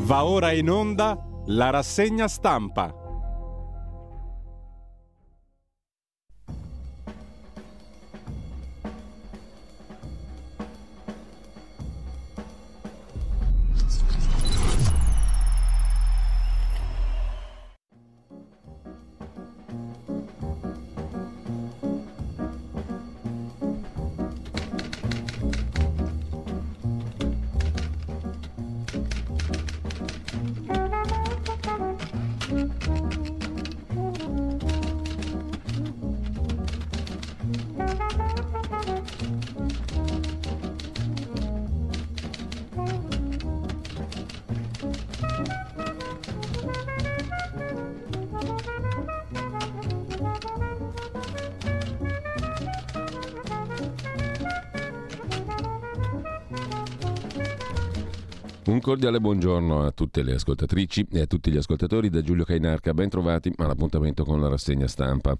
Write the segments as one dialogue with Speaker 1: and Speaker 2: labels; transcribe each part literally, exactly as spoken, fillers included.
Speaker 1: Va ora in onda la rassegna stampa.
Speaker 2: Un cordiale buongiorno a tutte le ascoltatrici e a tutti gli ascoltatori da Giulio Cainarca. Ben trovati all'appuntamento con la rassegna stampa.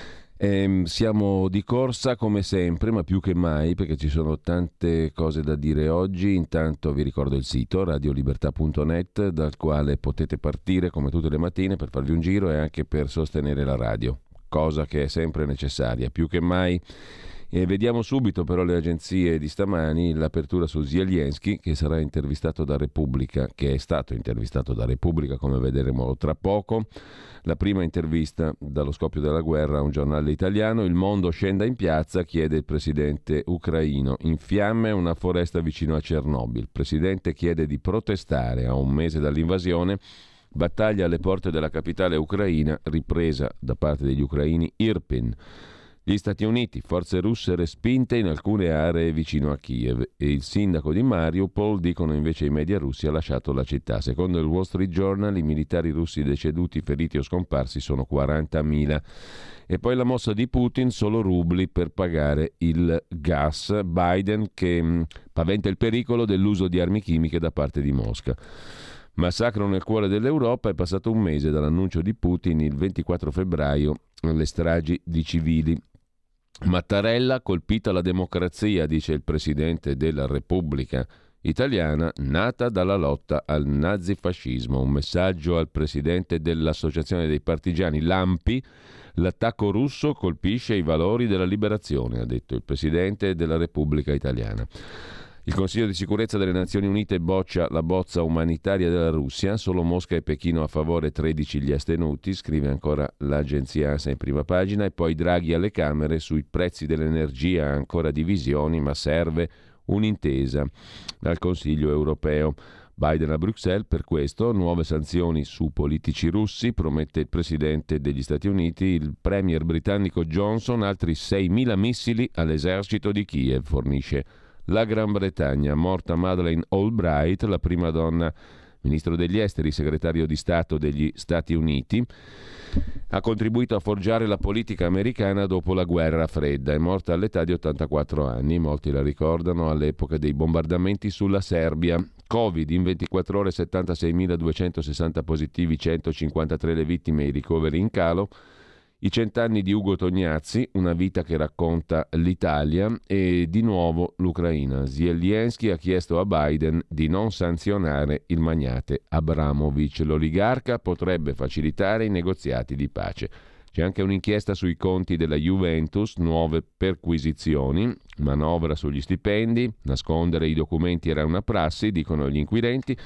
Speaker 2: E siamo di corsa come sempre, ma più che mai, perché ci sono tante cose da dire oggi. Intanto vi ricordo il sito radiolibertà punto net, dal quale potete partire come tutte le mattine per farvi un giro e anche per sostenere la radio, cosa che è sempre necessaria, più che mai. E vediamo subito però le agenzie di stamani, l'apertura su Zelensky, che sarà intervistato da Repubblica, che è stato intervistato da Repubblica, come vedremo tra poco. La prima intervista dallo scoppio della guerra a un giornale italiano. Il mondo scenda in piazza, chiede il presidente ucraino. In fiamme una foresta vicino a Chernobyl. Il presidente chiede di protestare a un mese dall'invasione. Battaglia alle porte della capitale ucraina, ripresa da parte degli ucraini Irpin. Gli Stati Uniti, forze russe respinte in alcune aree vicino a Kiev, e il sindaco di Mariupol, dicono invece i media russi, ha lasciato la città. Secondo il Wall Street Journal i militari russi deceduti, feriti o scomparsi sono quarantamila. E poi la mossa di Putin, solo rubli per pagare il gas. Biden che mh, paventa il pericolo dell'uso di armi chimiche da parte di Mosca. Massacro nel cuore dell'Europa. È passato un mese dall'annuncio di Putin il ventiquattro febbraio, le stragi di civili. Mattarella, colpita la democrazia, dice il presidente della Repubblica Italiana, nata dalla lotta al nazifascismo. Un messaggio al presidente dell'Associazione dei Partigiani, Lampi. L'attacco russo colpisce i valori della liberazione, ha detto il presidente della Repubblica Italiana. Il Consiglio di sicurezza delle Nazioni Unite boccia la bozza umanitaria della Russia, solo Mosca e Pechino a favore, tredici gli astenuti, scrive ancora l'agenzia ANSA in prima pagina. E poi Draghi alle Camere sui prezzi dell'energia, ancora divisioni, ma serve un'intesa dal Consiglio europeo. Biden a Bruxelles per questo, nuove sanzioni su politici russi, promette il presidente degli Stati Uniti. Il premier britannico Johnson, altri seimila missili all'esercito di Kiev, fornisce la Gran Bretagna. Morta Madeleine Albright, la prima donna ministro degli esteri, segretario di Stato degli Stati Uniti. Ha contribuito a forgiare la politica americana dopo la guerra fredda. È morta all'età di ottantaquattro anni, molti la ricordano, all'epoca dei bombardamenti sulla Serbia. Covid, in ventiquattro ore settantaseimiladuecentosessanta positivi, centocinquantatré le vittime e i ricoveri in calo. I cent'anni di Ugo Tognazzi, una vita che racconta l'Italia, e di nuovo l'Ucraina. Zelensky ha chiesto a Biden di non sanzionare il magnate Abramovich. L'oligarca potrebbe facilitare i negoziati di pace. C'è anche un'inchiesta sui conti della Juventus, nuove perquisizioni, manovra sugli stipendi, nascondere i documenti era una prassi, dicono gli inquirenti.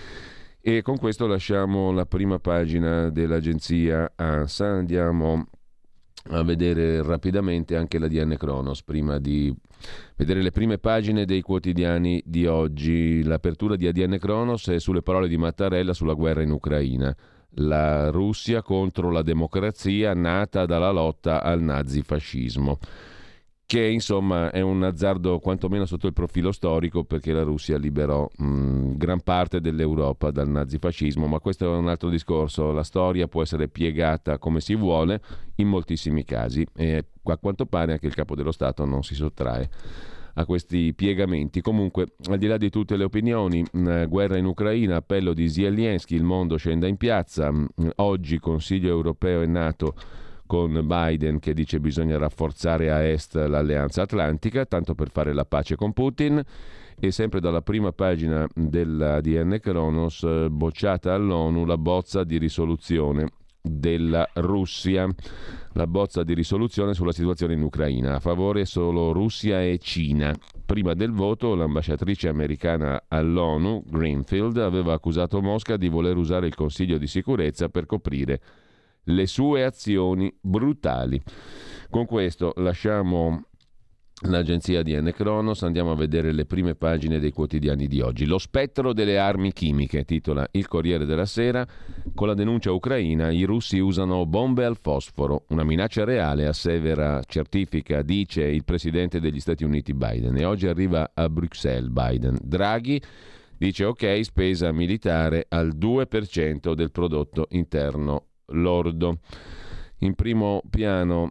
Speaker 2: E con questo lasciamo la prima pagina dell'agenzia ANSA. Andiamo a vedere rapidamente anche la D N Kronos prima di vedere le prime pagine dei quotidiani di oggi. L'apertura di A D N Kronos è sulle parole di Mattarella sulla guerra in Ucraina. La Russia contro la democrazia, nata dalla lotta al nazifascismo, che insomma è un azzardo quantomeno sotto il profilo storico, perché la Russia liberò mh, gran parte dell'Europa dal nazifascismo, ma questo è un altro discorso. La storia può essere piegata come si vuole in moltissimi casi e a quanto pare anche il capo dello Stato non si sottrae a questi piegamenti. Comunque, al di là di tutte le opinioni, mh, guerra in Ucraina, appello di Zelensky, il mondo scenda in piazza. Mh, oggi Consiglio europeo e NATO con Biden che dice bisogna rafforzare a est l'alleanza atlantica, tanto per fare la pace con Putin. E sempre dalla prima pagina dell'A D N Kronos, bocciata all'ONU la bozza di risoluzione della Russia, la bozza di risoluzione sulla situazione in Ucraina, a favore solo Russia e Cina. Prima del voto l'ambasciatrice americana all'ONU, Greenfield, aveva accusato Mosca di voler usare il Consiglio di sicurezza per coprire le sue azioni brutali. Con questo lasciamo l'agenzia A D N Kronos, andiamo a vedere le prime pagine dei quotidiani di oggi. Lo spettro delle armi chimiche, titola il Corriere della Sera, con la denuncia ucraina, i russi usano bombe al fosforo, una minaccia reale, assevera, certifica, dice il presidente degli Stati Uniti Biden, e oggi arriva a Bruxelles Biden. Draghi dice ok, spesa militare al due per cento del prodotto interno lordo. In primo piano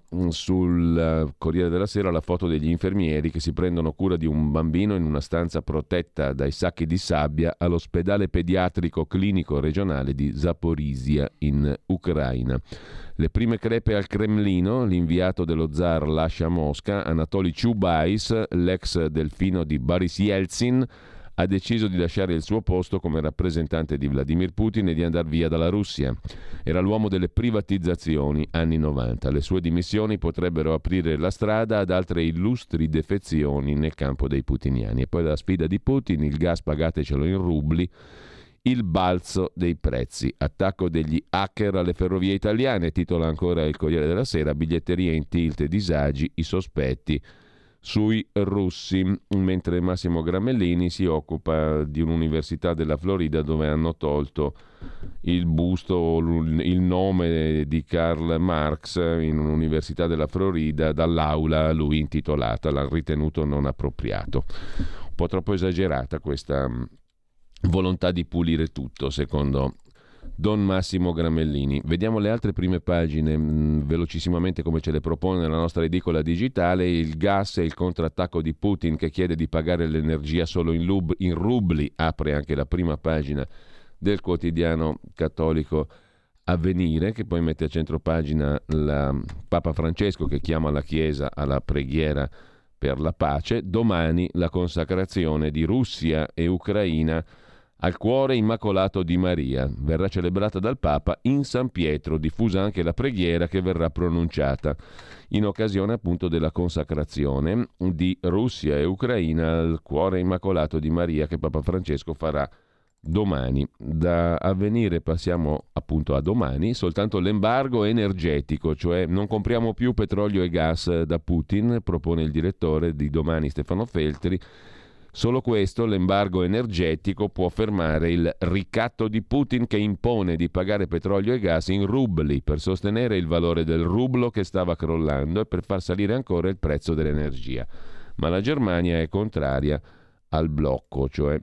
Speaker 2: sul Corriere della Sera la foto degli infermieri che si prendono cura di un bambino in una stanza protetta dai sacchi di sabbia all'ospedale pediatrico clinico regionale di Zaporizhia in Ucraina. Le prime crepe al Cremlino, l'inviato dello zar lascia Mosca, Anatoly Chubais, l'ex delfino di Boris Yeltsin, ha deciso di lasciare il suo posto come rappresentante di Vladimir Putin e di andare via dalla Russia. Era l'uomo delle privatizzazioni, anni novanta. Le sue dimissioni potrebbero aprire la strada ad altre illustri defezioni nel campo dei putiniani. E poi la sfida di Putin, il gas pagatecelo in rubli, il balzo dei prezzi. Attacco degli hacker alle ferrovie italiane, titola ancora il Corriere della Sera, biglietteria in tilt e disagi, i sospetti sui russi, mentre Massimo Gramellini si occupa di un'università della Florida dove hanno tolto il busto, il nome di Karl Marx in un'università della Florida dall'aula a lui intitolata, l'hanno ritenuto non appropriato. Un po' troppo esagerata questa volontà di pulire tutto, secondo Don Massimo Gramellini. Vediamo le altre prime pagine mh, velocissimamente come ce le propone la nostra edicola digitale. Il gas e il contrattacco di Putin che chiede di pagare l'energia solo in, lub, in rubli, apre anche la prima pagina del quotidiano cattolico Avvenire, che poi mette a centropagina la Papa Francesco che chiama la Chiesa alla preghiera per la pace. Domani la consacrazione di Russia e Ucraina al cuore immacolato di Maria. Verrà celebrata dal Papa in San Pietro, diffusa anche la preghiera che verrà pronunciata in occasione appunto della consacrazione di Russia e Ucraina al cuore immacolato di Maria che Papa Francesco farà domani. Da Avvenire passiamo appunto a domani, soltanto l'embargo energetico, cioè non compriamo più petrolio e gas da Putin, propone il direttore di Domani Stefano Feltri. Solo questo, l'embargo energetico, può fermare il ricatto di Putin che impone di pagare petrolio e gas in rubli per sostenere il valore del rublo che stava crollando e per far salire ancora il prezzo dell'energia. Ma la Germania è contraria al blocco, cioè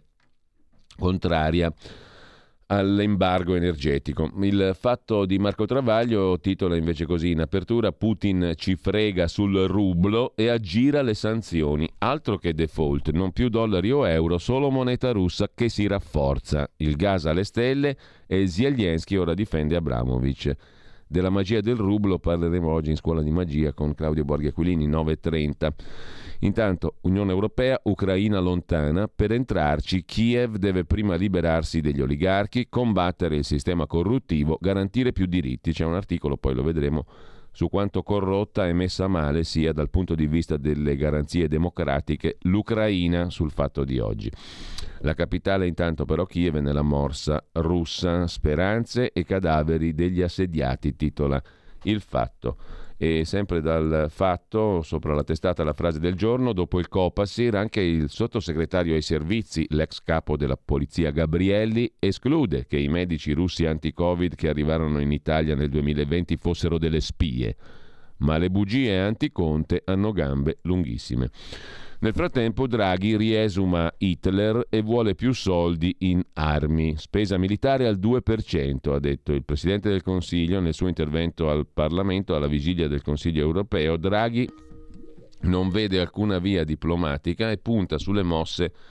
Speaker 2: contraria all'embargo energetico. Il Fatto di Marco Travaglio titola invece così in apertura: Putin ci frega sul rublo e aggira le sanzioni. Altro che default, non più dollari o euro, solo moneta russa che si rafforza. Il gas alle stelle e Zelensky ora difende Abramovic. Della magia del rublo parleremo oggi in Scuola di Magia con Claudio Borghi Aquilini, nove e trenta. Intanto, Unione Europea, Ucraina lontana. Per entrarci, Kiev deve prima liberarsi degli oligarchi, combattere il sistema corruttivo, garantire più diritti. C'è un articolo, poi lo vedremo, su quanto corrotta e messa male sia dal punto di vista delle garanzie democratiche l'Ucraina sul Fatto di oggi. La capitale intanto però Kiev è nella morsa russa, speranze e cadaveri degli assediati, titola il Fatto. E sempre dal Fatto, sopra la testata la frase del giorno: dopo il Copasir anche il sottosegretario ai servizi, l'ex capo della polizia Gabrielli, esclude che i medici russi anti-Covid che arrivarono in Italia nel duemilaventi fossero delle spie, ma le bugie anti-Conte hanno gambe lunghissime. Nel frattempo Draghi riesuma Hitler e vuole più soldi in armi. Spesa militare al due per cento, ha detto il Presidente del Consiglio nel suo intervento al Parlamento alla vigilia del Consiglio europeo. Draghi non vede alcuna via diplomatica e punta sulle mosse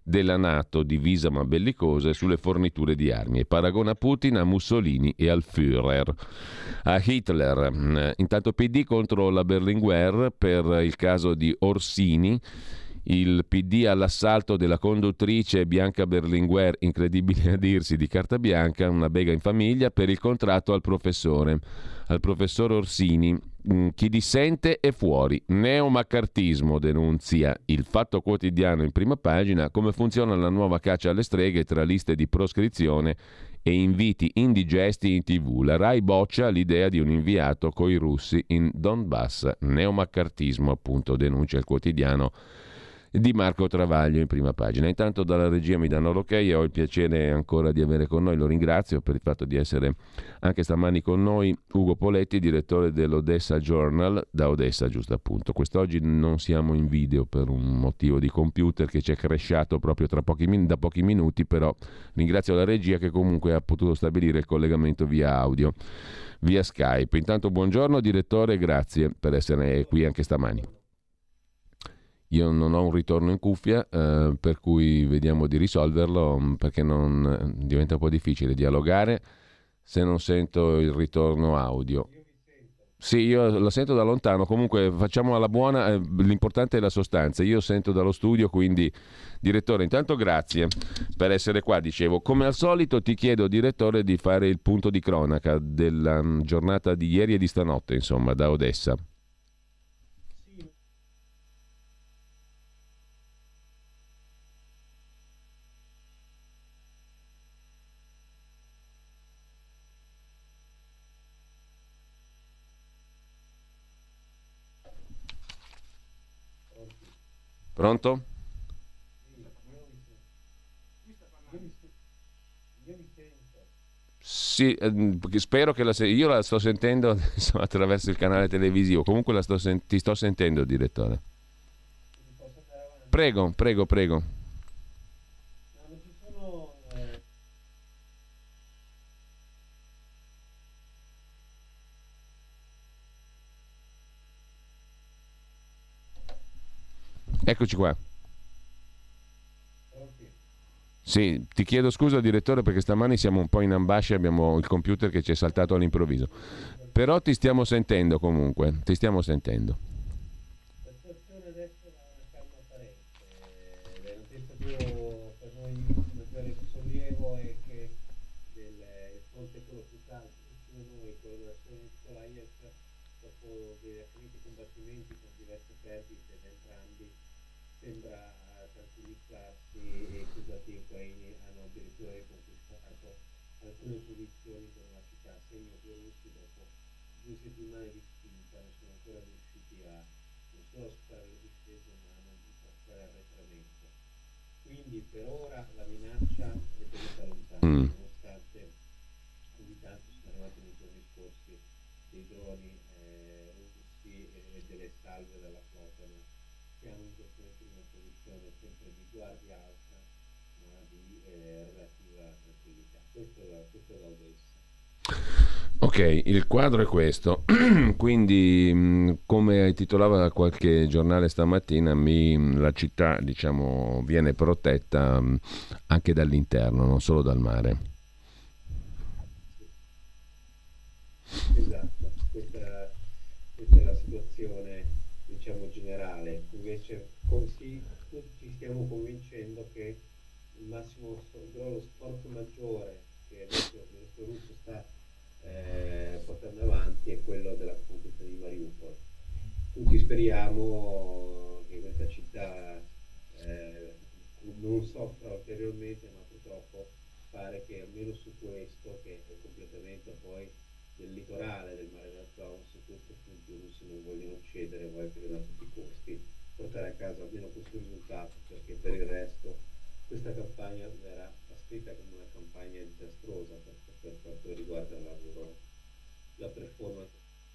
Speaker 2: della NATO, divisa ma bellicosa, e sulle forniture di armi, e paragona Putin a Mussolini e al Führer, a Hitler. Intanto P D contro la Berlinguer per il caso di Orsini. Il P D all'assalto della conduttrice Bianca Berlinguer, incredibile a dirsi, di carta bianca, una bega in famiglia, per il contratto al professore, al professor Orsini. Chi dissente è fuori. Neomaccartismo, denunzia il Fatto Quotidiano in prima pagina. Come funziona la nuova caccia alle streghe tra liste di proscrizione e inviti indigesti in tv. La Rai boccia l'idea di un inviato coi russi in Donbass. Neomaccartismo, appunto, denuncia il quotidiano di Marco Travaglio in prima pagina. Intanto dalla regia mi danno l'ok e ho il piacere ancora di avere con noi, lo ringrazio per il fatto di essere anche stamani con noi, Ugo Poletti, direttore dell'Odessa Journal, da Odessa giusto appunto. Quest'oggi non siamo in video per un motivo di computer che ci è crashato proprio tra pochi min- da pochi minuti, però ringrazio la regia che comunque ha potuto stabilire il collegamento via audio, via Skype. Intanto buongiorno direttore, grazie per essere qui anche stamani. Io non ho un ritorno in cuffia, eh, per cui vediamo di risolverlo, perché non diventa un po' difficile dialogare se non sento il ritorno audio. Sì, io la sento da lontano, comunque facciamo alla buona, eh, l'importante è la sostanza. Io sento dallo studio, quindi direttore, intanto grazie per essere qua, dicevo. Come al solito ti chiedo, direttore, di fare il punto di cronaca della um, giornata di ieri e di stanotte, insomma, da Odessa. Pronto? Sì, eh, spero che la se- io la sto sentendo adesso attraverso il canale televisivo. Comunque la sto sen- ti sto sentendo, direttore. Prego, prego, prego. Eccoci qua. Sì, ti chiedo scusa direttore perché stamani siamo un po' in ambascia, abbiamo il computer che ci è saltato all'improvviso. Però ti stiamo sentendo comunque, ti stiamo sentendo.
Speaker 3: La situazione adesso è una calma apparente. La notizia più per noi di maggiore sollievo è che del il fronte quello più caldo vicino a noi, quello della Mykolaiv, dopo dei finiti combattimenti con diverse perdite da entrambi, sembra tranquillizzarsi e i soldati ucraini hanno addirittura riconquistato alcune posizioni con la città semio-russi dopo due settimane di spinta. Non sono ancora riusciti a non solo a superare le difese ma a non forzare arretramento. Quindi per ora la minaccia è tenuta lontana, mm. nonostante ogni tanto sono arrivati nei giorni scorsi dei droni eh, russi e delle salve dalla flotta, ma siamo in questo momento in una posizione sempre di guardia alta ma di eh, relativa tranquillità. Questo da, questo da Odessa.
Speaker 2: Ok, il quadro è questo. Quindi, come titolava qualche giornale stamattina, mi, la città, diciamo, viene protetta anche dall'interno, non solo dal mare.
Speaker 3: Esatto, questa, questa è la situazione, diciamo, generale. Invece così tutti ci stiamo convincendo che il massimo, lo sforzo maggiore che adesso il russo sta eh, portando avanti è quello della conquista di Mariupol. Tutti speriamo che questa città eh, non soffra ulteriormente, ma purtroppo pare che almeno su questo, che è il completamento poi del litorale del mare d'Azov, su questo punto i russi non vogliono cedere, vogliono a tutti i costi portare a casa almeno questo risultato, perché per il resto questa campagna verrà ascritta come una campagna disastrosa per, per quanto riguarda la loro la performance.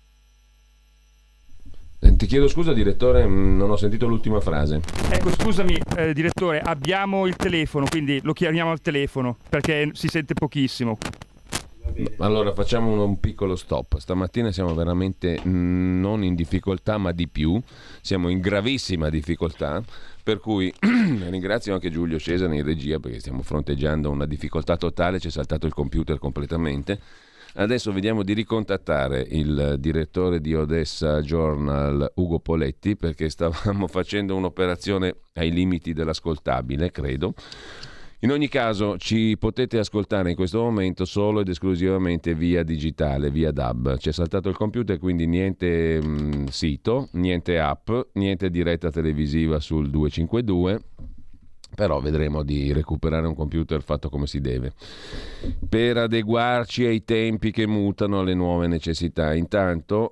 Speaker 2: Ti chiedo scusa direttore, non ho sentito l'ultima frase.
Speaker 4: Ecco, scusami eh, direttore, abbiamo il telefono, quindi lo chiamiamo al telefono perché si sente pochissimo.
Speaker 3: Va
Speaker 2: Allora facciamo un, un piccolo stop. Stamattina siamo veramente mh, non in difficoltà, ma di più. Siamo in gravissima difficoltà. Per cui ringrazio anche Giulio Cesare in regia perché stiamo fronteggiando una difficoltà totale. Ci è saltato il computer completamente. Adesso vediamo di ricontattare il direttore di Odessa Journal, Ugo Poletti, perché stavamo facendo un'operazione ai limiti dell'ascoltabile, credo. In ogni caso ci potete ascoltare in questo momento solo ed esclusivamente via digitale, via D A B. Ci è saltato il computer, quindi niente mh, sito, niente app, niente diretta televisiva sul duecentocinquantadue, però vedremo di recuperare un computer fatto come si deve per adeguarci ai tempi che mutano, alle nuove necessità. Intanto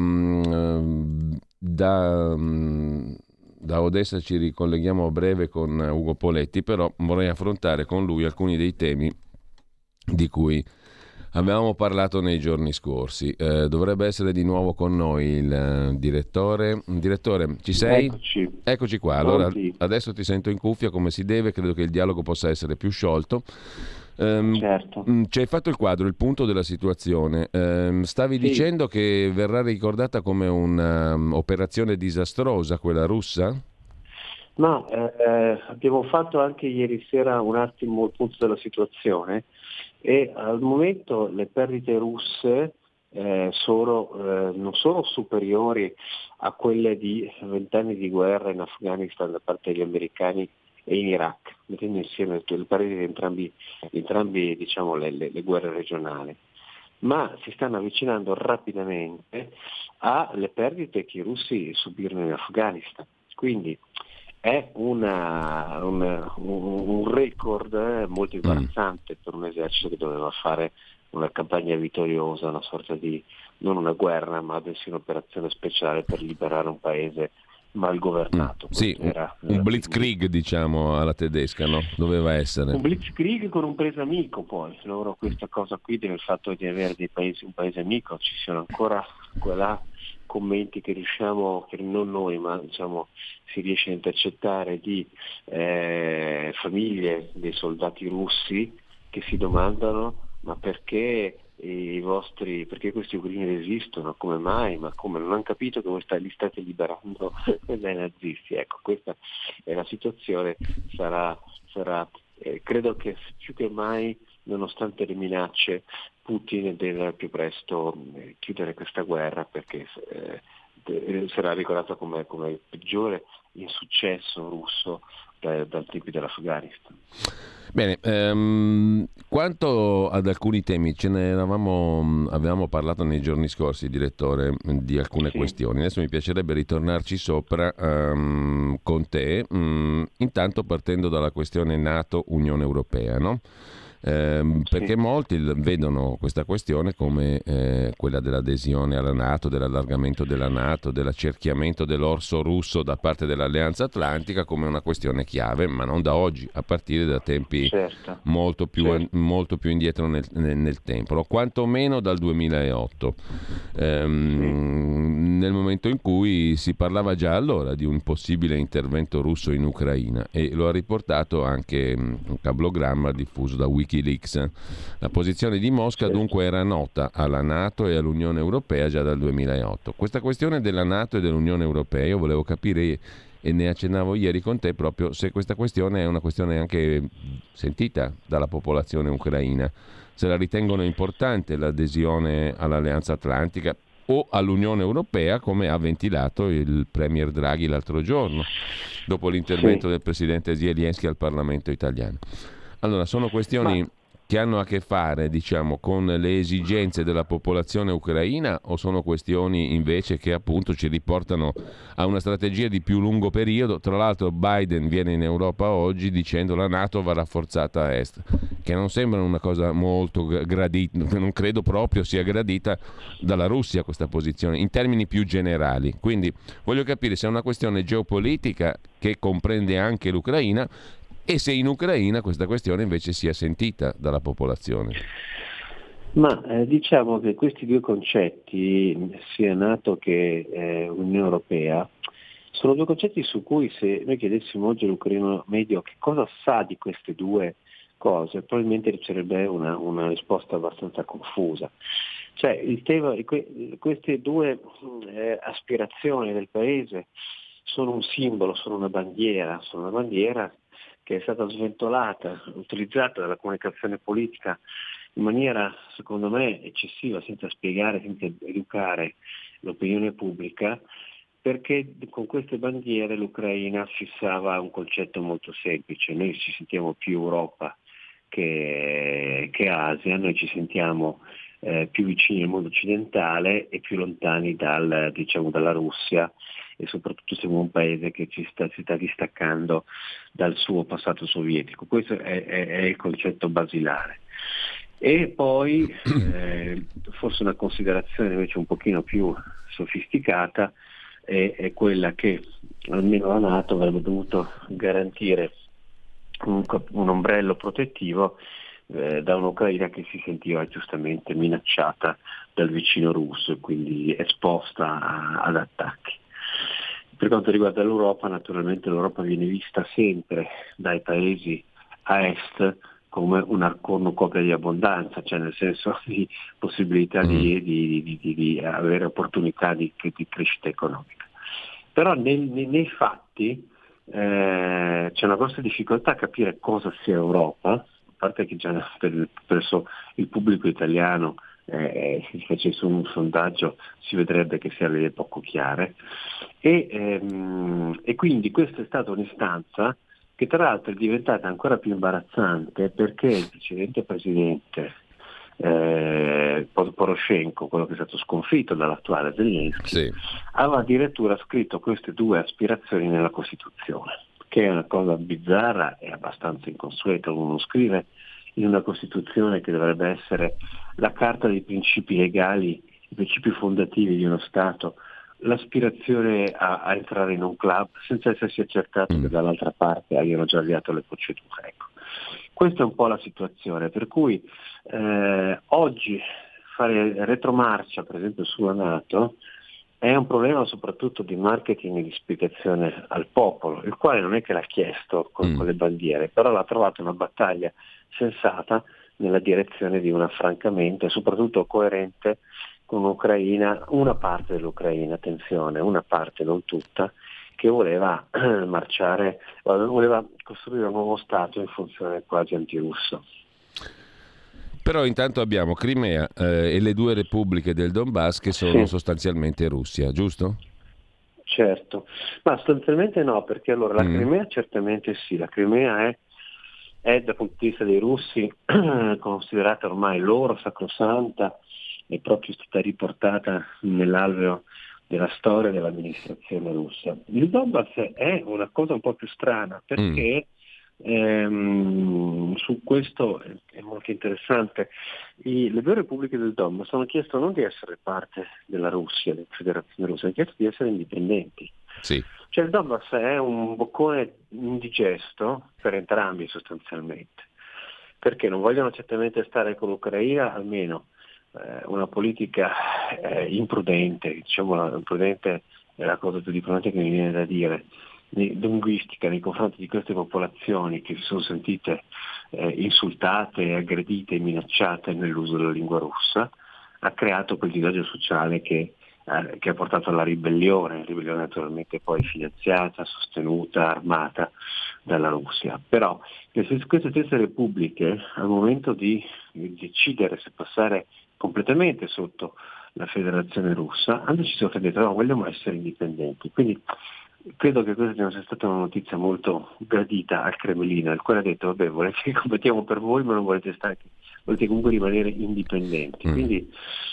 Speaker 2: um, da... Um, Da Odessa ci ricolleghiamo a breve con Ugo Poletti, però vorrei affrontare con lui alcuni dei temi di cui avevamo parlato nei giorni scorsi. Eh, dovrebbe essere di nuovo con noi il uh, direttore. Direttore, ci sei?
Speaker 5: Eccoci.
Speaker 2: Eccoci qua. Allora,
Speaker 5: Pronti?
Speaker 2: adesso ti sento in cuffia come si deve, credo che il dialogo possa essere più sciolto. Um,
Speaker 5: Certo.
Speaker 2: Ci hai fatto il quadro, il punto della situazione. Um, stavi
Speaker 5: Sì.
Speaker 2: dicendo che verrà ricordata come un'operazione um, disastrosa quella russa?
Speaker 5: Ma eh, abbiamo fatto anche ieri sera un attimo il punto della situazione e al momento le perdite russe eh, sono, eh, non sono superiori a quelle di vent'anni di guerra in Afghanistan da parte degli americani e in Iraq, mettendo insieme le perdite di entrambi, entrambi diciamo, le, le, le guerre regionali, ma si stanno avvicinando rapidamente alle perdite che i russi subirono in Afghanistan. Quindi è una, una, un, un record eh, molto imbarazzante per un esercito che doveva fare una campagna vittoriosa, una sorta di, non una guerra, ma bensì un'operazione speciale per liberare un paese mal governato.
Speaker 2: Mm, sì,
Speaker 5: era,
Speaker 2: un, un blitzkrieg diciamo alla tedesca, no? Doveva essere.
Speaker 5: Un blitzkrieg con un paese amico poi, loro questa cosa qui del fatto di avere dei paesi, un paese amico, ci sono ancora quella commenti che riusciamo, che non noi, ma diciamo si riesce a intercettare di eh, famiglie dei soldati russi che si domandano ma perché i vostri, perché questi ucraini resistono, come mai, ma come non hanno capito che voi sta, li state liberando dai nazisti. Ecco, questa è la situazione, sarà, sarà eh, credo che più che mai, nonostante le minacce, Putin deve al più presto eh, chiudere questa guerra perché eh, sarà ricordato come, come il peggiore insuccesso russo da, dal tipo dell'Afghanistan.
Speaker 2: Bene, ehm, quanto ad alcuni temi, ce ne eravamo, avevamo parlato nei giorni scorsi, direttore, di alcune
Speaker 5: Sì.
Speaker 2: questioni. Adesso mi piacerebbe ritornarci sopra um, con te, um, intanto partendo dalla questione NATO-Unione Europea, no? Eh, perché
Speaker 5: Sì.
Speaker 2: molti vedono questa questione come eh, quella dell'adesione alla NATO, dell'allargamento della NATO, dell'accerchiamento dell'orso russo da parte dell'Alleanza Atlantica come una questione chiave, ma non da oggi, a partire da tempi
Speaker 5: Certo.
Speaker 2: molto più,
Speaker 5: Certo.
Speaker 2: molto più indietro nel, nel, nel tempo, no? Quantomeno dal duemilaotto, ehm,
Speaker 5: Sì.
Speaker 2: nel momento in cui si parlava già allora di un possibile intervento russo in Ucraina, e lo ha riportato anche um, un cablogramma diffuso da Wikileaks. La posizione di Mosca
Speaker 5: Certo.
Speaker 2: dunque era nota alla NATO e all'Unione Europea già dal duemilaotto. Questa questione della NATO e dell'Unione Europea, io volevo capire, e ne accennavo ieri con te, proprio se questa questione è una questione anche sentita dalla popolazione ucraina, se la ritengono importante l'adesione all'Alleanza Atlantica o all'Unione Europea, come ha ventilato il Premier Draghi l'altro giorno, dopo l'intervento
Speaker 5: Sì.
Speaker 2: del Presidente Zelensky al Parlamento italiano. Allora, sono questioni
Speaker 5: Ma...
Speaker 2: che hanno a che fare, diciamo, con le esigenze della popolazione ucraina, o sono questioni invece che appunto ci riportano a una strategia di più lungo periodo? Tra l'altro Biden viene in Europa oggi dicendo la NATO va rafforzata a est, che non sembra una cosa molto gradita, non credo proprio sia gradita dalla Russia questa posizione, in termini più generali. Quindi voglio capire se è una questione geopolitica che comprende anche l'Ucraina, e se in Ucraina questa questione invece sia sentita dalla popolazione.
Speaker 5: Ma eh, diciamo che questi due concetti, sia NATO che eh, Unione Europea, sono due concetti su cui, se noi chiedessimo oggi all'ucraino medio che cosa sa di queste due cose, probabilmente riceverebbe una, una risposta abbastanza confusa. Cioè, il tema, queste due eh, aspirazioni del paese sono un simbolo, sono una bandiera, sono una bandiera che è stata sventolata, utilizzata dalla comunicazione politica in maniera, secondo me, eccessiva, senza spiegare, senza educare l'opinione pubblica, perché con queste bandiere l'Ucraina fissava un concetto molto semplice: noi ci sentiamo più Europa che, che Asia, noi ci sentiamo eh, più vicini al mondo occidentale e più lontani dal, diciamo, dalla Russia, e soprattutto siamo un paese che ci sta, si sta distaccando dal suo passato sovietico. Questo è, è, è il concetto basilare. E poi eh, forse una considerazione invece un pochino più sofisticata è, è quella che almeno la NATO avrebbe dovuto garantire un, un ombrello protettivo eh, da un'Ucraina che si sentiva giustamente minacciata dal vicino russo e quindi esposta a, ad attacchi. Per quanto riguarda l'Europa, naturalmente l'Europa viene vista sempre dai paesi a est come una cornucopia di abbondanza, cioè nel senso di possibilità di, di, di, di, di avere opportunità di, di crescita economica. Però nei, nei, nei fatti eh, c'è una grossa difficoltà a capire cosa sia Europa, a parte che già per, presso il pubblico italiano eh, se si facesse un sondaggio si vedrebbe che si ha le idee poco chiare, e, ehm, e quindi questa è stata un'istanza che tra l'altro è diventata ancora più imbarazzante perché il precedente presidente eh, Poroshenko, quello che è stato sconfitto dall'attuale Zelensky, sì, aveva addirittura scritto queste due aspirazioni nella Costituzione, che è una cosa bizzarra e abbastanza inconsueta. Uno scrive in una Costituzione che dovrebbe essere la carta dei principi legali, i principi fondativi di uno Stato, l'aspirazione a, a entrare in un club senza essersi accertato mm. che dall'altra parte abbiano già avviato le procedure. Ecco. Questa è un po' la situazione, per cui eh, oggi fare retromarcia per esempio sulla NATO è un problema soprattutto di marketing e di spiegazione al popolo, il quale non è che l'ha chiesto con, mm. con le bandiere, però l'ha trovato una battaglia sensata nella direzione di un affrancamento e soprattutto coerente con un'Ucraina, una parte dell'Ucraina, attenzione, una parte, non tutta, che voleva marciare, voleva costruire un nuovo Stato in funzione quasi antirusso.
Speaker 2: Però intanto abbiamo Crimea eh, e le due repubbliche del Donbass che sono sì. sostanzialmente Russia, giusto?
Speaker 5: Certo, ma sostanzialmente no, perché allora la mm. Crimea certamente sì, la Crimea è, è dal punto di vista dei russi considerata ormai loro sacrosanta, è proprio stata riportata nell'alveo della storia dell'amministrazione russa. Il Donbass è una cosa un po' più strana perché mm. ehm, su questo è molto interessante. I, le due repubbliche del Donbass hanno chiesto non di essere parte della Russia, della Federazione Russa, hanno chiesto di essere indipendenti.
Speaker 2: Sì.
Speaker 5: Cioè il Donbass è un boccone indigesto per entrambi sostanzialmente, perché non vogliono certamente stare con l'Ucraina, almeno una politica eh, imprudente, diciamo imprudente è la cosa più diplomatica che mi viene da dire, linguistica nei confronti di queste popolazioni che si sono sentite eh, insultate, aggredite e minacciate nell'uso della lingua russa, ha creato quel disagio sociale che, eh, che ha portato alla ribellione, ribellione naturalmente poi finanziata, sostenuta, armata dalla Russia. Però queste stesse repubbliche al momento di decidere se passare completamente sotto la Federazione Russa hanno deciso che hanno detto no, vogliamo essere indipendenti. Quindi credo che questa sia stata una notizia molto gradita al Cremlino, il quale ha detto vabbè, volete che combattiamo per voi ma non volete stare, volete comunque rimanere indipendenti. Mm. Quindi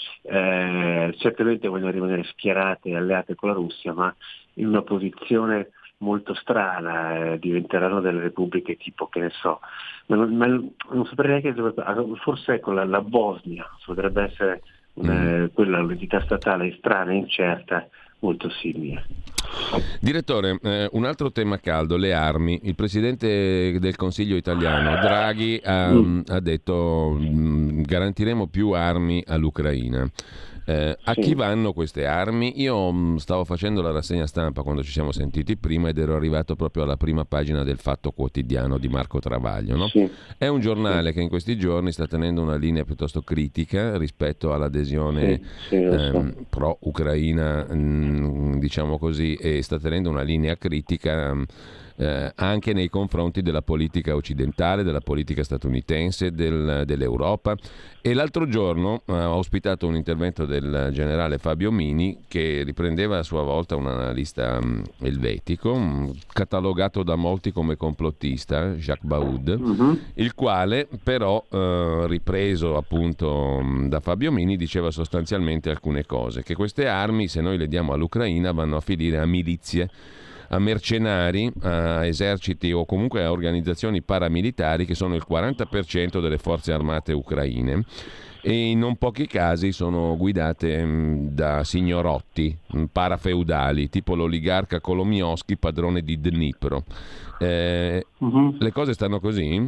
Speaker 5: eh, certamente vogliono rimanere schierate e alleate con la Russia, ma in una posizione molto strana, eh, diventeranno delle repubbliche tipo, che ne so, ma non, ma non saprei neanche dove, forse ecco la, la Bosnia potrebbe essere una, mm. quella un'entità statale strana e incerta, molto simile.
Speaker 2: Direttore, eh, un altro tema caldo, le armi. Il Presidente del Consiglio italiano, Draghi, ha, mm. ha detto mh, garantiremo più armi all'Ucraina. Eh, a
Speaker 5: Sì.
Speaker 2: chi vanno queste armi? Io mh, stavo facendo la rassegna stampa quando ci siamo sentiti prima ed ero arrivato proprio alla prima pagina del Fatto Quotidiano di Marco Travaglio, no?
Speaker 5: Sì.
Speaker 2: È un giornale che in questi giorni sta tenendo una linea piuttosto critica rispetto all'adesione
Speaker 5: Sì, sì, lo so.
Speaker 2: ehm, pro-ucraina, mh, diciamo così, e sta tenendo una linea critica mh, eh, anche nei confronti della politica occidentale, della politica statunitense, del- dell'Europa. E l'altro giorno eh, ho ospitato un intervento del generale Fabio Mini che riprendeva a sua volta un analista mh, elvetico, mh, catalogato da molti come complottista, Jacques Baoud,
Speaker 5: Mhm.
Speaker 2: il quale però, eh, ripreso appunto mh, da Fabio Mini, diceva sostanzialmente alcune cose, che queste armi, se noi le diamo all'Ucraina, vanno a finire a milizie, a mercenari, a eserciti o comunque a organizzazioni paramilitari che sono il quaranta per cento delle forze armate ucraine e in non pochi casi sono guidate mh, da signorotti mh, parafeudali, tipo l'oligarca Kolomiosky, padrone di Dnipro. Eh,
Speaker 5: Mhm.
Speaker 2: le cose stanno così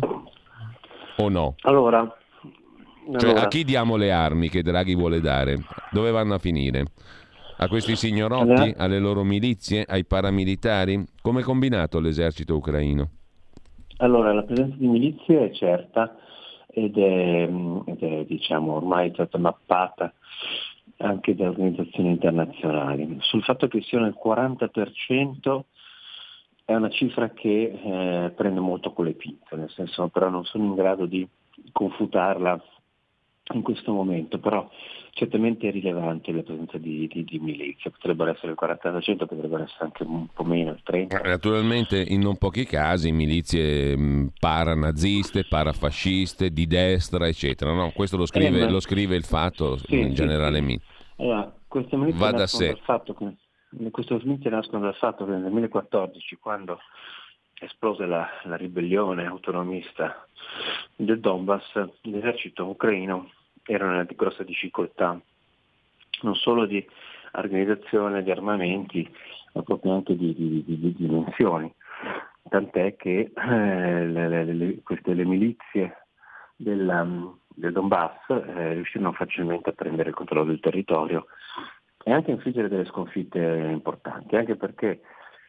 Speaker 2: o no?
Speaker 5: Allora,
Speaker 2: Cioè,
Speaker 5: allora
Speaker 2: a chi diamo le armi che Draghi vuole dare? Dove vanno a finire? A questi signorotti?
Speaker 5: alle-
Speaker 2: Alle loro milizie? Ai paramilitari? Come è combinato l'esercito ucraino?
Speaker 5: allora, la presenza di milizie è certa ed è, mh, ed è, diciamo, ormai stata mappata anche da organizzazioni internazionali. Sul fatto che siano il quaranta per cento è una cifra che eh, prende molto con le pinze, nel senso però non sono in grado di confutarla in questo momento, però certamente è rilevante la presenza di, di, di milizie, potrebbero essere il quaranta per cento, potrebbero essere anche un po' meno, il trenta per cento.
Speaker 2: Naturalmente in non pochi casi milizie mh, paranaziste, parafasciste, di destra, eccetera. No, questo lo
Speaker 5: Eh,
Speaker 2: scrive,
Speaker 5: ma-
Speaker 2: lo scrive il Fatto,
Speaker 5: Sì,
Speaker 2: il
Speaker 5: sì,
Speaker 2: generale
Speaker 5: sì.
Speaker 2: Mini.
Speaker 5: Allora, queste milizie
Speaker 2: Va da
Speaker 5: nascono
Speaker 2: sé.
Speaker 5: dal fatto che queste milizie nascono dal fatto che nel duemilaquattordici, quando esplose la, la ribellione autonomista del Donbass, l'esercito ucraino era in una grossa difficoltà, non solo di organizzazione, di armamenti, ma proprio anche di, di- di- di dimensioni. Tant'è che eh, le, le- le- queste le milizie della- del Donbass eh, riuscirono facilmente a prendere il controllo del territorio e anche a infliggere delle sconfitte importanti, anche perché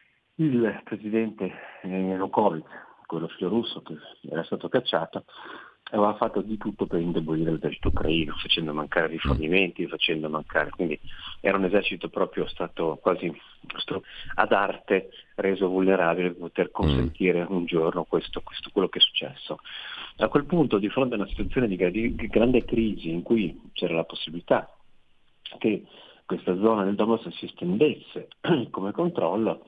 Speaker 5: il presidente eh, Yanukovych, quello filorusso che era stato cacciato, aveva fatto di tutto per indebolire l'esercito ucraino, facendo mancare rifornimenti, facendo mancare, quindi era un esercito proprio stato quasi sto- ad arte reso vulnerabile per poter consentire un giorno questo, questo quello che è successo. A quel punto, di fronte a una situazione di, gra- di grande crisi in cui c'era la possibilità che questa zona del Donbass si estendesse come controllo,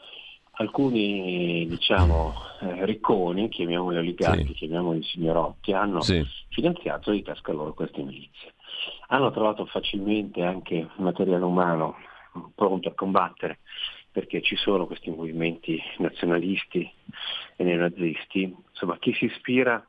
Speaker 5: alcuni diciamo eh, ricconi, chiamiamoli oligarchi,
Speaker 2: Sì.
Speaker 5: chiamiamoli signorotti, hanno
Speaker 2: Sì.
Speaker 5: finanziato di tasca loro queste milizie. Hanno trovato facilmente anche materiale umano pronto a combattere, perché ci sono questi movimenti nazionalisti e neonazisti. Insomma, chi si ispira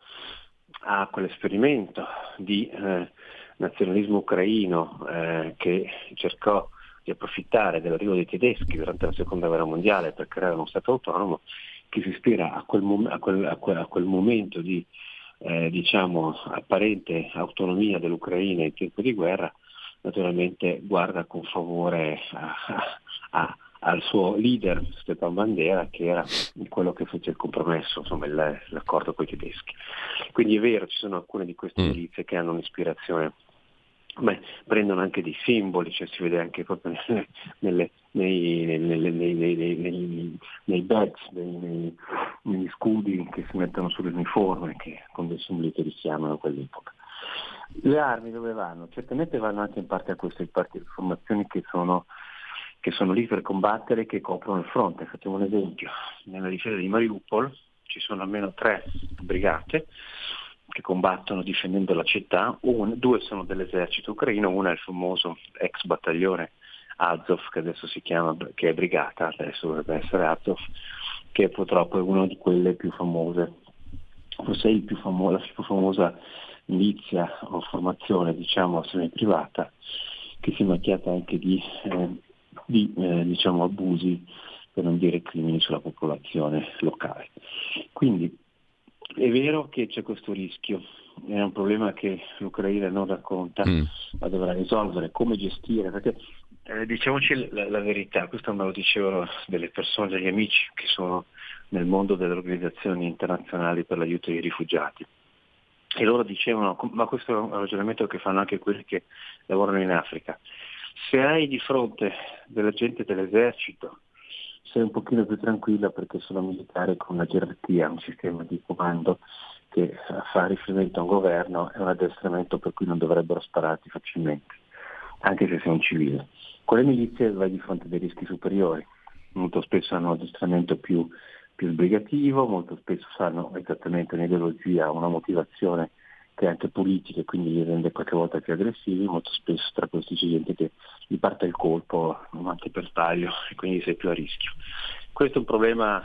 Speaker 5: a quell'esperimento di eh, nazionalismo ucraino eh, che cercò di approfittare dell'arrivo dei tedeschi durante la seconda guerra mondiale per creare uno Stato autonomo, chi si ispira a quel, mom- a quel, a quel, a quel momento di eh, diciamo apparente autonomia dell'Ucraina in tempo di guerra, naturalmente guarda con favore a, a, al suo leader Stepan Bandera, che era quello che fece il compromesso, insomma il, l'accordo con i tedeschi. Quindi è vero, ci sono alcune di queste
Speaker 2: Mm.
Speaker 5: milizie che hanno un'ispirazione. Beh, prendono anche dei simboli, cioè si vede anche proprio nelle, nelle, nei, nelle, nei, nei, nei, nei, nei badge, nei, nei, negli scudi che si mettono sull'uniforme, che con dei simboli che richiamano quell'epoca. Le armi dove vanno? Certamente vanno anche in parte a queste parti di formazioni che sono, che sono lì per combattere, che coprono il fronte. Facciamo un esempio, nella difesa di Mariupol ci sono almeno tre brigate che combattono difendendo la città, un, due sono dell'esercito ucraino, una è il famoso ex battaglione Azov, che adesso si chiama, che è brigata, adesso dovrebbe essere Azov, che purtroppo è una di quelle più famose, forse è il più famo- la più famosa milizia o formazione, diciamo, semi-privata, che si è macchiata anche di, eh, di eh, diciamo, abusi, per non dire crimini sulla popolazione locale. Quindi È vero che c'è questo rischio, è un problema che l'Ucraina non racconta, mm. ma dovrà risolvere, come gestire, perché eh, diciamoci la, la verità, questo me lo dicevano delle persone, degli amici che sono nel mondo delle organizzazioni internazionali per l'aiuto ai rifugiati, e loro dicevano, ma questo è un ragionamento che fanno anche quelli che lavorano in Africa, se hai di fronte della gente dell'esercito sei un pochino più tranquilla perché sono militari con una gerarchia, un sistema di comando che fa riferimento a un governo e un addestramento per cui non dovrebbero spararti facilmente, anche se sei un civile. Con le milizie vai di fronte a dei rischi superiori, molto spesso hanno un addestramento più, più sbrigativo, molto spesso hanno esattamente un'ideologia, una motivazione che è anche politica e quindi li rende qualche volta più aggressivi, molto spesso tra questi c'è gente che gli parte il colpo anche per taglio e quindi sei più a rischio. Questo è un problema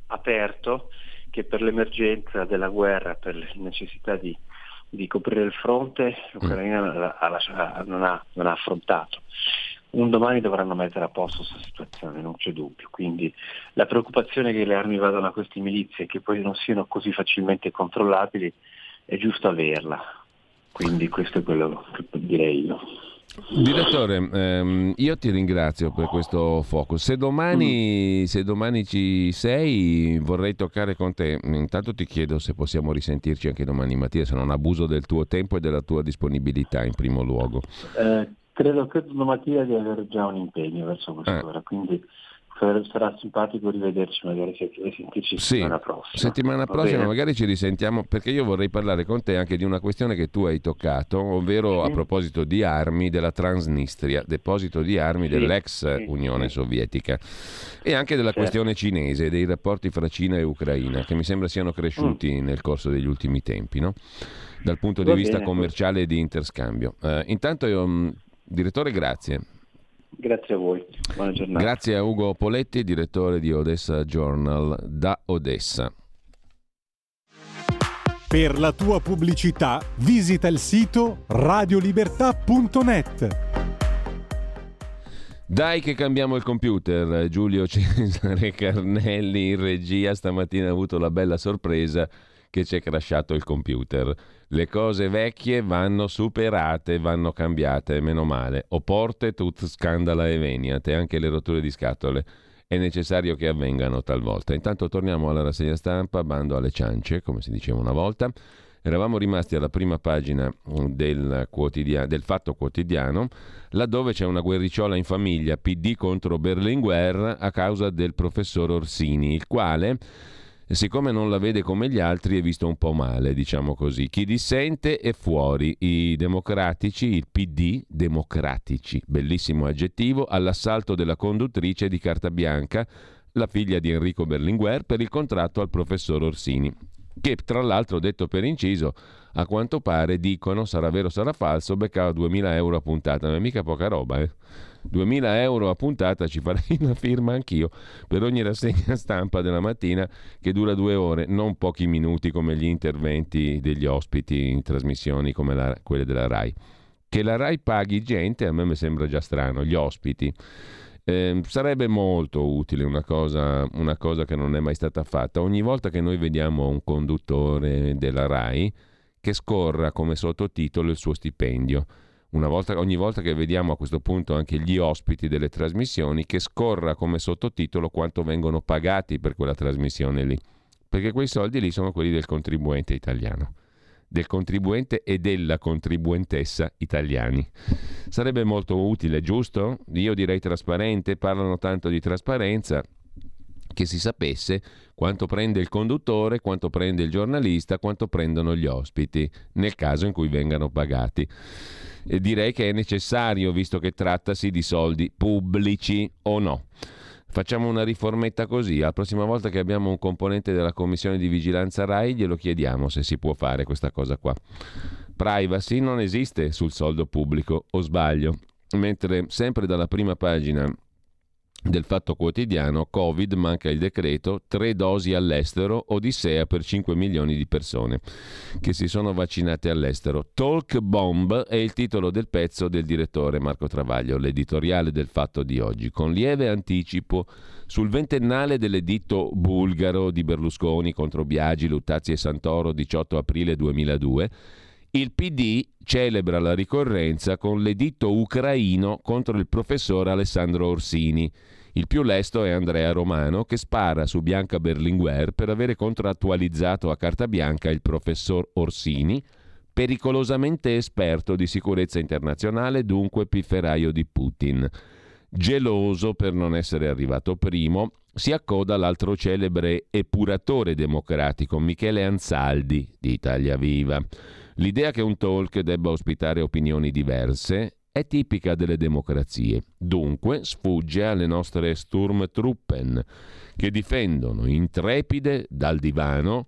Speaker 5: aperto che per l'emergenza della guerra, per le necessità di, di coprire il fronte, l'Ucraina ha, ha, non, ha, non ha affrontato. Un domani dovranno mettere a posto questa situazione, non c'è dubbio. Quindi la preoccupazione che le armi vadano a queste milizie e che poi non siano così facilmente controllabili è giusto averla. Quindi questo è quello che direi io.
Speaker 2: Direttore, ehm, io ti ringrazio per questo focus. Se domani, mm. se domani ci sei, vorrei toccare con te. Intanto ti chiedo se possiamo risentirci anche domani mattina, se non abuso del tuo tempo e della tua disponibilità in primo luogo.
Speaker 5: Eh, credo, credo domattina di avere già un impegno verso quest'ora, ah. quindi sarà simpatico rivederci, magari sentirci
Speaker 2: sì,
Speaker 5: settimana prossima.
Speaker 2: Settimana prossima magari ci risentiamo, perché io vorrei parlare con te anche di una questione che tu hai toccato, ovvero sì. a proposito di armi della Transnistria, deposito di armi sì, dell'ex sì, Unione sì. Sovietica, e anche della certo. questione cinese, dei rapporti fra Cina e Ucraina, che mi sembra siano cresciuti mm. nel corso degli ultimi tempi, no? Dal punto di Va vista bene. commerciale e di interscambio. Uh, intanto io, um, direttore, grazie.
Speaker 5: Grazie a voi, buona giornata.
Speaker 2: Grazie a Ugo Poletti, direttore di Odessa Journal da Odessa.
Speaker 1: Per la tua pubblicità visita il sito radiolibertà punto net.
Speaker 2: Dai che cambiamo il computer. Giulio Cesare Carnelli in regia stamattina ha avuto la bella sorpresa che ci è crashato il computer. Le cose vecchie vanno superate, vanno cambiate, meno male. O porte tut scandala e veniat, e anche le rotture di scatole è necessario che avvengano talvolta. Intanto torniamo alla rassegna stampa, bando alle ciance, come si diceva una volta. Eravamo rimasti alla prima pagina del, quotidia- del Fatto Quotidiano, laddove c'è una guerricciola in famiglia, P D contro Berlinguer a causa del professor Orsini, il quale, siccome non la vede come gli altri, è visto un po' male, diciamo così. Chi dissente è fuori. I democratici, il P D, democratici, bellissimo aggettivo, all'assalto della conduttrice di Carta Bianca, la figlia di Enrico Berlinguer, per il contratto al professor Orsini, che tra l'altro, detto per inciso, a quanto pare dicono, sarà vero sarà falso, beccava duemila euro a puntata, ma è mica poca roba, eh. duemila euro a puntata, ci farei una firma anch'io per ogni rassegna stampa della mattina, che dura due ore, non pochi minuti come gli interventi degli ospiti in trasmissioni come la, quelle della Rai. Che la Rai paghi gente a me mi sembra già strano, gli ospiti. Eh, sarebbe molto utile una cosa, una cosa che non è mai stata fatta. Ogni volta che noi vediamo un conduttore della Rai, che scorra come sottotitolo il suo stipendio. Una volta, ogni volta che vediamo a questo punto anche gli ospiti delle trasmissioni, che scorra come sottotitolo quanto vengono pagati per quella trasmissione lì, perché quei soldi lì sono quelli del contribuente italiano, del contribuente e della contribuentessa italiani. Sarebbe molto utile, giusto? Io direi trasparente, parlano tanto di trasparenza, che si sapesse quanto prende il conduttore, quanto prende il giornalista, quanto prendono gli ospiti, nel caso in cui vengano pagati. E direi che è necessario, visto che trattasi di soldi pubblici, o no? Facciamo una riformetta così, la prossima volta che abbiamo un componente della commissione di vigilanza Rai glielo chiediamo se si può fare questa cosa qua. Privacy non esiste sul soldo pubblico, o sbaglio? Mentre sempre dalla prima pagina del Fatto Quotidiano, Covid, manca il decreto, tre dosi all'estero, odissea per cinque milioni di persone che si sono vaccinate all'estero. Talk Bomb è il titolo del pezzo del direttore Marco Travaglio, l'editoriale del Fatto di oggi, con lieve anticipo sul ventennale dell'editto bulgaro di Berlusconi contro Biagi, Luttazzi e Santoro, diciotto aprile duemiladue. Il P D celebra la ricorrenza con l'editto ucraino contro il professor Alessandro Orsini. Il più lesto è Andrea Romano, che spara su Bianca Berlinguer per avere contrattualizzato a carta bianca il professor Orsini, pericolosamente esperto di sicurezza internazionale, dunque pifferaio di Putin. Geloso per non essere arrivato primo, si accoda l'altro celebre epuratore democratico, Michele Ansaldi, di Italia Viva. L'idea che un talk debba ospitare opinioni diverse è tipica delle democrazie, dunque sfugge alle nostre Sturmtruppen, che difendono intrepide dal divano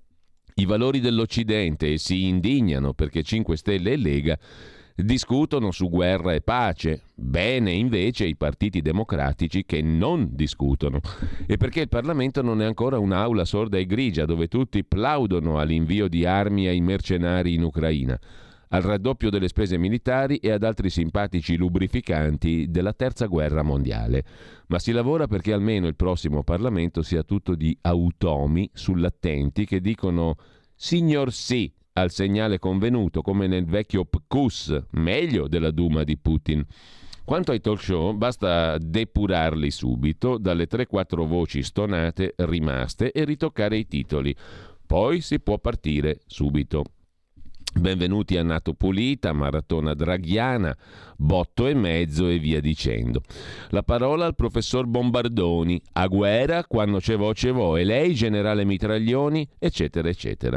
Speaker 2: i valori dell'Occidente e si indignano perché cinque Stelle e Lega discutono su guerra e pace. Bene invece i partiti democratici che non discutono, e perché il Parlamento non è ancora un'aula sorda e grigia dove tutti plaudono all'invio di armi ai mercenari in Ucraina, al raddoppio delle spese militari e ad altri simpatici lubrificanti della terza guerra mondiale. Ma si lavora perché almeno il prossimo Parlamento sia tutto di automi sull'attenti che dicono signor sì al segnale convenuto, come nel vecchio P C U S, meglio della Duma di Putin. Quanto ai talk show, basta depurarli subito dalle tre quattro voci stonate rimaste e ritoccare i titoli. Poi si può partire subito. Benvenuti a Nato Pulita, Maratona Draghiana, Botto e Mezzo e via dicendo. La parola al professor Bombardoni, a guerra quando c'è vo c'è vo, e lei generale Mitraglioni, eccetera eccetera.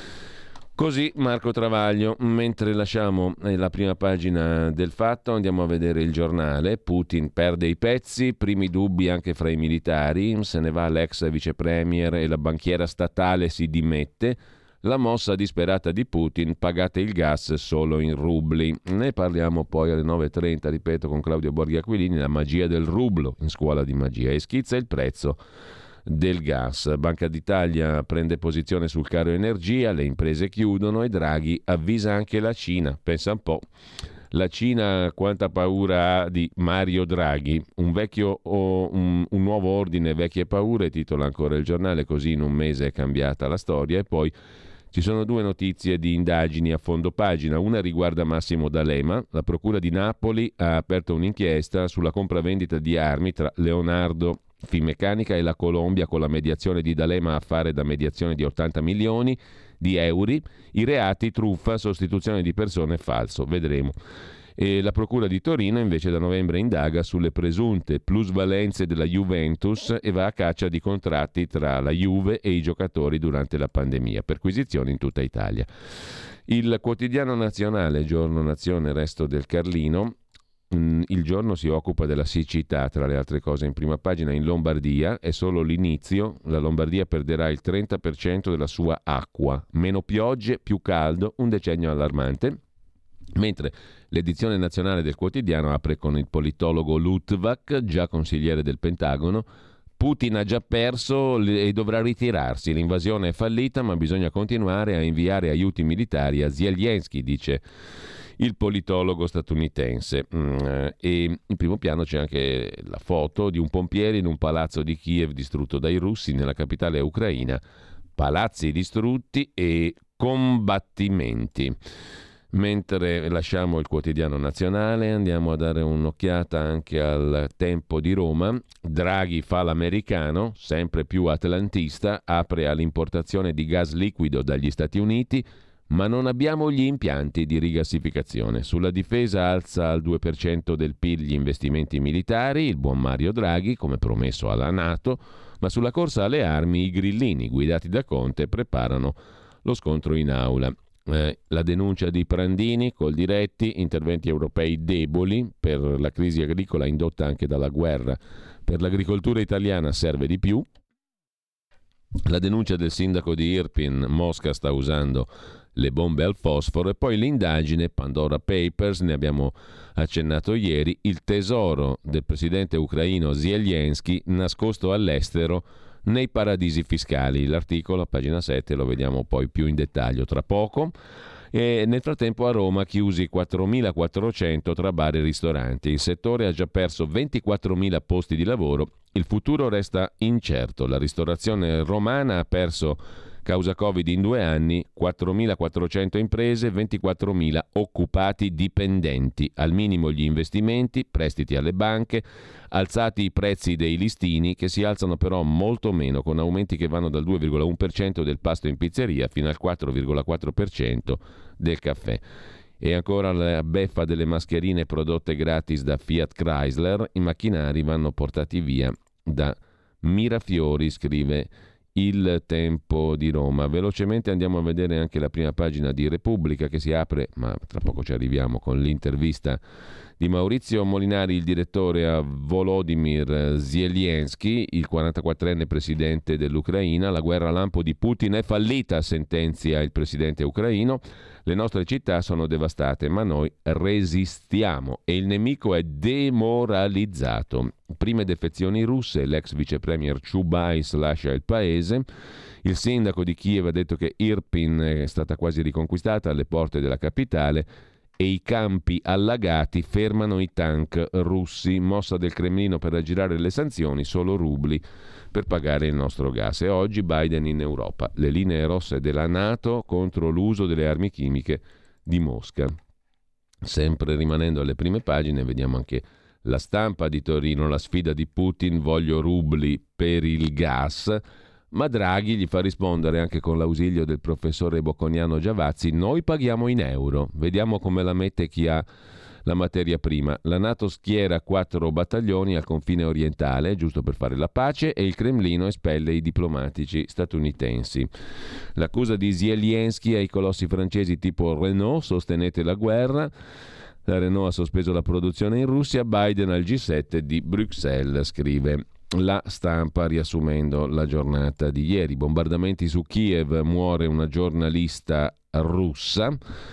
Speaker 2: Così Marco Travaglio. Mentre lasciamo la prima pagina del Fatto, andiamo a vedere il Giornale. Putin perde i pezzi, primi dubbi anche fra i militari, se ne va l'ex vice premier e la banchiera statale si dimette. La mossa disperata di Putin, pagate il gas solo in rubli. Ne parliamo poi alle nove e trenta, ripeto, con Claudio Borghi Aquilini, la magia del rublo in Scuola di Magia, e schizza il prezzo del gas. Banca d'Italia prende posizione sul caro energia, le imprese chiudono e Draghi avvisa anche la Cina. Pensa un po'. La Cina quanta paura ha di Mario Draghi, un vecchio o un, un nuovo ordine, vecchie paure, titola ancora il Giornale, così in un mese è cambiata la storia. E poi ci sono due notizie di indagini a fondo pagina. Una riguarda Massimo D'Alema. La Procura di Napoli ha aperto un'inchiesta sulla compravendita di armi tra Leonardo Finmeccanica e la Colombia, con la mediazione di D'Alema a fare da mediazione di ottanta milioni di euro. I reati: truffa, sostituzione di persone e falso. Vedremo. E la Procura di Torino invece da novembre indaga sulle presunte plusvalenze della Juventus e va a caccia di contratti tra la Juve e i giocatori durante la pandemia, perquisizioni in tutta Italia. Il Quotidiano Nazionale, Giorno, Nazione, Resto del Carlino. Il Giorno si occupa della siccità, tra le altre cose, in prima pagina. In Lombardia è solo l'inizio, la Lombardia perderà il trenta per cento della sua acqua, meno piogge, più caldo, un decennio allarmante. Mentre l'edizione nazionale del Quotidiano apre con il politologo Luttwak, già consigliere del Pentagono. Putin ha già perso e dovrà ritirarsi, l'invasione è fallita ma bisogna continuare a inviare aiuti militari a Zelensky, dice il politologo statunitense. E in primo piano c'è anche la foto di un pompiere in un palazzo di Kiev distrutto dai russi nella capitale ucraina. Palazzi distrutti e combattimenti. Mentre lasciamo il Quotidiano Nazionale, andiamo a dare un'occhiata anche al Tempo di Roma. Draghi fa l'americano, sempre più atlantista, apre all'importazione di gas liquido dagli Stati Uniti, ma non abbiamo gli impianti di rigassificazione. Sulla difesa alza al due per cento del P I L gli investimenti militari, il buon Mario Draghi, come promesso alla NATO, ma sulla corsa alle armi i grillini, guidati da Conte, preparano lo scontro in aula. Eh, la denuncia di Prandini, Coldiretti, interventi europei deboli per la crisi agricola indotta anche dalla guerra. Per l'agricoltura italiana serve di più. La denuncia del sindaco di Irpin, Mosca sta usando le bombe al fosforo, e poi l'indagine Pandora Papers, ne abbiamo accennato ieri, il tesoro del presidente ucraino Zelensky nascosto all'estero nei paradisi fiscali. L'articolo a pagina sette lo vediamo poi più in dettaglio tra poco. E nel frattempo a Roma chiusi quattromilaquattrocento tra bar e ristoranti. Il settore ha già perso ventiquattromila posti di lavoro. Il futuro resta incerto. La ristorazione romana ha perso, causa Covid, in due anni quattromilaquattrocento imprese, ventiquattromila occupati dipendenti. Al minimo gli investimenti, prestiti alle banche, alzati i prezzi dei listini, che si alzano però molto meno, con aumenti che vanno dal due virgola uno per cento del pasto in pizzeria fino al quattro virgola quattro per cento del caffè. E ancora la beffa delle mascherine prodotte gratis da Fiat Chrysler. I macchinari vanno portati via da Mirafiori, scrive Il Tempo di Roma. Velocemente andiamo a vedere anche la prima pagina di Repubblica, che si apre, ma tra poco ci arriviamo, con l'intervista di Maurizio Molinari, il direttore a Volodymyr Zelensky, il quarantaquattrenne presidente dell'Ucraina. La guerra lampo di Putin è fallita, sentenzia il presidente ucraino. Le nostre città sono devastate, ma noi resistiamo e il nemico è demoralizzato. Prime defezioni russe, l'ex vice premier Chubais lascia il paese. Il sindaco di Kiev ha detto che Irpin è stata quasi riconquistata alle porte della capitale e i campi allagati fermano i tank russi. Mossa del Cremlino per aggirare le sanzioni, solo rubli per pagare il nostro gas. E oggi Biden in Europa, le linee rosse della NATO contro l'uso delle armi chimiche di Mosca. Sempre rimanendo alle prime pagine, vediamo anche La Stampa di Torino, la sfida di Putin, voglio rubli per il gas. Ma Draghi gli fa rispondere, anche con l'ausilio del professore bocconiano Giavazzi, noi paghiamo in euro. Vediamo come la mette chi ha la materia prima. La NATO schiera quattro battaglioni al confine orientale, giusto per fare la pace, e il Cremlino espelle i diplomatici statunitensi. L'accusa di Zelensky ai colossi francesi tipo Renault, sostenete la guerra. La Renault ha sospeso la produzione in Russia. Biden al G sette di Bruxelles, scrive La Stampa, riassumendo la giornata di ieri. Bombardamenti su Kiev, muore una giornalista russa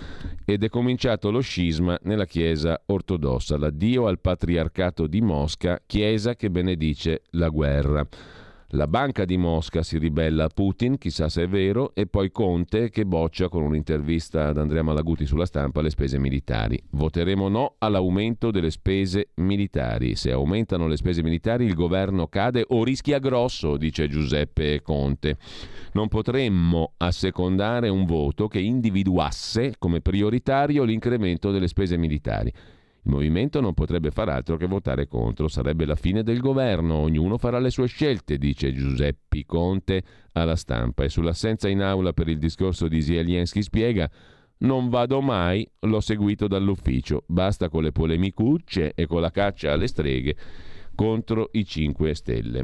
Speaker 2: ed è cominciato lo scisma nella Chiesa ortodossa. L'addio al patriarcato di Mosca, Chiesa che benedice la guerra. La Banca di Mosca si ribella a Putin, chissà se è vero, e poi Conte che boccia con un'intervista ad Andrea Malaguti sulla Stampa le spese militari. Voteremo no all'aumento delle spese militari. Se aumentano le spese militari il governo cade o rischia grosso, dice Giuseppe Conte. Non potremmo assecondare un voto che individuasse come prioritario l'incremento delle spese militari. Il movimento non potrebbe far altro che votare contro, sarebbe la fine del governo, ognuno farà le sue scelte, dice Giuseppe Conte alla Stampa. E sull'assenza in aula per il discorso di Zelensky spiega: non vado mai, l'ho seguito dall'ufficio, basta con le polemicucce e con la caccia alle streghe contro i cinque Stelle.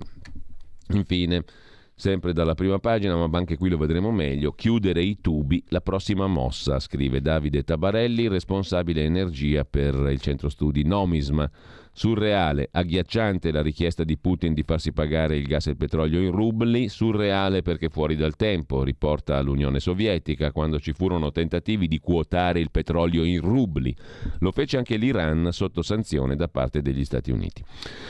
Speaker 2: Infine, sempre dalla prima pagina, ma anche qui lo vedremo meglio, chiudere i tubi, la prossima mossa, scrive Davide Tabarelli, responsabile energia per il centro studi Nomisma. Surreale, agghiacciante la richiesta di Putin di farsi pagare il gas e il petrolio in rubli, surreale perché fuori dal tempo, riporta l'Unione Sovietica, quando ci furono tentativi di quotare il petrolio in rubli. Lo fece anche l'Iran sotto sanzione da parte degli Stati Uniti.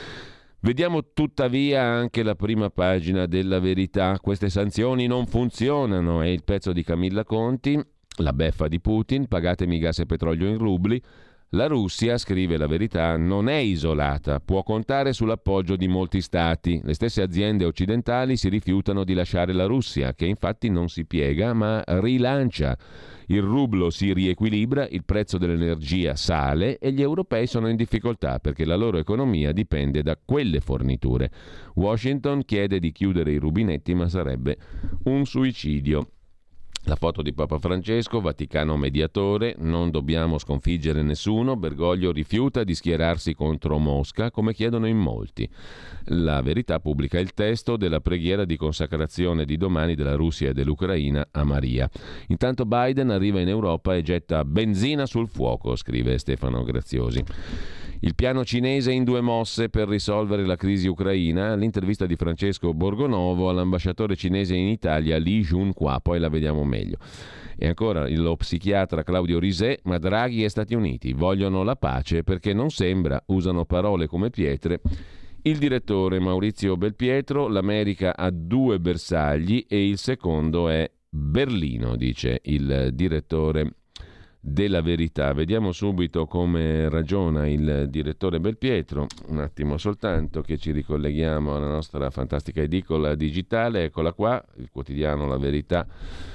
Speaker 2: Vediamo tuttavia anche la prima pagina della Verità. Queste sanzioni non funzionano, è il pezzo di Camilla Conti, la beffa di Putin, pagatemi gas e petrolio in rubli. La Russia, scrive la Verità, non è isolata, può contare sull'appoggio di molti stati. Le stesse aziende occidentali si rifiutano di lasciare la Russia, che infatti non si piega ma rilancia. Il rublo si riequilibra, il prezzo dell'energia sale e gli europei sono in difficoltà perché la loro economia dipende da quelle forniture. Washington chiede di chiudere i rubinetti, ma sarebbe un suicidio. La foto di Papa Francesco, Vaticano mediatore, non dobbiamo sconfiggere nessuno, Bergoglio rifiuta di schierarsi contro Mosca, come chiedono in molti. La Verità pubblica il testo della preghiera di consacrazione di domani della Russia e dell'Ucraina a Maria. Intanto Biden arriva in Europa e getta benzina sul fuoco, scrive Stefano Graziosi. Il piano cinese in due mosse per risolvere la crisi ucraina, l'intervista di Francesco Borgonovo all'ambasciatore cinese in Italia Li Junhua, poi la vediamo meglio. E ancora lo psichiatra Claudio Risè, ma Draghi e Stati Uniti vogliono la pace perché non sembra, usano parole come pietre. Il direttore Maurizio Belpietro, l'America ha due bersagli e il secondo è Berlino, dice il direttore della Verità. Vediamo subito come ragiona il direttore Belpietro, un attimo soltanto che ci ricolleghiamo alla nostra fantastica edicola digitale, eccola qua, il quotidiano La Verità,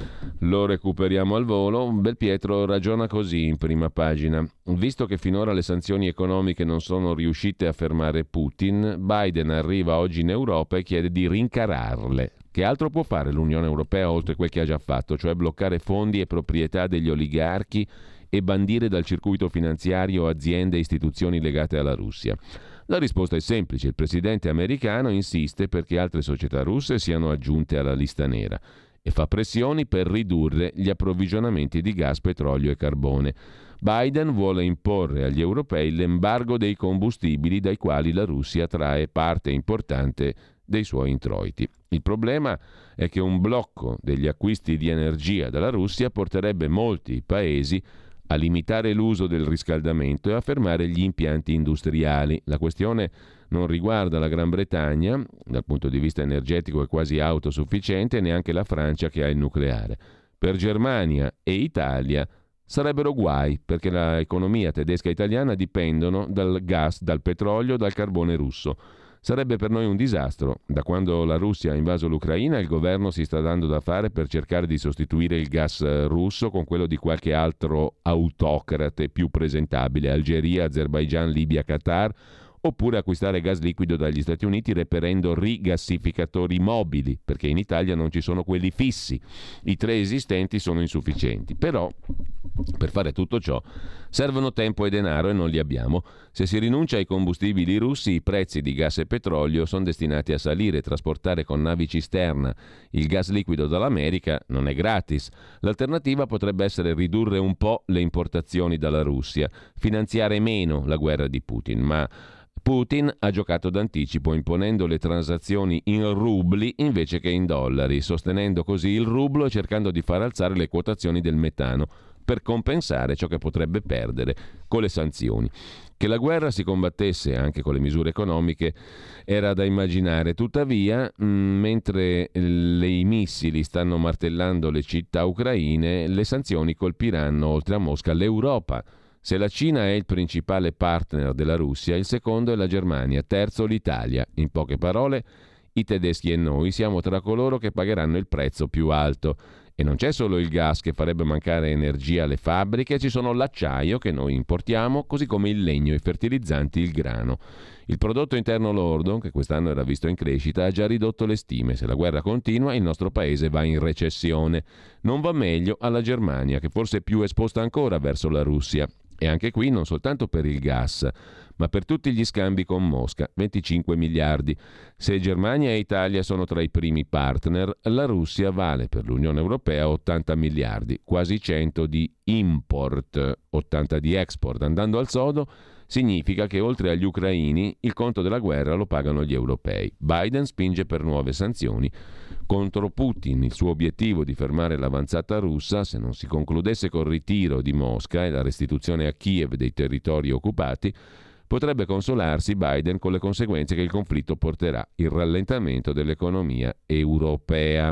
Speaker 2: lo recuperiamo al volo. Belpietro ragiona così in prima pagina: visto che finora le sanzioni economiche non sono riuscite a fermare Putin, Biden arriva oggi in Europa e chiede di rincararle. Che altro può fare l'Unione Europea oltre quel che ha già fatto, cioè bloccare fondi e proprietà degli oligarchi e bandire dal circuito finanziario aziende e istituzioni legate alla Russia? La risposta è semplice: il presidente americano insiste perché altre società russe siano aggiunte alla lista nera e fa pressioni per ridurre gli approvvigionamenti di gas, petrolio e carbone. Biden vuole imporre agli europei l'embargo dei combustibili dai quali la Russia trae parte importante dei suoi introiti. Il problema è che un blocco degli acquisti di energia dalla Russia porterebbe molti paesi a limitare l'uso del riscaldamento e a fermare gli impianti industriali. La questione non riguarda la Gran Bretagna, dal punto di vista energetico è quasi autosufficiente, neanche la Francia che ha il nucleare. Per Germania e Italia sarebbero guai, perché l'economia tedesca e italiana dipendono dal gas, dal petrolio, dal carbone russo. Sarebbe per noi un disastro. Da quando la Russia ha invaso l'Ucraina, il governo si sta dando da fare per cercare di sostituire il gas russo con quello di qualche altro autocrate più presentabile: Algeria, Azerbaigian, Libia, Qatar, oppure acquistare gas liquido dagli Stati Uniti reperendo rigassificatori mobili, perché in Italia non ci sono quelli fissi. I tre esistenti sono insufficienti. Però per fare tutto ciò servono tempo e denaro e non li abbiamo. Se si rinuncia ai combustibili russi, i prezzi di gas e petrolio sono destinati a salire. Trasportare con navi cisterna il gas liquido dall'America non è gratis. L'alternativa potrebbe essere ridurre un po' le importazioni dalla Russia, finanziare meno la guerra di Putin, ma Putin ha giocato d'anticipo imponendo le transazioni in rubli invece che in dollari, sostenendo così il rublo e cercando di far alzare le quotazioni del metano per compensare ciò che potrebbe perdere con le sanzioni. Che la guerra si combattesse anche con le misure economiche era da immaginare. Tuttavia, mh, mentre le, i missili stanno martellando le città ucraine, le sanzioni colpiranno oltre a Mosca l'Europa. Se la Cina è il principale partner della Russia, il secondo è la Germania, terzo l'Italia. In poche parole, i tedeschi e noi siamo tra coloro che pagheranno il prezzo più alto. E non c'è solo il gas che farebbe mancare energia alle fabbriche, ci sono l'acciaio che noi importiamo, così come il legno, i fertilizzanti, il grano. Il prodotto interno lordo, che quest'anno era visto in crescita, ha già ridotto le stime. Se la guerra continua, il nostro paese va in recessione. Non va meglio alla Germania, che forse è più esposta ancora verso la Russia. E anche qui non soltanto per il gas, ma per tutti gli scambi con Mosca, venticinque miliardi. Se Germania e Italia sono tra i primi partner, la Russia vale per l'Unione Europea ottanta miliardi, quasi cento di import, ottanta di export. Andando al sodo, significa che oltre agli ucraini il conto della guerra lo pagano gli europei. Biden spinge per nuove sanzioni contro Putin. Il suo obiettivo di fermare l'avanzata russa, se non si concludesse col ritiro di Mosca e la restituzione a Kiev dei territori occupati, potrebbe consolarsi Biden con le conseguenze che il conflitto porterà: il rallentamento dell'economia europea.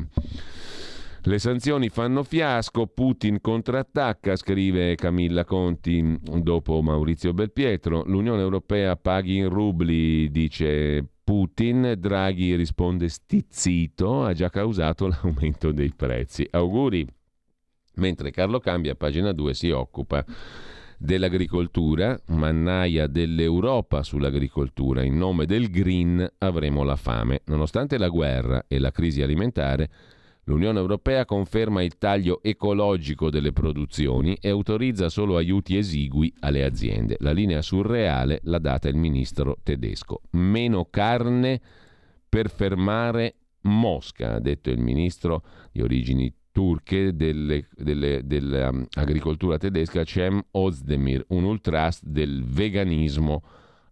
Speaker 2: Le sanzioni fanno fiasco, Putin contrattacca, scrive Camilla Conti dopo Maurizio Belpietro. L'Unione Europea paghi in rubli, dice Putin. Draghi risponde stizzito, ha già causato l'aumento dei prezzi. Auguri. Mentre Carlo Cambi a pagina due si occupa dell'agricoltura, mannaia dell'Europa sull'agricoltura. In nome del green avremo la fame. Nonostante la guerra e la crisi alimentare, l'Unione Europea conferma il taglio ecologico delle produzioni e autorizza solo aiuti esigui alle aziende. La linea surreale l'ha data il ministro tedesco. Meno carne per fermare Mosca, ha detto il ministro di origini turche delle, delle, dell'agricoltura tedesca Cem Özdemir, un ultras del veganismo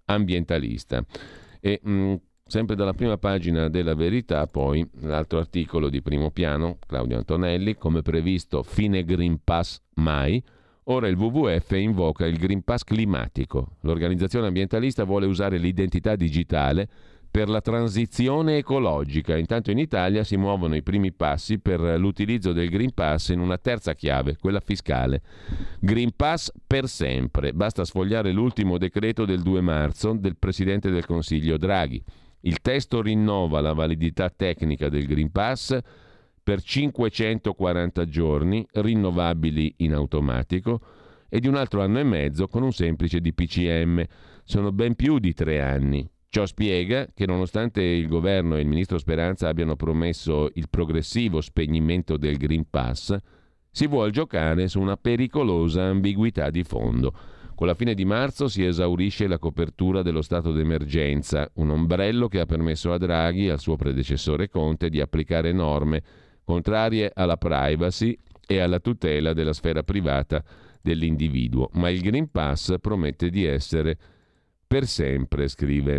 Speaker 2: ambientalista. E mh, sempre dalla prima pagina della Verità, poi l'altro articolo di primo piano, Claudio Antonelli, come previsto fine Green Pass mai, ora il W W F invoca il Green Pass climatico. L'organizzazione ambientalista vuole usare l'identità digitale per la transizione ecologica. Intanto in Italia si muovono i primi passi per l'utilizzo del Green Pass in una terza chiave, quella fiscale. Green Pass per sempre. Basta sfogliare l'ultimo decreto del due marzo del Presidente del Consiglio Draghi. Il testo rinnova la validità tecnica del Green Pass per cinquecentoquaranta giorni, rinnovabili in automatico, e di un altro anno e mezzo con un semplice D P C M. Sono ben più di tre anni. Ciò spiega che nonostante il governo e il ministro Speranza abbiano promesso il progressivo spegnimento del Green Pass, si vuol giocare su una pericolosa ambiguità di fondo. Con la fine di marzo si esaurisce la copertura dello stato d'emergenza, un ombrello che ha permesso a Draghi e al suo predecessore Conte di applicare norme contrarie alla privacy e alla tutela della sfera privata dell'individuo. Ma il Green Pass promette di essere per sempre, scrive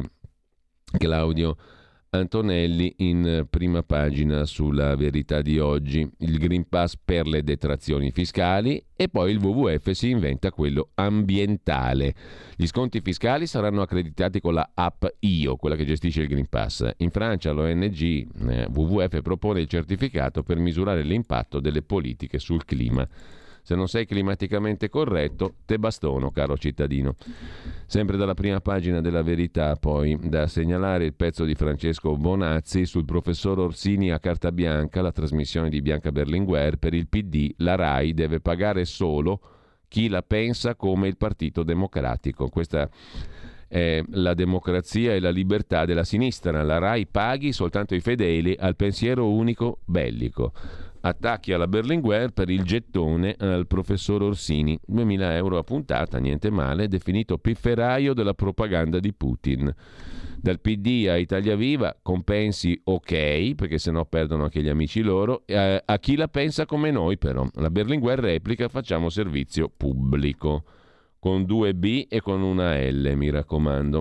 Speaker 2: Claudio Antonelli in prima pagina sulla Verità di oggi. Il Green Pass per le detrazioni fiscali e poi il W W F si inventa quello ambientale. Gli sconti fiscali saranno accreditati con la app Io, quella che gestisce il Green Pass. In Francia l'O N G eh, W W F propone il certificato per misurare l'impatto delle politiche sul clima. Se non sei climaticamente corretto, te bastono, caro cittadino. Sempre dalla prima pagina della Verità, poi, da segnalare il pezzo di Francesco Bonazzi sul professor Orsini a carta bianca, la trasmissione di Bianca Berlinguer. Per il P D la RAI deve pagare solo chi la pensa come il Partito Democratico. Questa è la democrazia e la libertà della sinistra. La RAI paghi soltanto i fedeli al pensiero unico bellico. Attacchi alla Berlinguer per il gettone al professor Orsini, duemila euro a puntata, niente male, definito pifferaio della propaganda di Putin. Dal P D a Italia Viva, compensi ok, perché sennò perdono anche gli amici loro, a, a chi la pensa come noi però. La Berlinguer replica: facciamo servizio pubblico, con due B e con una L, mi raccomando.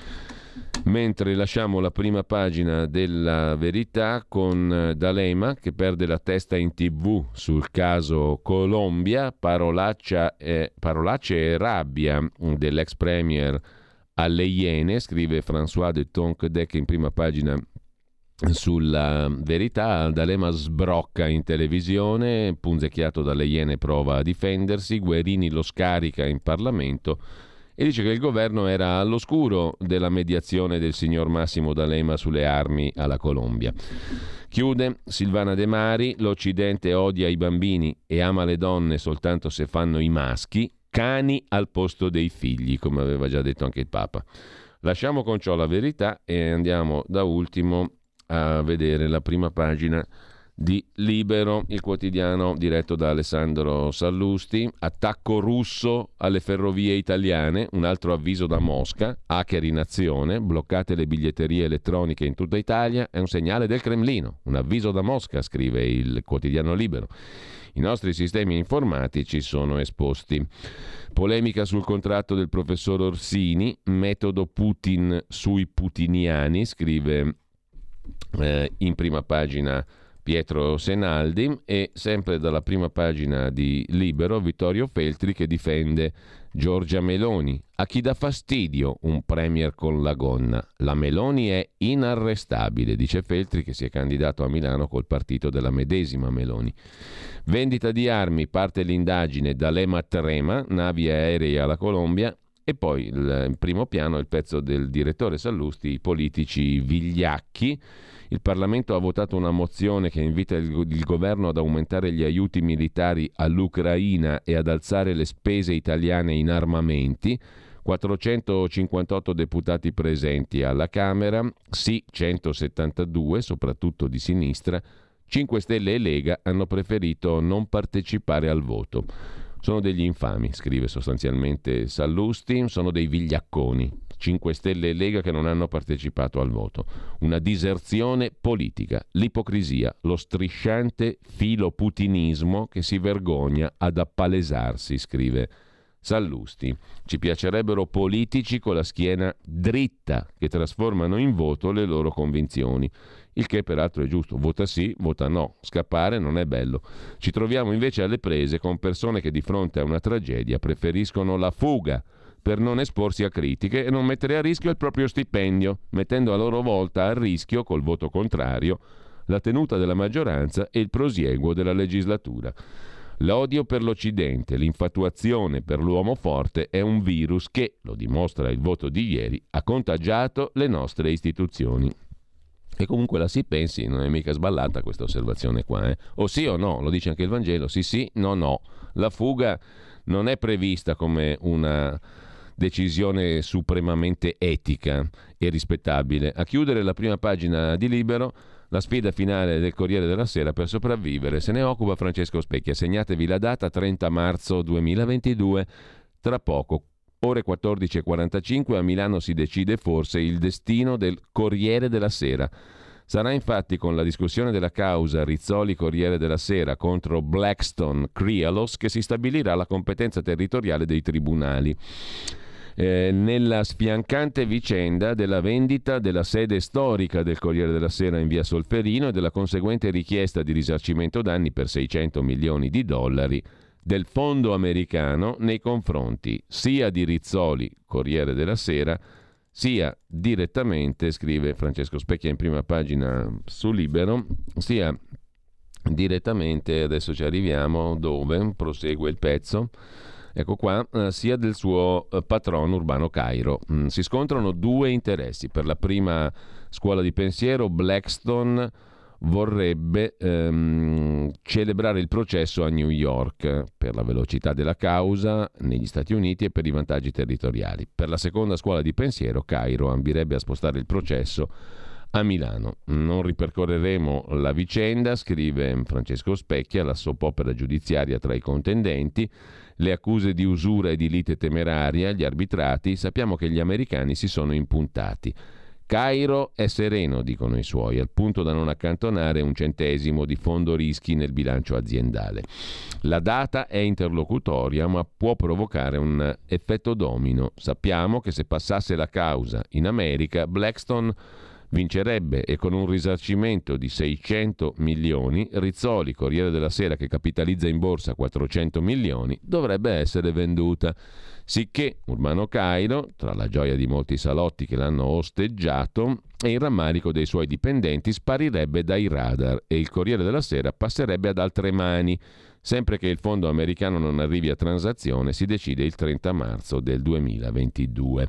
Speaker 2: Mentre lasciamo la prima pagina della Verità con D'Alema che perde la testa in tv sul caso Colombia, parolaccia e, parolacce e rabbia dell'ex premier alle Iene, scrive François de Tonquedec in prima pagina sulla Verità. D'Alema sbrocca in televisione, punzecchiato dalle Iene prova a difendersi, Guerini lo scarica in Parlamento e dice che il governo era all'oscuro della mediazione del signor Massimo D'Alema sulle armi alla Colombia. Chiude Silvana De Mari: l'Occidente odia i bambini e ama le donne soltanto se fanno i maschi, cani al posto dei figli, come aveva già detto anche il Papa. Lasciamo con ciò la Verità e andiamo da ultimo a vedere la prima pagina di Libero, il quotidiano diretto da Alessandro Sallusti. Attacco russo alle ferrovie italiane, un altro avviso da Mosca, hacker in azione, bloccate le biglietterie elettroniche in tutta Italia, è un segnale del Cremlino, un avviso da Mosca, scrive il quotidiano Libero. I nostri sistemi informatici sono esposti. Polemica sul contratto del professor Orsini, metodo Putin sui putiniani, scrive eh, in prima pagina Pietro Senaldi. E sempre dalla prima pagina di Libero Vittorio Feltri che difende Giorgia Meloni. A chi dà fastidio un premier con la gonna? La Meloni è inarrestabile, dice Feltri, che si è candidato a Milano col partito della medesima Meloni. Vendita di armi, parte l'indagine D'Alema trema, navi aerei alla Colombia. E poi il, in primo piano il pezzo del direttore Sallusti, i politici vigliacchi. Il Parlamento ha votato una mozione che invita il, il governo ad aumentare gli aiuti militari all'Ucraina e ad alzare le spese italiane in armamenti. quattrocentocinquantotto deputati presenti alla Camera, sì centosettantadue, soprattutto di sinistra. cinque Stelle e Lega hanno preferito non partecipare al voto. Sono degli infami, scrive sostanzialmente Sallusti, sono dei vigliacconi. cinque Stelle e Lega che non hanno partecipato al voto. Una diserzione politica, l'ipocrisia, lo strisciante filoputinismo che si vergogna ad appalesarsi, scrive Sallusti. Ci piacerebbero politici con la schiena dritta che trasformano in voto le loro convinzioni. Il che peraltro è giusto. Vota sì, vota no. Scappare non è bello. Ci troviamo invece alle prese con persone che di fronte a una tragedia preferiscono la fuga per non esporsi a critiche e non mettere a rischio il proprio stipendio, mettendo a loro volta a rischio, col voto contrario, la tenuta della maggioranza e il prosieguo della legislatura. L'odio per l'Occidente, l'infatuazione per l'uomo forte è un virus che, lo dimostra il voto di ieri, ha contagiato le nostre istituzioni. E comunque la si pensi, non è mica sballata questa osservazione qua, eh? O sì o no, lo dice anche il Vangelo, sì sì, no no. La fuga non è prevista come una decisione supremamente etica e rispettabile. A chiudere la prima pagina di Libero, la sfida finale del Corriere della Sera per sopravvivere. Se ne occupa Francesco Specchia. Segnatevi la data, trenta marzo duemilaventidue, tra poco. Ore quattordici e quarantacinque a Milano si decide forse il destino del Corriere della Sera. Sarà infatti con la discussione della causa Rizzoli-Corriere della Sera contro Blackstone-Crialos che si stabilirà la competenza territoriale dei tribunali. Eh, nella sfiancante vicenda della vendita della sede storica del Corriere della Sera in via Solferino e della conseguente richiesta di risarcimento danni per seicento milioni di dollari del fondo americano nei confronti sia di Rizzoli, Corriere della Sera, sia direttamente, scrive Francesco Specchia in prima pagina su Libero, sia direttamente, adesso ci arriviamo, dove prosegue il pezzo, ecco qua, eh, sia del suo eh, patrono Urbano Cairo. Mm, si scontrano due interessi. Per la prima scuola di pensiero, Blackstone vorrebbe ehm, celebrare il processo a New York per la velocità della causa negli Stati Uniti e per i vantaggi territoriali. Per la seconda scuola di pensiero, Cairo ambirebbe a spostare il processo a Milano. Non ripercorreremo la vicenda, scrive Francesco Specchia, la soap opera giudiziaria tra i contendenti, le accuse di usura e di lite temeraria, gli arbitrati. Sappiamo che gli americani si sono impuntati. Cairo è sereno, dicono i suoi, al punto da non accantonare un centesimo di fondo rischi nel bilancio aziendale. La data è interlocutoria, ma può provocare un effetto domino. Sappiamo che se passasse la causa in America, Blackstone vincerebbe e con un risarcimento di seicento milioni, Rizzoli, Corriere della Sera, che capitalizza in borsa quattrocento milioni, dovrebbe essere venduta. Sicché Urbano Cairo, tra la gioia di molti salotti che l'hanno osteggiato e il rammarico dei suoi dipendenti, sparirebbe dai radar e il Corriere della Sera passerebbe ad altre mani. Sempre che il fondo americano non arrivi a transazione, si decide il trenta marzo del duemilaventidue.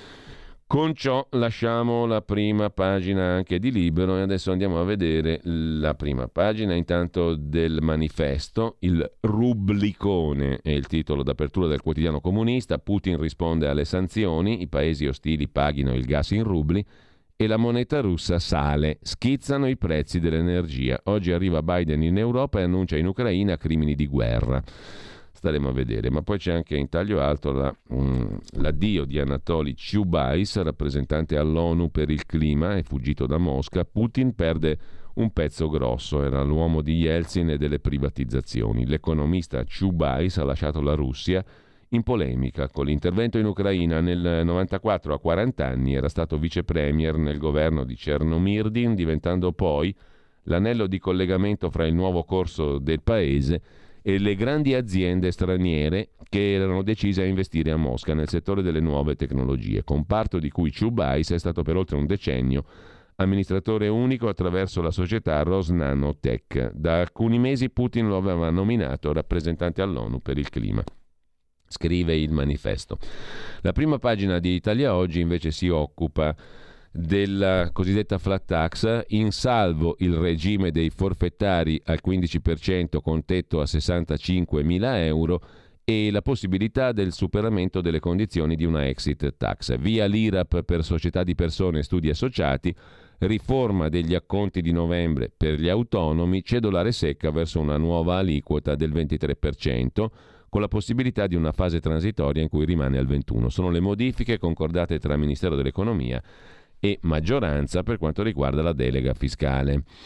Speaker 2: Con ciò lasciamo la prima pagina anche di Libero e adesso andiamo a vedere la prima pagina intanto del Manifesto. Il rublicone è il titolo d'apertura del quotidiano comunista. Putin risponde alle sanzioni, i paesi ostili paghino il gas in rubli e la moneta russa sale. Schizzano i prezzi dell'energia. Oggi arriva Biden in Europa e annuncia in Ucraina crimini di guerra. Staremo a vedere, ma poi c'è anche in taglio alto la, um, l'addio di Anatoly Chubais, rappresentante all'ONU per il clima, è fuggito da Mosca. Putin perde un pezzo grosso, era l'uomo di Yeltsin e delle privatizzazioni. L'economista Chubais ha lasciato la Russia in polemica con l'intervento in Ucraina. Nel novantaquattro, a quaranta anni, era stato vice premier nel governo di Chernomyrdin, diventando poi l'anello di collegamento fra il nuovo corso del paese e le grandi aziende straniere che erano decise a investire a Mosca nel settore delle nuove tecnologie, comparto di cui Chubais è stato per oltre un decennio amministratore unico attraverso la società Rosnano-Tech. Da alcuni mesi Putin lo aveva nominato rappresentante all'ONU per il clima. Scrive il Manifesto. La prima pagina di Italia Oggi invece si occupa della cosiddetta flat tax, in salvo il regime dei forfettari al quindici per cento con tetto a sessantacinquemila euro e la possibilità del superamento delle condizioni di una exit tax. Via l'I R A P per società di persone e studi associati, riforma degli acconti di novembre per gli autonomi, cedolare secca verso una nuova aliquota del ventitré per cento con la possibilità di una fase transitoria in cui rimane al ventuno. Sono le modifiche concordate tra Ministero dell'Economia e maggioranza per quanto riguarda la delega fiscale.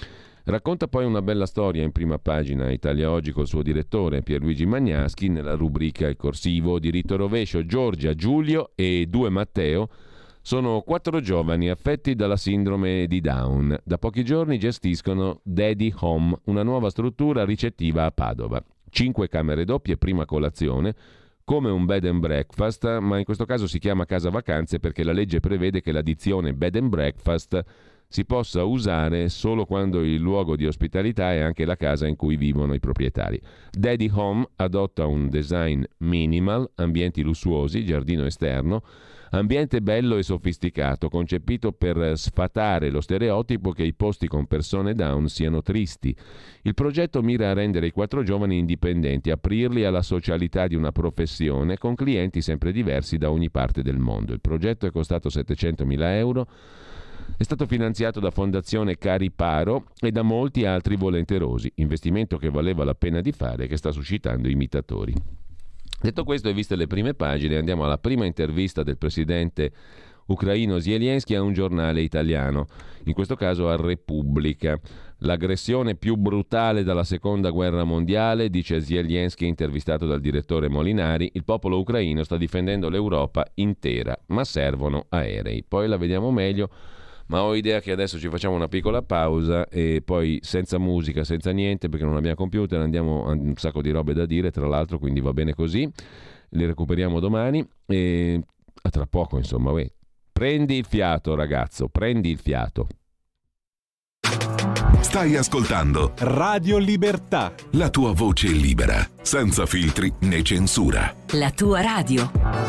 Speaker 2: Racconta poi una bella storia in prima pagina Italia Oggi col suo direttore Pierluigi Magnaschi nella rubrica Il corsivo. Diritto rovescio, Giorgia, Giulio e due Matteo sono quattro giovani affetti dalla sindrome di Down. Da pochi giorni gestiscono Daddy Home, una nuova struttura ricettiva a Padova. Cinque camere doppie, prima colazione, come un bed and breakfast, ma in questo caso si chiama casa vacanze perché la legge prevede che l'addizione bed and breakfast si possa usare solo quando il luogo di ospitalità è anche la casa in cui vivono i proprietari. Daddy Home adotta un design minimal, ambienti lussuosi, giardino esterno, ambiente bello e sofisticato, concepito per sfatare lo stereotipo che i posti con persone down siano tristi. Il progetto mira a rendere i quattro giovani indipendenti, aprirli alla socialità di una professione con clienti sempre diversi da ogni parte del mondo. Il progetto è costato settecentomila euro, è stato finanziato da Fondazione Cari Paro e da molti altri volenterosi, investimento che valeva la pena di fare e che sta suscitando imitatori. Detto questo e viste le prime pagine, andiamo alla prima intervista del presidente ucraino Zelensky a un giornale italiano, in questo caso a Repubblica. L'aggressione più brutale dalla seconda guerra mondiale, dice Zelensky intervistato dal direttore Molinari, il popolo ucraino sta difendendo l'Europa intera, ma servono aerei. Poi la vediamo meglio, ma ho idea che adesso ci facciamo una piccola pausa e poi senza musica, senza niente, perché non abbiamo computer, andiamo a un sacco di robe da dire, tra l'altro, quindi va bene così, li recuperiamo domani e a tra poco, insomma. Uè. Prendi il fiato, ragazzo, prendi il fiato.
Speaker 6: Stai ascoltando
Speaker 1: Radio Libertà,
Speaker 6: la tua voce libera, senza filtri né censura.
Speaker 7: La tua radio.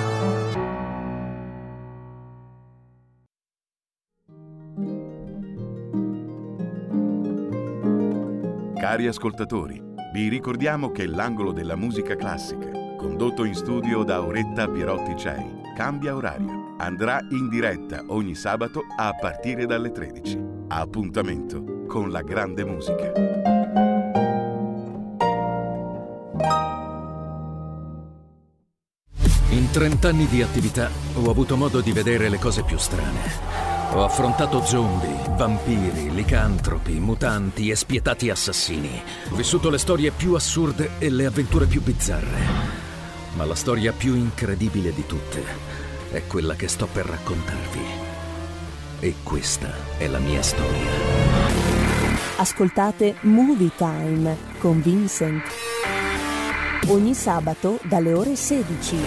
Speaker 8: Cari ascoltatori, vi ricordiamo che l'angolo della musica classica, condotto in studio da Auretta Pierotti Cei, cambia orario. Andrà in diretta ogni sabato a partire dalle tredici. Appuntamento con la grande musica.
Speaker 9: In trent'anni di attività ho avuto modo di vedere le cose più strane. Ho affrontato zombie, vampiri, licantropi, mutanti e spietati assassini. Ho vissuto le storie più assurde e le avventure più bizzarre. Ma la storia più incredibile di tutte è quella che sto per raccontarvi. E questa è la mia storia.
Speaker 10: Ascoltate Movie Time con Vincent. Ogni sabato dalle ore sedici.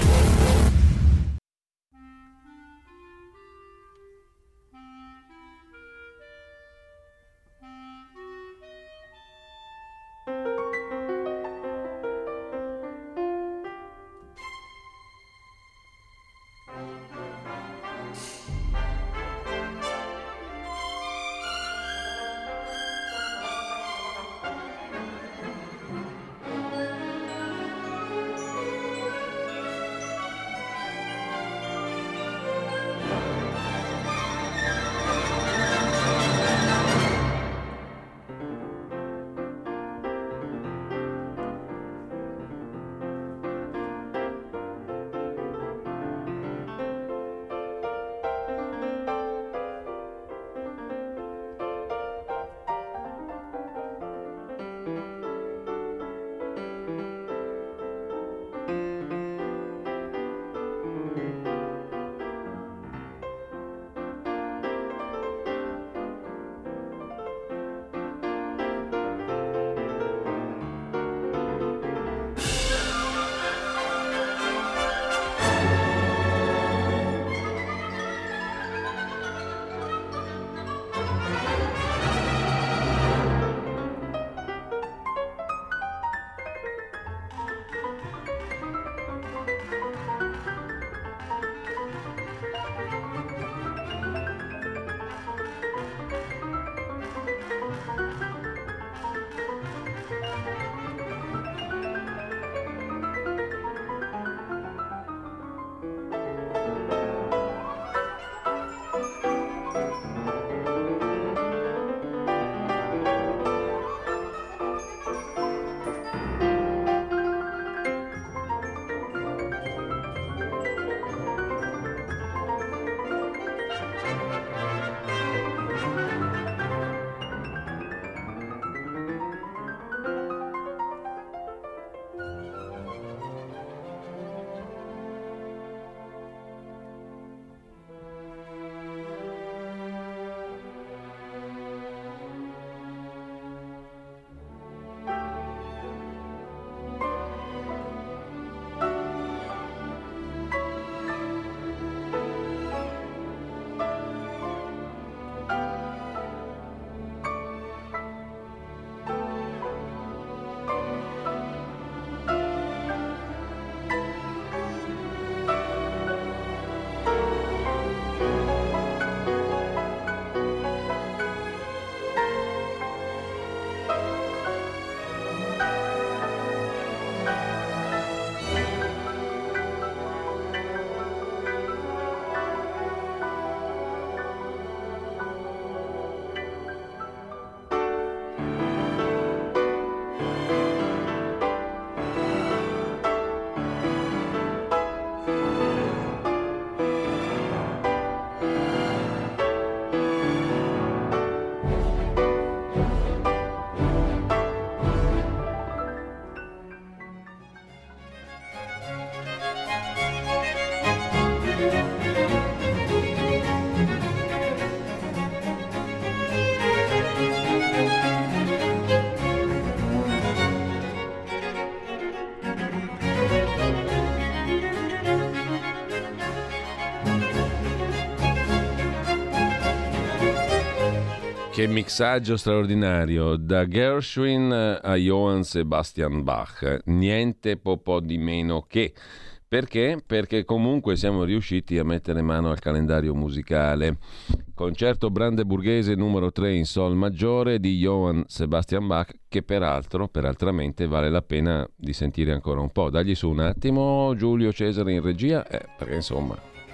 Speaker 2: che mixaggio straordinario, da Gershwin a Johann Sebastian Bach, niente po' po' di meno che. Perché? Perché comunque siamo riusciti a mettere mano al calendario musicale. Concerto brandeburghese numero tre in sol maggiore di Johann Sebastian Bach, che peraltro, peraltramente, vale la pena di sentire ancora un po'. Dagli su un attimo Giulio Cesare in regia, eh, perché insomma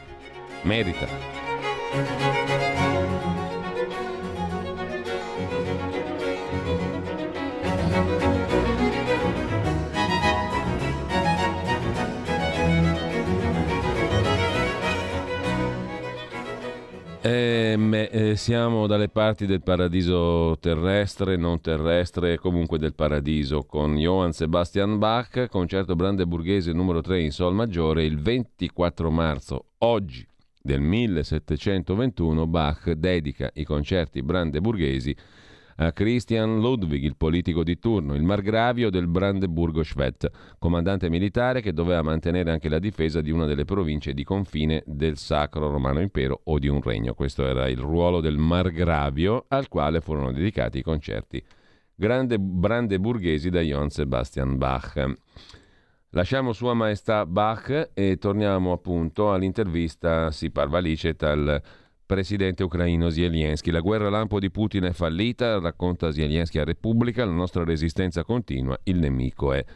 Speaker 2: merita. Eh, me, eh, siamo dalle parti del paradiso terrestre, non terrestre, comunque del paradiso, con Johann Sebastian Bach, concerto brandeburghese numero tre in sol maggiore, il ventiquattro marzo, oggi del millesettecentoventuno. Bach dedica i concerti brandeburghesi a Christian Ludwig, il politico di turno, il margravio del Brandeburgo-Schwedt, comandante militare che doveva mantenere anche la difesa di una delle province di confine del Sacro Romano Impero o di un regno. Questo era il ruolo del margravio, al quale furono dedicati i concerti grande brandeburghesi da Johann Sebastian Bach. Lasciamo Sua Maestà Bach e torniamo appunto all'intervista, si parva licet, al presidente ucraino Zelensky. La guerra lampo di Putin è fallita, racconta Zelensky a Repubblica, la nostra resistenza continua, il nemico è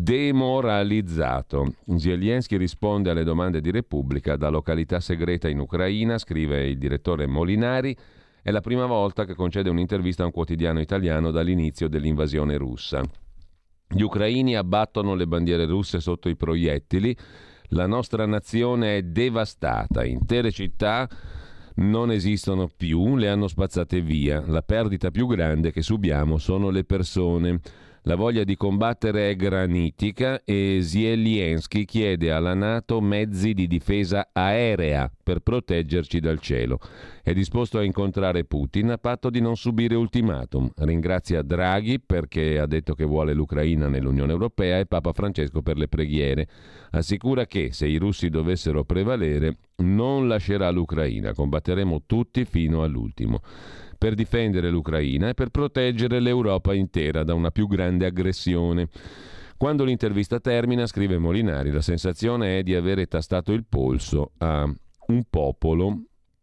Speaker 2: demoralizzato. Zelensky risponde alle domande di Repubblica da località segreta in Ucraina, scrive il direttore Molinari. È la prima volta che concede un'intervista a un quotidiano italiano dall'inizio dell'invasione russa. Gli ucraini abbattono le bandiere russe sotto i proiettili, la nostra nazione è devastata, intere città non esistono più, le hanno spazzate via. La perdita più grande che subiamo sono le persone. La voglia di combattere è granitica e Zelensky chiede alla NATO mezzi di difesa aerea per proteggerci dal cielo. È disposto a incontrare Putin a patto di non subire ultimatum. Ringrazia Draghi perché ha detto che vuole l'Ucraina nell'Unione Europea e Papa Francesco per le preghiere. Assicura che se i russi dovessero prevalere non lascerà l'Ucraina, combatteremo tutti fino all'ultimo per difendere l'Ucraina e per proteggere l'Europa intera da una più grande aggressione. Quando l'intervista termina, scrive Molinari, la sensazione è di avere tastato il polso a un popolo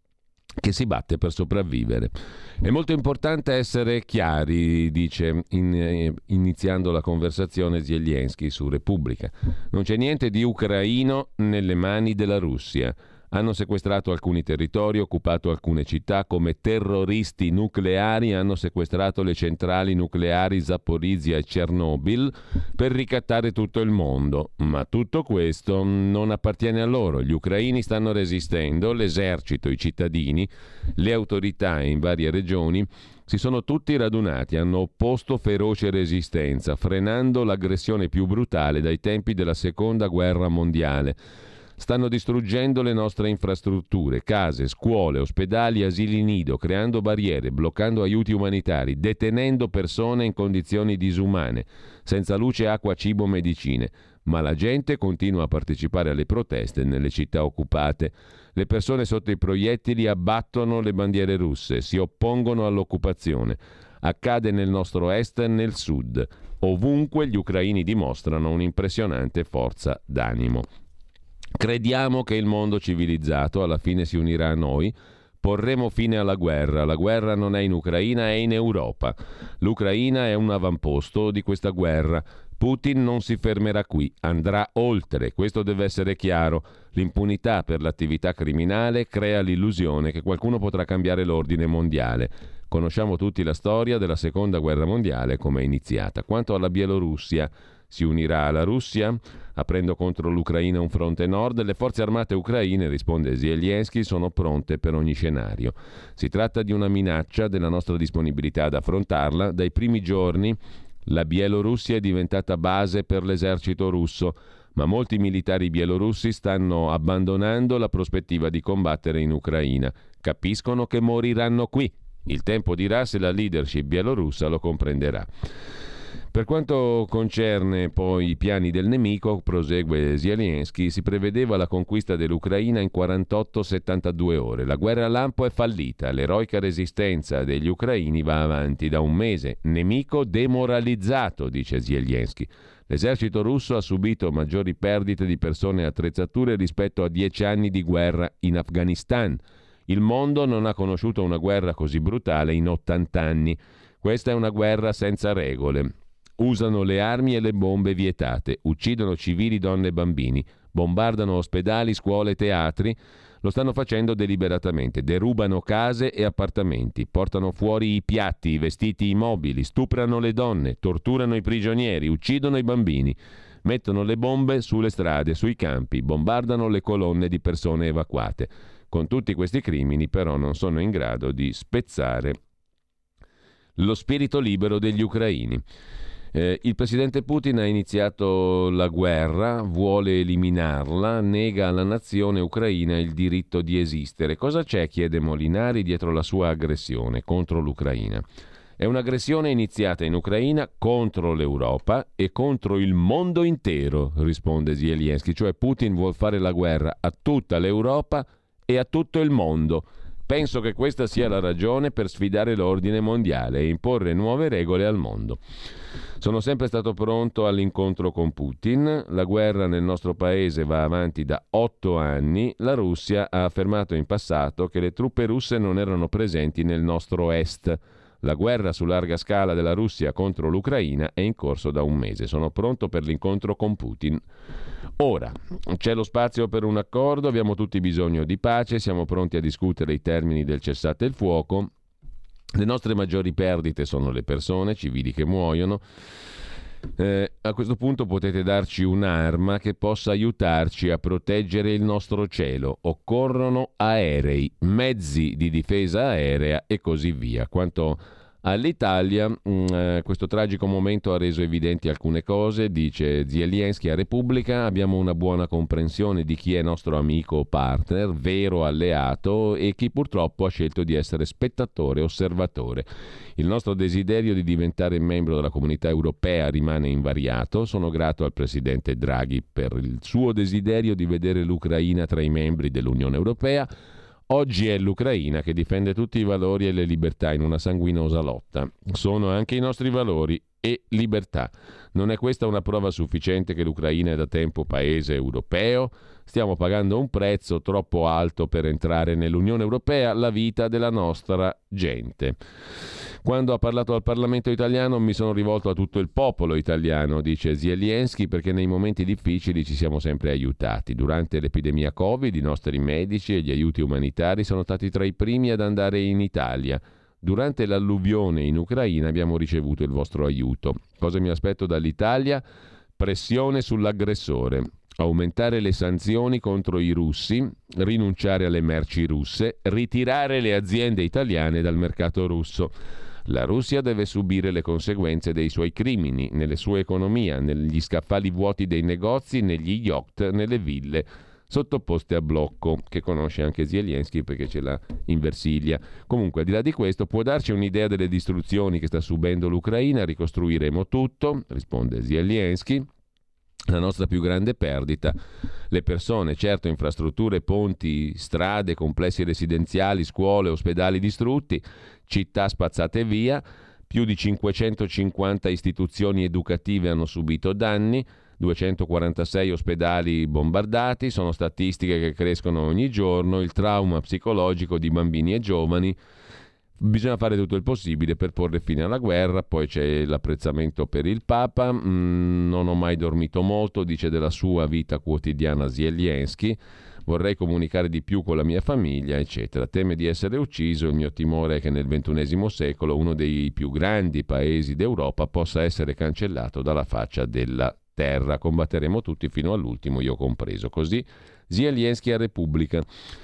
Speaker 2: che si batte per sopravvivere. È molto importante essere chiari, dice in, iniziando la conversazione Zelensky su Repubblica. Non c'è niente di ucraino nelle mani della Russia. Hanno sequestrato alcuni territori, occupato alcune città, come terroristi nucleari hanno sequestrato le centrali nucleari Zaporizhzhia e Chernobyl per ricattare tutto il mondo. Ma tutto questo non appartiene a loro. Gli ucraini stanno resistendo, l'esercito, i cittadini, le autorità in varie regioni si sono tutti radunati, hanno opposto feroce resistenza, frenando l'aggressione più brutale dai tempi della Seconda Guerra Mondiale. Stanno distruggendo le nostre infrastrutture, case, scuole, ospedali, asili nido, creando barriere, bloccando aiuti umanitari, detenendo persone in condizioni disumane, senza luce, acqua, cibo, medicine. Ma la gente continua a partecipare alle proteste nelle città occupate. Le persone sotto i proiettili abbattono le bandiere russe, si oppongono all'occupazione. Accade nel nostro est e nel sud. Ovunque gli ucraini dimostrano un'impressionante forza d'animo. Crediamo che il mondo civilizzato alla fine si unirà a noi, porremo fine alla guerra. La guerra non è in Ucraina, è in Europa. L'Ucraina è un avamposto di questa guerra. Putin non si fermerà qui, andrà oltre, questo deve essere chiaro. L'impunità per l'attività criminale crea l'illusione che qualcuno potrà cambiare l'ordine mondiale. Conosciamo tutti la storia della Seconda Guerra Mondiale, come è iniziata. Quanto alla Bielorussia, si unirà alla Russia, aprendo contro l'Ucraina un fronte nord. Le forze armate ucraine, risponde Zelensky, sono pronte per ogni scenario. Si tratta di una minaccia della nostra disponibilità ad affrontarla. Dai primi giorni la Bielorussia è diventata base per l'esercito russo, ma molti militari bielorussi stanno abbandonando la prospettiva di combattere in Ucraina. Capiscono che moriranno qui. Il tempo dirà se la leadership bielorussa lo comprenderà. Per quanto concerne poi i piani del nemico, prosegue Zelensky, si prevedeva la conquista dell'Ucraina in quarantotto settantadue ore. La guerra lampo è fallita, l'eroica resistenza degli ucraini va avanti da un mese. Nemico demoralizzato, dice Zelensky. L'esercito russo ha subito maggiori perdite di persone e attrezzature rispetto a dieci anni di guerra in Afghanistan. Il mondo non ha conosciuto una guerra così brutale in ottanta anni. Questa è una guerra senza regole. Usano le armi e le bombe vietate, uccidono civili, donne e bambini, bombardano ospedali, scuole, teatri, lo stanno facendo deliberatamente, derubano case e appartamenti, portano fuori i piatti, i vestiti, i mobili, stuprano le donne, torturano i prigionieri, uccidono i bambini, mettono le bombe sulle strade, sui campi, bombardano le colonne di persone evacuate. Con tutti questi crimini però non sono in grado di spezzare lo spirito libero degli ucraini. Eh, il presidente Putin ha iniziato la guerra, vuole eliminarla, nega alla nazione ucraina il diritto di esistere. Cosa c'è, chiede Molinari, dietro la sua aggressione contro l'Ucraina? È un'aggressione iniziata in Ucraina contro l'Europa e contro il mondo intero, risponde Zelensky, cioè Putin vuol fare la guerra a tutta l'Europa e a tutto il mondo. Penso che questa sia la ragione per sfidare l'ordine mondiale e imporre nuove regole al mondo. Sono sempre stato pronto all'incontro con Putin. La guerra nel nostro paese va avanti da otto anni. La Russia ha affermato in passato che le truppe russe non erano presenti nel nostro est. La guerra su larga scala della Russia contro l'Ucraina è in corso da un mese. Sono pronto per l'incontro con Putin. Ora, c'è lo spazio per un accordo, abbiamo tutti bisogno di pace, siamo pronti a discutere i termini del cessate il fuoco. Le nostre maggiori perdite sono le persone, civili che muoiono. Eh, a questo punto potete darci un'arma che possa aiutarci a proteggere il nostro cielo. Occorrono aerei, mezzi di difesa aerea e così via. Quanto all'Italia, mh, eh, questo tragico momento ha reso evidenti alcune cose, dice Zelensky a Repubblica. Abbiamo una buona comprensione di chi è nostro amico o partner, vero alleato, e chi purtroppo ha scelto di essere spettatore, osservatore. Il nostro desiderio di diventare membro della comunità europea rimane invariato. Sono grato al presidente Draghi per il suo desiderio di vedere l'Ucraina tra i membri dell'Unione Europea. Oggi è l'Ucraina che difende tutti i valori e le libertà in una sanguinosa lotta. Sono anche i nostri valori e libertà. Non è questa una prova sufficiente che l'Ucraina è da tempo paese europeo? Stiamo pagando un prezzo troppo alto per entrare nell'Unione Europea, la vita della nostra gente. Quando ha parlato al Parlamento italiano mi sono rivolto a tutto il popolo italiano, dice Zelensky, perché nei momenti difficili ci siamo sempre aiutati. Durante l'epidemia Covid i nostri medici e gli aiuti umanitari sono stati tra i primi ad andare in Italia. Durante l'alluvione in Ucraina abbiamo ricevuto il vostro aiuto. Cosa mi aspetto dall'Italia? Pressione sull'aggressore. Aumentare le sanzioni contro i russi, rinunciare alle merci russe, ritirare le aziende italiane dal mercato russo. La Russia deve subire le conseguenze dei suoi crimini, nelle sue economie, negli scaffali vuoti dei negozi, negli yacht, nelle ville sottoposte a blocco, che conosce anche Zelensky perché ce l'ha in Versilia. Comunque, al di là di questo, può darci un'idea delle distruzioni che sta subendo l'Ucraina? Ricostruiremo tutto, risponde Zelensky. La nostra più grande perdita, le persone, certo, infrastrutture, ponti, strade, complessi residenziali, scuole, ospedali distrutti, città spazzate via, più di cinquecentocinquanta istituzioni educative hanno subito danni, duecentoquarantasei ospedali bombardati, sono statistiche che crescono ogni giorno, il trauma psicologico di bambini e giovani. Bisogna fare tutto il possibile per porre fine alla guerra. Poi c'è l'apprezzamento per il Papa. Mm, non ho mai dormito molto, dice della sua vita quotidiana Zelensky. Vorrei comunicare di più con la mia famiglia, eccetera. Teme di essere ucciso. Il mio timore è che nel ventunesimo secolo uno dei più grandi paesi d'Europa possa essere cancellato dalla faccia della terra. Combatteremo tutti fino all'ultimo, io compreso. Così Zelensky a Repubblica.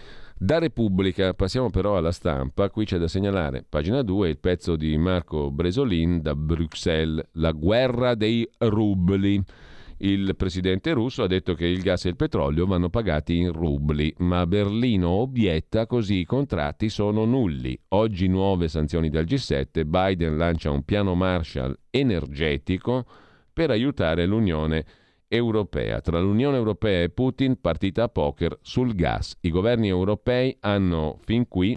Speaker 2: Da Repubblica passiamo però alla Stampa. Qui c'è da segnalare, pagina due, il pezzo di Marco Bresolin da Bruxelles, la guerra dei rubli. Il presidente russo ha detto che il gas e il petrolio vanno pagati in rubli, ma Berlino obietta così i contratti sono nulli. Oggi nuove sanzioni dal G sette, Biden lancia un piano Marshall energetico per aiutare l'Unione Europea. Tra l'Unione Europea e Putin partita a poker sul gas. I governi europei hanno fin qui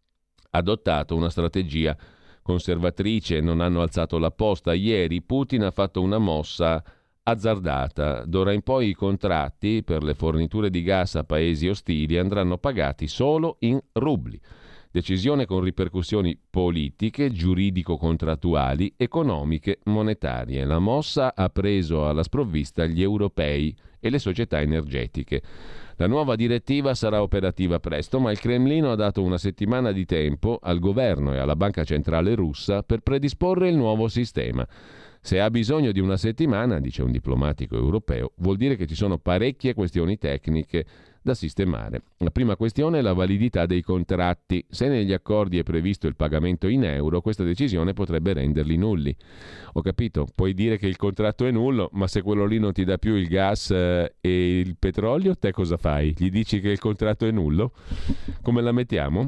Speaker 2: adottato una strategia conservatrice e non hanno alzato la posta. Ieri Putin ha fatto una mossa azzardata. D'ora in poi i contratti per le forniture di gas a paesi ostili andranno pagati solo in rubli. Decisione con ripercussioni politiche, giuridico-contrattuali, economiche, monetarie. La mossa ha preso alla sprovvista gli europei e le società energetiche. La nuova direttiva sarà operativa presto, ma il Cremlino ha dato una settimana di tempo al governo e alla Banca Centrale russa per predisporre il nuovo sistema. Se ha bisogno di una settimana, dice un diplomatico europeo, vuol dire che ci sono parecchie questioni tecniche da sistemare. La prima questione è la validità dei contratti. Se negli accordi è previsto il pagamento in euro, questa decisione potrebbe renderli nulli. Ho capito, puoi dire che il contratto è nullo, ma se quello lì non ti dà più il gas eh, e il petrolio, te cosa fai? Gli dici che il contratto è nullo? Come la mettiamo?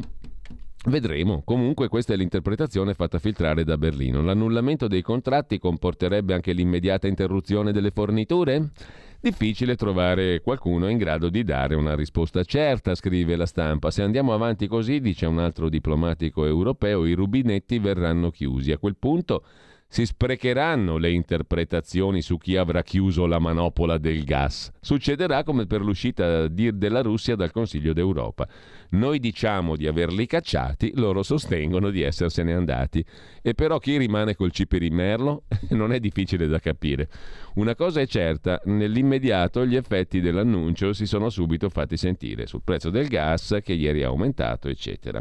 Speaker 2: Vedremo. Comunque questa è l'interpretazione fatta filtrare da Berlino. L'annullamento dei contratti comporterebbe anche l'immediata interruzione delle forniture? Difficile trovare qualcuno in grado di dare una risposta certa, scrive La Stampa. Se andiamo avanti così, dice un altro diplomatico europeo, i rubinetti verranno chiusi. A quel punto si sprecheranno le interpretazioni su chi avrà chiuso la manopola del gas. Succederà come per l'uscita della Russia dal Consiglio d'Europa. Noi diciamo di averli cacciati, loro sostengono di essersene andati. E però chi rimane col cipirimerlo? Non è difficile da capire. Una cosa è certa, nell'immediato gli effetti dell'annuncio si sono subito fatti sentire sul prezzo del gas che ieri è aumentato, eccetera.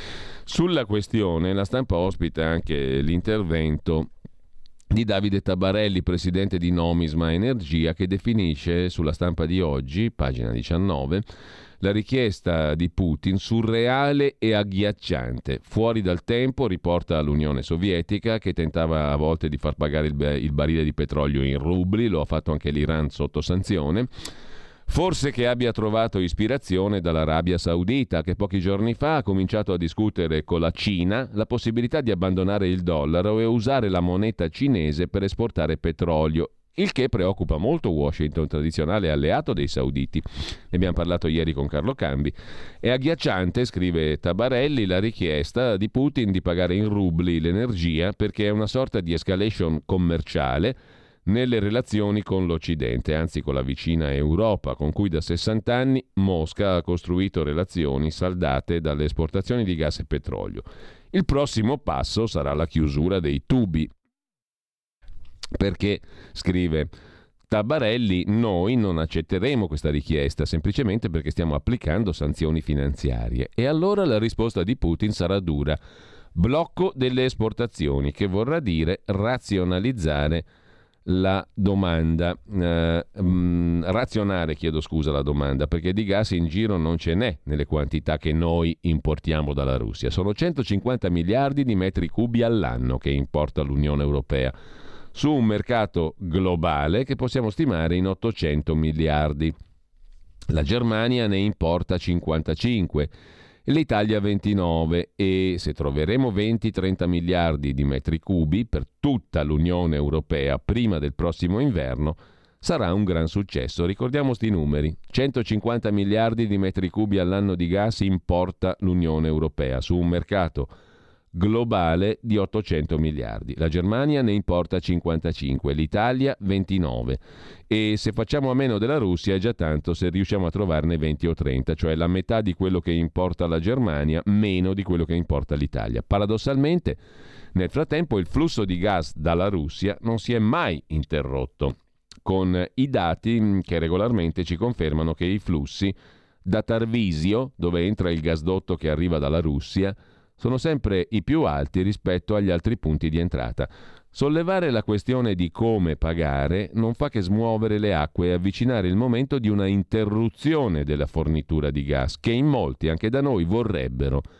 Speaker 2: Sulla questione La Stampa ospita anche l'intervento di Davide Tabarelli, presidente di Nomisma Energia, che definisce sulla Stampa di oggi, pagina diciannove, la richiesta di Putin surreale e agghiacciante. Fuori dal tempo, riporta l'Unione Sovietica, che tentava a volte di far pagare il, il barile di petrolio in rubli, lo ha fatto anche l'Iran sotto sanzione. Forse che abbia trovato ispirazione dall'Arabia Saudita, che pochi giorni fa ha cominciato a discutere con la Cina la possibilità di abbandonare il dollaro e usare la moneta cinese per esportare petrolio, il che preoccupa molto Washington, tradizionale alleato dei sauditi. Ne abbiamo parlato ieri con Carlo Cambi. È agghiacciante, scrive Tabarelli, la richiesta di Putin di pagare in rubli l'energia perché è una sorta di escalation commerciale nelle relazioni con l'Occidente, anzi con la vicina Europa, con cui da sessanta anni Mosca ha costruito relazioni saldate dalle esportazioni di gas e petrolio. Il prossimo passo sarà la chiusura dei tubi, perché, scrive Tabarelli, noi non accetteremo questa richiesta semplicemente perché stiamo applicando sanzioni finanziarie. E allora la risposta di Putin sarà dura: blocco delle esportazioni, che vorrà dire razionalizzare la domanda, eh, mh, razionare, chiedo scusa, la domanda, perché di gas in giro non ce n'è nelle quantità che noi importiamo dalla Russia. Sono centocinquanta miliardi di metri cubi all'anno che importa l'Unione Europea, su un mercato globale che possiamo stimare in ottocento miliardi. La Germania ne importa cinquantacinque, l'Italia ventinove, e se troveremo venti trenta miliardi di metri cubi per tutta l'Unione Europea prima del prossimo inverno, sarà un gran successo. Ricordiamo sti numeri: centocinquanta miliardi di metri cubi all'anno di gas importa l'Unione Europea su un mercato globale di ottocento miliardi. La Germania ne importa cinquantacinque, l'Italia ventinove, e se facciamo a meno della Russia è già tanto se riusciamo a trovarne venti o trenta, cioè la metà di quello che importa la Germania, meno di quello che importa l'Italia. Paradossalmente, nel frattempo il flusso di gas dalla Russia non si è mai interrotto, con i dati che regolarmente ci confermano che i flussi da Tarvisio, dove entra il gasdotto che arriva dalla Russia, sono sempre i più alti rispetto agli altri punti di entrata. Sollevare la questione di come pagare non fa che smuovere le acque e avvicinare il momento di una interruzione della fornitura di gas, che in molti, anche da noi, vorrebbero,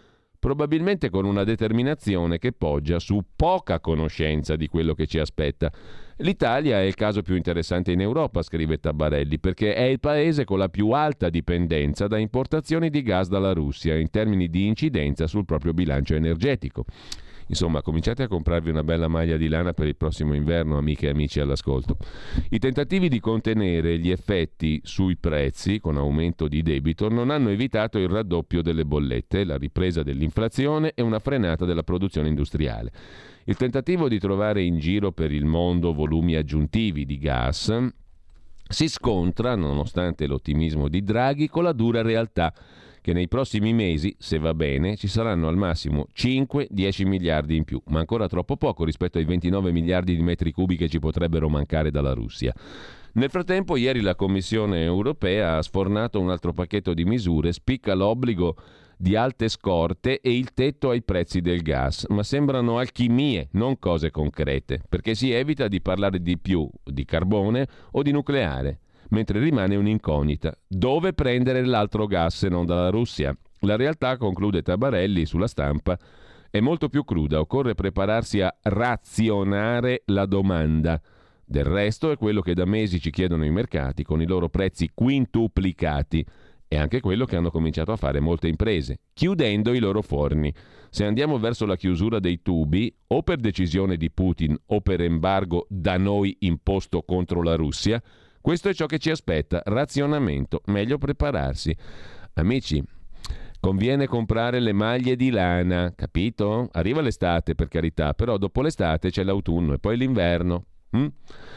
Speaker 2: probabilmente con una determinazione che poggia su poca conoscenza di quello che ci aspetta. L'Italia è il caso più interessante in Europa, scrive Tabarelli, perché è il paese con la più alta dipendenza da importazioni di gas dalla Russia in termini di incidenza sul proprio bilancio energetico. Insomma, cominciate a comprarvi una bella maglia di lana per il prossimo inverno, amiche e amici all'ascolto. I tentativi di contenere gli effetti sui prezzi con aumento di debito non hanno evitato il raddoppio delle bollette, la ripresa dell'inflazione e una frenata della produzione industriale. Il tentativo di trovare in giro per il mondo volumi aggiuntivi di gas si scontra, nonostante l'ottimismo di Draghi, con la dura realtà che nei prossimi mesi, se va bene, ci saranno al massimo cinque dieci miliardi in più, ma ancora troppo poco rispetto ai ventinove miliardi di metri cubi che ci potrebbero mancare dalla Russia. Nel frattempo, ieri la Commissione europea ha sfornato un altro pacchetto di misure, spicca l'obbligo di alte scorte e il tetto ai prezzi del gas, ma sembrano alchimie, non cose concrete, perché si evita di parlare di più di carbone o di nucleare, mentre rimane un'incognita. Dove prendere l'altro gas se non dalla Russia? La realtà, conclude Tabarelli sulla Stampa, è molto più cruda. Occorre prepararsi a razionare la domanda. Del resto è quello che da mesi ci chiedono i mercati, con i loro prezzi quintuplicati. È anche quello che hanno cominciato a fare molte imprese, chiudendo i loro forni. Se andiamo verso la chiusura dei tubi, o per decisione di Putin o per embargo da noi imposto contro la Russia, questo è ciò che ci aspetta, razionamento, meglio prepararsi. Amici, conviene comprare le maglie di lana, capito? Arriva l'estate, per carità, però dopo l'estate c'è l'autunno e poi l'inverno. Mm?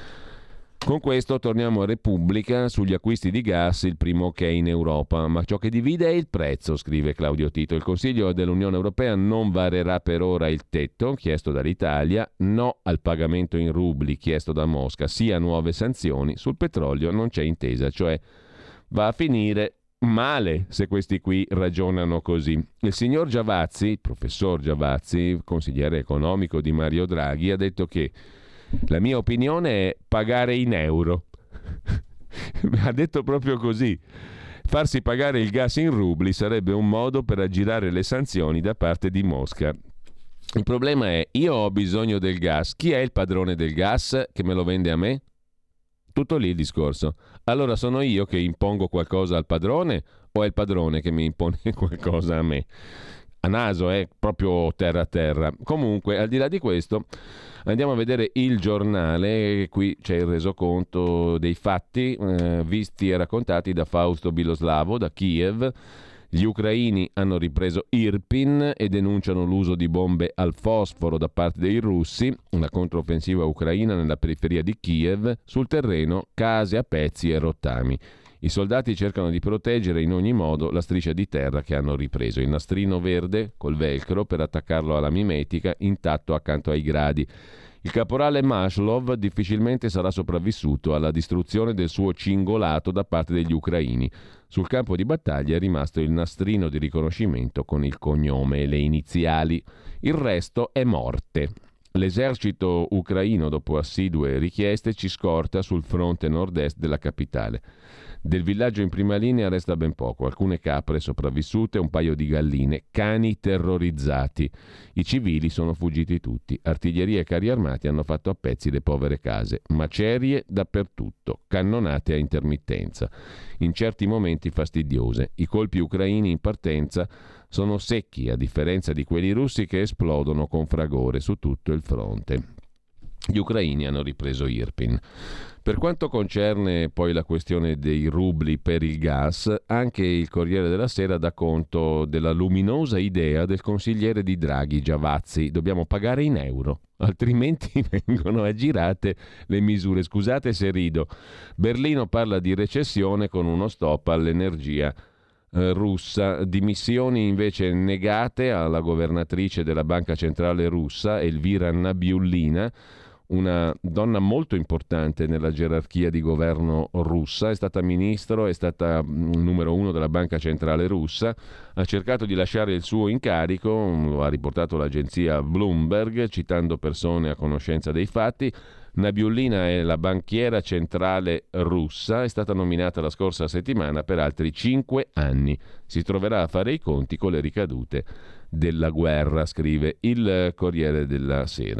Speaker 2: Con questo torniamo a Repubblica, sugli acquisti di gas, il primo che è in Europa, ma ciò che divide è il prezzo, scrive Claudio Tito. Il Consiglio dell'Unione Europea non varerà per ora il tetto chiesto dall'Italia, no al pagamento in rubli chiesto da Mosca, sì a nuove sanzioni. Sul petrolio non c'è intesa, cioè va a finire male se questi qui ragionano così. Il signor Giavazzi, il professor Giavazzi, consigliere economico di Mario Draghi, ha detto che la mia opinione è pagare in euro. Ha detto proprio così. Farsi pagare il gas in rubli sarebbe un modo per aggirare le sanzioni da parte di Mosca. Il problema è, io ho bisogno del gas, chi è il padrone del gas che me lo vende a me? Tutto lì il discorso. Allora sono io che impongo qualcosa al padrone o è il padrone che mi impone qualcosa a me? A naso, è eh, proprio terra a terra. Comunque, al di là di questo, andiamo a vedere il giornale. Qui c'è il resoconto dei fatti eh, visti e raccontati da Fausto Biloslavo da Kiev. Gli ucraini hanno ripreso Irpin e denunciano l'uso di bombe al fosforo da parte dei russi. Una controffensiva ucraina nella periferia di Kiev, sul terreno case a pezzi e rottami. I soldati cercano di proteggere in ogni modo la striscia di terra che hanno ripreso. Il nastrino verde col velcro per attaccarlo alla mimetica intatto accanto ai gradi. Il caporale Mashlov difficilmente sarà sopravvissuto alla distruzione del suo cingolato da parte degli ucraini. Sul campo di battaglia è rimasto il nastrino di riconoscimento con il cognome e le iniziali. Il resto è morte. L'esercito ucraino, dopo assidue richieste, ci scorta sul fronte nord-est della capitale. Del villaggio in prima linea resta ben poco, alcune capre sopravvissute, un paio di galline, cani terrorizzati. I civili sono fuggiti tutti, artiglieria e carri armati hanno fatto a pezzi le povere case, macerie dappertutto, cannonate a intermittenza, in certi momenti fastidiose. I colpi ucraini in partenza sono secchi, a differenza di quelli russi che esplodono con fragore su tutto il fronte. Gli ucraini hanno ripreso Irpin. Per quanto concerne poi la questione dei rubli per il gas, anche il Corriere della Sera dà conto della luminosa idea del consigliere di Draghi, Giavazzi: dobbiamo pagare in euro, altrimenti vengono aggirate le misure. Scusate se rido. Berlino parla di recessione con uno stop all'energia eh, russa. Dimissioni invece negate alla governatrice della Banca Centrale russa, Elvira Nabiullina, una donna molto importante nella gerarchia di governo russa, è stata ministro, è stata numero uno della Banca Centrale russa, ha cercato di lasciare il suo incarico, lo ha riportato l'agenzia Bloomberg, citando persone a conoscenza dei fatti, Nabiullina è la banchiera centrale russa, è stata nominata la scorsa settimana per altri cinque anni. Si troverà a fare i conti con le ricadute della guerra, scrive il Corriere della Sera.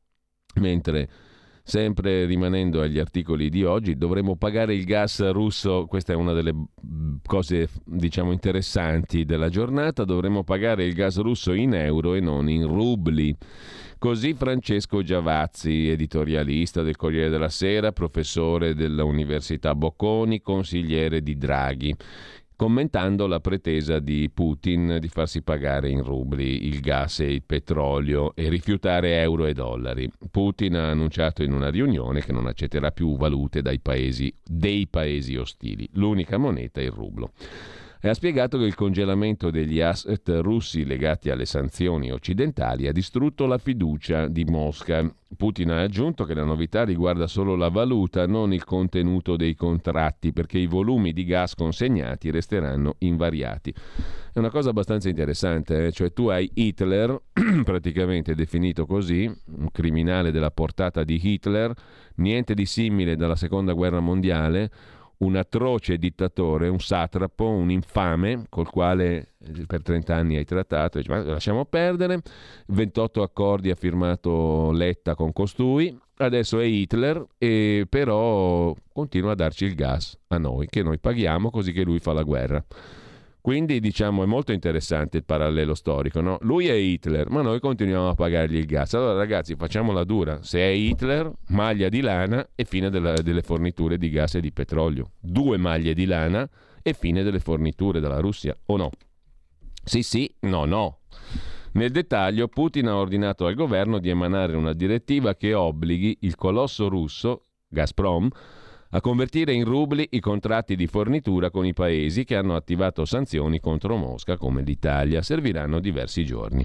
Speaker 2: Mentre, sempre rimanendo agli articoli di oggi, dovremo pagare il gas russo, questa è una delle cose diciamo interessanti della giornata, dovremo pagare il gas russo in euro e non in rubli. Così Francesco Giavazzi, editorialista del Corriere della Sera, professore dell'Università Bocconi, consigliere di Draghi, commentando la pretesa di Putin di farsi pagare in rubli il gas e il petrolio e rifiutare euro e dollari. Putin ha annunciato in una riunione che non accetterà più valute dai paesi, dei paesi ostili. L'unica moneta è il rublo. E ha spiegato che il congelamento degli asset russi legati alle sanzioni occidentali ha distrutto la fiducia di Mosca. Putin ha aggiunto che la novità riguarda solo la valuta, non il contenuto dei contratti, perché i volumi di gas consegnati resteranno invariati. È una cosa abbastanza interessante, eh? Cioè tu hai Hitler, praticamente definito così, un criminale della portata di Hitler, niente di simile dalla seconda guerra mondiale, un atroce dittatore, un satrapo, un infame col quale per trenta anni hai trattato, dice, ma lasciamo perdere, ventotto accordi ha firmato Letta con costui, adesso è Hitler e però continua a darci il gas a noi, che noi paghiamo così che lui fa la guerra. Quindi diciamo è molto interessante il parallelo storico, no? Lui è Hitler, ma noi continuiamo a pagargli il gas. Allora ragazzi, facciamola dura. Se è Hitler, maglia di lana e fine della, delle forniture di gas e di petrolio. Due maglie di lana e fine delle forniture dalla Russia, o no? Sì, sì, no, no. Nel dettaglio, Putin ha ordinato al governo di emanare una direttiva che obblighi il colosso russo, Gazprom, a convertire in rubli i contratti di fornitura con i paesi che hanno attivato sanzioni contro Mosca, come l'Italia. Serviranno diversi giorni.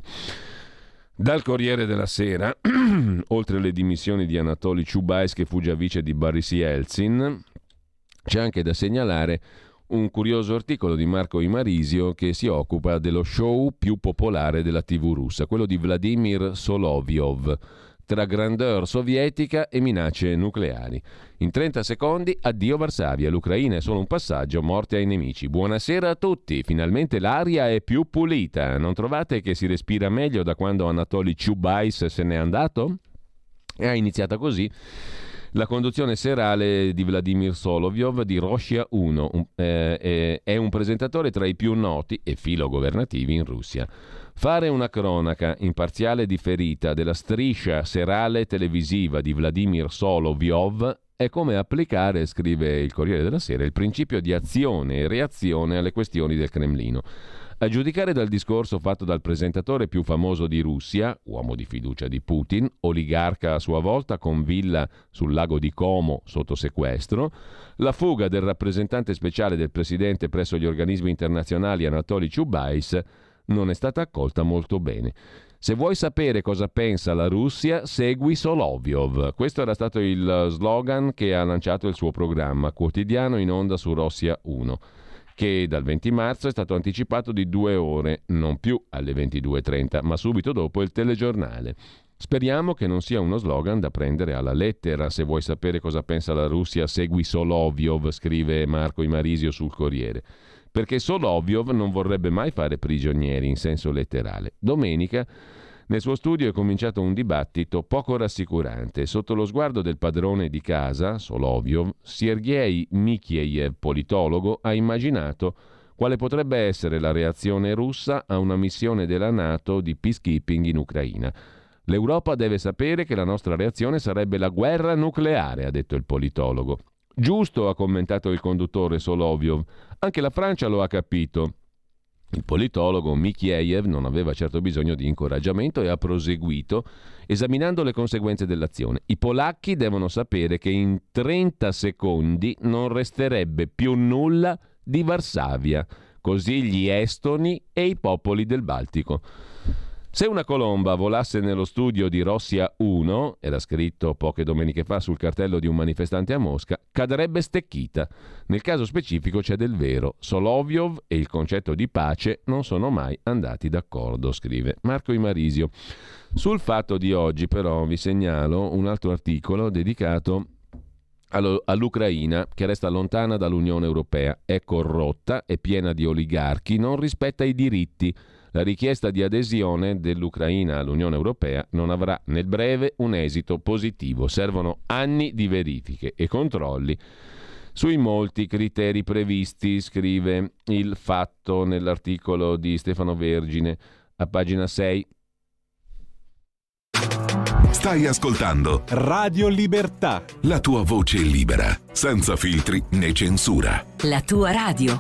Speaker 2: Dal Corriere della Sera, oltre alle dimissioni di Anatoly Chubais che fu già vice di Boris Yeltsin, c'è anche da segnalare un curioso articolo di Marco Imarisio che si occupa dello show più popolare della tivù russa, quello di Vladimir Solovyov, tra grandeur sovietica e minacce nucleari. In trenta secondi, addio Varsavia, l'Ucraina è solo un passaggio, morte ai nemici. Buonasera a tutti, finalmente l'aria è più pulita. Non trovate che si respira meglio da quando Anatoly Chubais se n'è andato? E ha iniziata così la conduzione serale di Vladimir Solovyov di Rossija uno, un, eh, è un presentatore tra i più noti e filogovernativi in Russia. Fare una cronaca imparziale differita della striscia serale televisiva di Vladimir Solovyov è come applicare, scrive il Corriere della Sera, il principio di azione e reazione alle questioni del Cremlino. A giudicare dal discorso fatto dal presentatore più famoso di Russia, uomo di fiducia di Putin, oligarca a sua volta con villa sul lago di Como sotto sequestro, la fuga del rappresentante speciale del presidente presso gli organismi internazionali Anatoly Chubais non è stata accolta molto bene. Se vuoi sapere cosa pensa la Russia, segui Solovyov. Questo era stato il slogan che ha lanciato il suo programma quotidiano in onda su Rossija uno, che dal venti marzo è stato anticipato di due ore, non più alle ventidue e trenta, ma subito dopo il telegiornale. Speriamo che non sia uno slogan da prendere alla lettera. Se vuoi sapere cosa pensa la Russia, segui Solovyov, scrive Marco Imarisio sul Corriere. Perché Solovyov non vorrebbe mai fare prigionieri in senso letterale. Domenica nel suo studio è cominciato un dibattito poco rassicurante. Sotto lo sguardo del padrone di casa, Solovyov, Sergei Mikheyev, politologo, ha immaginato quale potrebbe essere la reazione russa a una missione della NATO di peacekeeping in Ucraina. L'Europa deve sapere che la nostra reazione sarebbe la guerra nucleare, ha detto il politologo. Giusto, ha commentato il conduttore Solovyov. Anche la Francia lo ha capito. Il politologo Mikheyev non aveva certo bisogno di incoraggiamento e ha proseguito esaminando le conseguenze dell'azione. I polacchi devono sapere che in trenta secondi non resterebbe più nulla di Varsavia, così gli estoni e i popoli del Baltico. Se una colomba volasse nello studio di Rossia uno, era scritto poche domeniche fa sul cartello di un manifestante a Mosca, cadrebbe stecchita. Nel caso specifico c'è del vero. Solovyov e il concetto di pace non sono mai andati d'accordo, scrive Marco Imarisio. Sul Fatto di oggi però vi segnalo un altro articolo dedicato all'Ucraina, che resta lontana dall'Unione Europea, è corrotta, è piena di oligarchi, non rispetta i diritti. La richiesta di adesione dell'Ucraina all'Unione Europea non avrà nel breve un esito positivo. Servono anni di verifiche e controlli sui molti criteri previsti, scrive Il Fatto nell'articolo di Stefano Vergine a pagina sei.
Speaker 6: Stai ascoltando
Speaker 1: Radio Libertà,
Speaker 6: la tua voce libera, senza filtri né censura.
Speaker 10: La tua radio.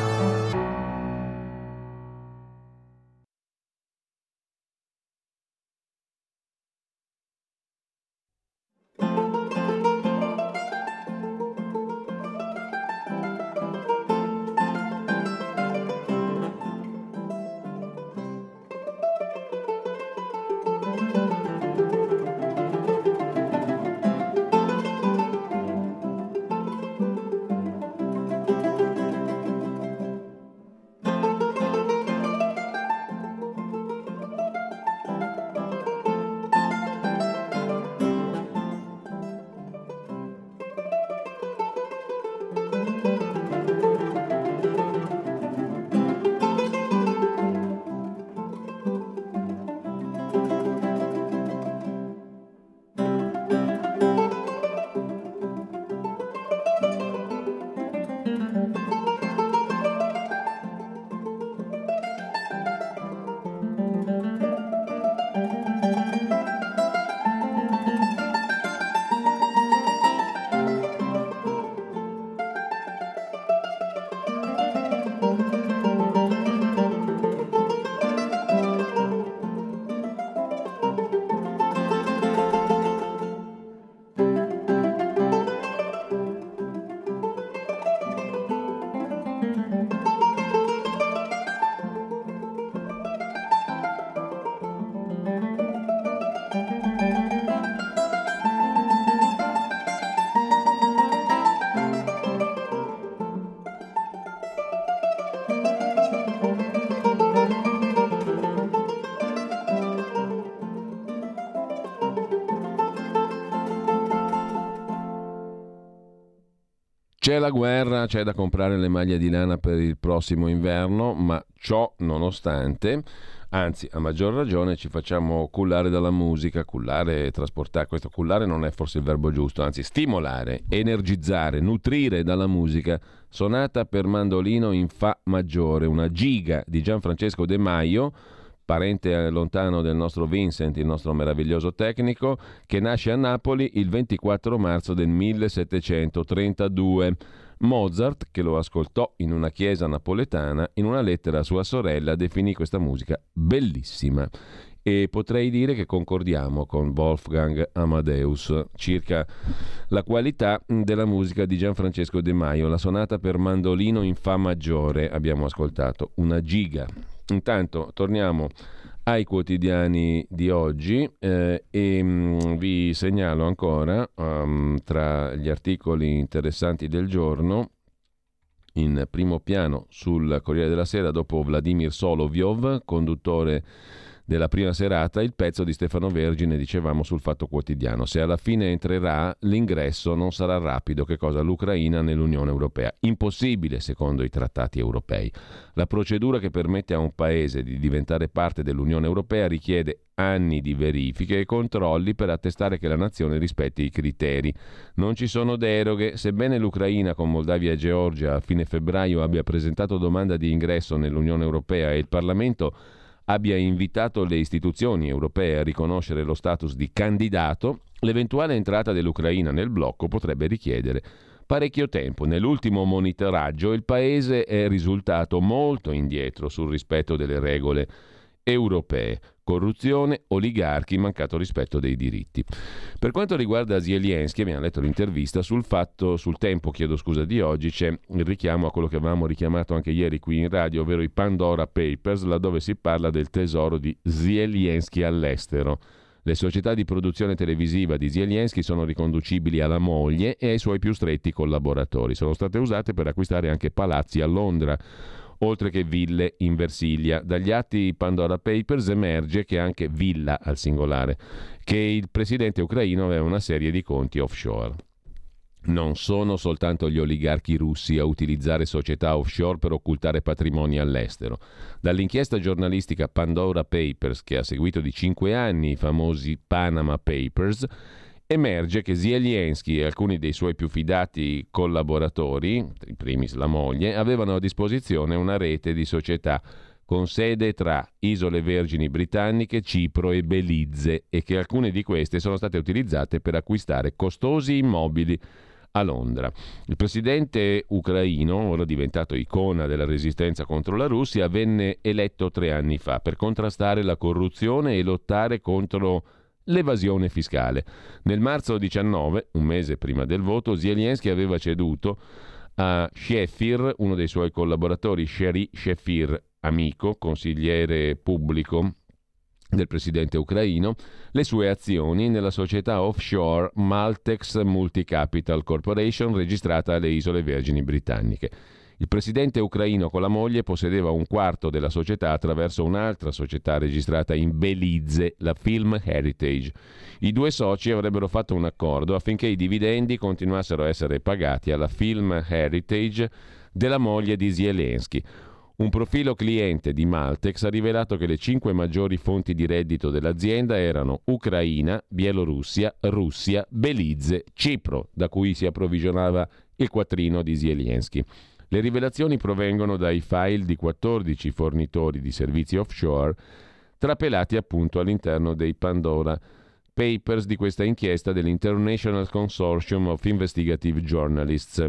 Speaker 2: C'è la guerra, c'è da comprare le maglie di lana per il prossimo inverno, ma ciò nonostante, anzi a maggior ragione ci facciamo cullare dalla musica, cullare e trasportare, questo cullare non è forse il verbo giusto, anzi stimolare, energizzare, nutrire dalla musica. Sonata per mandolino in fa maggiore, una giga di Gianfrancesco De Maio, parente lontano del nostro Vincent, il nostro meraviglioso tecnico, che nasce a Napoli il ventiquattro marzo del millesettecentotrentadue. Mozart, che lo ascoltò in una chiesa napoletana, in una lettera a sua sorella definì questa musica bellissima. E potrei dire che concordiamo con Wolfgang Amadeus circa la qualità della musica di Gianfrancesco De Maio. La sonata per mandolino in fa maggiore abbiamo ascoltato, una giga. Intanto torniamo ai quotidiani di oggi eh, e mh, vi segnalo ancora um, tra gli articoli interessanti del giorno, in primo piano sul Corriere della Sera, dopo Vladimir Solovyov, conduttore della prima serata, il pezzo di Stefano Vergine, dicevamo, sul Fatto Quotidiano. Se alla fine entrerà, l'ingresso non sarà rapido. Che cosa? L'Ucraina nell'Unione Europea. Impossibile secondo i trattati europei. La procedura che permette a un paese di diventare parte dell'Unione Europea richiede anni di verifiche e controlli per attestare che la nazione rispetti i criteri. Non ci sono deroghe. Sebbene l'Ucraina con Moldavia e Georgia a fine febbraio abbia presentato domanda di ingresso nell'Unione Europea e il Parlamento abbia invitato le istituzioni europee a riconoscere lo status di candidato, l'eventuale entrata dell'Ucraina nel blocco potrebbe richiedere parecchio tempo. Nell'ultimo monitoraggio il paese è risultato molto indietro sul rispetto delle regole europee. Corruzione, oligarchi, mancato rispetto dei diritti. Per quanto riguarda Zelensky, abbiamo letto l'intervista sul fatto, sul Tempo, chiedo scusa, di oggi, c'è il richiamo a quello che avevamo richiamato anche ieri qui in radio, ovvero i Pandora Papers, laddove si parla del tesoro di Zelensky all'estero. Le società di produzione televisiva di Zelensky sono riconducibili alla moglie e ai suoi più stretti collaboratori. Sono state usate per acquistare anche palazzi a Londra, oltre che ville in Versilia. Dagli atti Pandora Papers emerge che anche villa al singolare, che il presidente ucraino aveva una serie di conti offshore. Non sono soltanto gli oligarchi russi a utilizzare società offshore per occultare patrimoni all'estero. Dall'inchiesta giornalistica Pandora Papers, che ha seguito di cinque anni i famosi Panama Papers, emerge che Zelensky e alcuni dei suoi più fidati collaboratori, in primis la moglie, avevano a disposizione una rete di società con sede tra Isole Vergini Britanniche, Cipro e Belize, e che alcune di queste sono state utilizzate per acquistare costosi immobili a Londra. Il presidente ucraino, ora diventato icona della resistenza contro la Russia, venne eletto tre anni fa per contrastare la corruzione e lottare contro l'evasione fiscale. Nel marzo diciannove, un mese prima del voto, Zelensky aveva ceduto a Shefir, uno dei suoi collaboratori, Sheri Shefir, amico, consigliere pubblico del presidente ucraino, le sue azioni nella società offshore Maltex Multicapital Corporation, registrata alle Isole Vergini Britanniche. Il presidente ucraino con la moglie possedeva un quarto della società attraverso un'altra società registrata in Belize, la Film Heritage. I due soci avrebbero fatto un accordo affinché i dividendi continuassero a essere pagati alla Film Heritage della moglie di Zelensky. Un profilo cliente di Maltex ha rivelato che le cinque maggiori fonti di reddito dell'azienda erano Ucraina, Bielorussia, Russia, Belize, Cipro, da cui si approvvigionava il quattrino di Zelensky. Le rivelazioni provengono dai file di quattordici fornitori di servizi offshore trapelati appunto all'interno dei Pandora Papers di questa inchiesta dell'International Consortium of Investigative Journalists.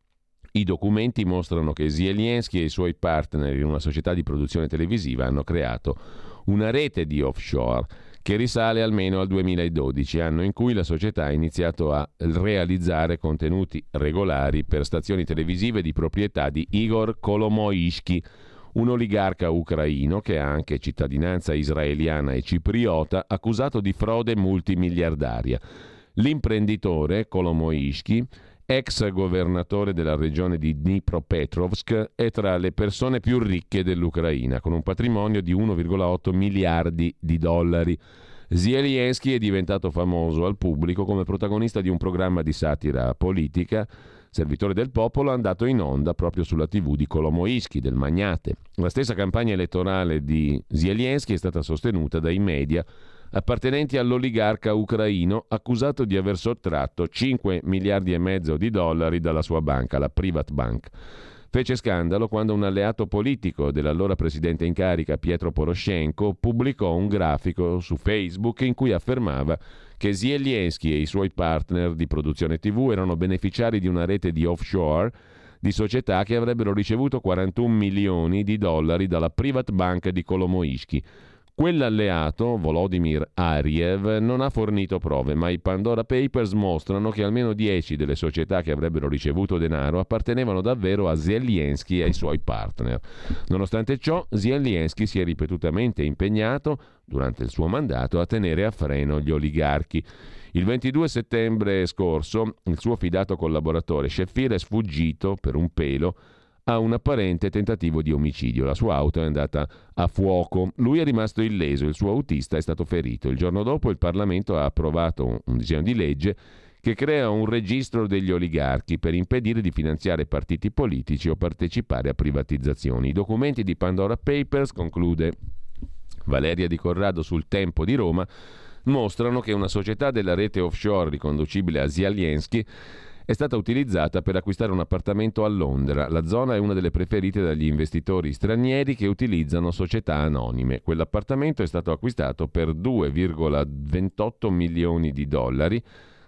Speaker 2: I documenti mostrano che Zelensky e i suoi partner in una società di produzione televisiva hanno creato una rete di offshore che risale almeno al duemiladodici, anno in cui la società ha iniziato a realizzare contenuti regolari per stazioni televisive di proprietà di Igor Kolomoisky, un oligarca ucraino che ha anche cittadinanza israeliana e cipriota, accusato di frode multimiliardaria. L'imprenditore Kolomoisky, ex governatore della regione di Dnipropetrovsk, è tra le persone più ricche dell'Ucraina, con un patrimonio di uno virgola otto miliardi di dollari. Zelensky è diventato famoso al pubblico come protagonista di un programma di satira politica, Servitore del Popolo, andato in onda proprio sulla tivù di Kolomoisky, del magnate. La stessa campagna elettorale di Zelensky è stata sostenuta dai media appartenenti all'oligarca ucraino, accusato di aver sottratto cinque miliardi e mezzo di dollari dalla sua banca, la Privat Bank. Fece scandalo quando un alleato politico dell'allora presidente in carica, Pietro Poroshenko, pubblicò un grafico su Facebook in cui affermava che Zelensky e i suoi partner di produzione tivù erano beneficiari di una rete di offshore di società che avrebbero ricevuto quarantuno milioni di dollari dalla Privat Bank di Kolomoisky. Quell'alleato, Volodymyr Ariev, non ha fornito prove, ma i Pandora Papers mostrano che almeno dieci delle società che avrebbero ricevuto denaro appartenevano davvero a Zelensky e ai suoi partner. Nonostante ciò, Zelensky si è ripetutamente impegnato, durante il suo mandato, a tenere a freno gli oligarchi. Il ventidue settembre scorso, il suo fidato collaboratore Shefir è sfuggito per un pelo a un apparente tentativo di omicidio. La sua auto è andata a fuoco. Lui è rimasto illeso, il suo autista è stato ferito. Il giorno dopo il Parlamento ha approvato un disegno di legge che crea un registro degli oligarchi per impedire di finanziare partiti politici o partecipare a privatizzazioni. I documenti di Pandora Papers, conclude Valeria Di Corrado sul Tempo di Roma, mostrano che una società della rete offshore riconducibile a Zelensky è stata utilizzata per acquistare un appartamento a Londra. La zona è una delle preferite dagli investitori stranieri che utilizzano società anonime. Quell'appartamento è stato acquistato per due virgola ventotto milioni di dollari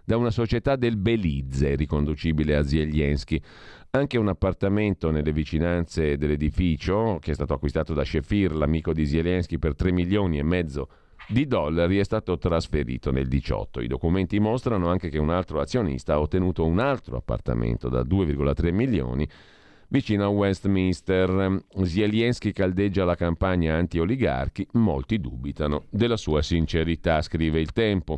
Speaker 2: da una società del Belize riconducibile a Zelensky. Anche un appartamento nelle vicinanze dell'edificio, che è stato acquistato da Shefir, l'amico di Zelensky, per tre milioni e mezzo di dollari, è stato trasferito nel diciotto. I documenti mostrano anche che un altro azionista ha ottenuto un altro appartamento da due virgola tre milioni vicino a Westminster. Zelensky caldeggia la campagna anti-oligarchi, molti dubitano della sua sincerità, scrive Il Tempo.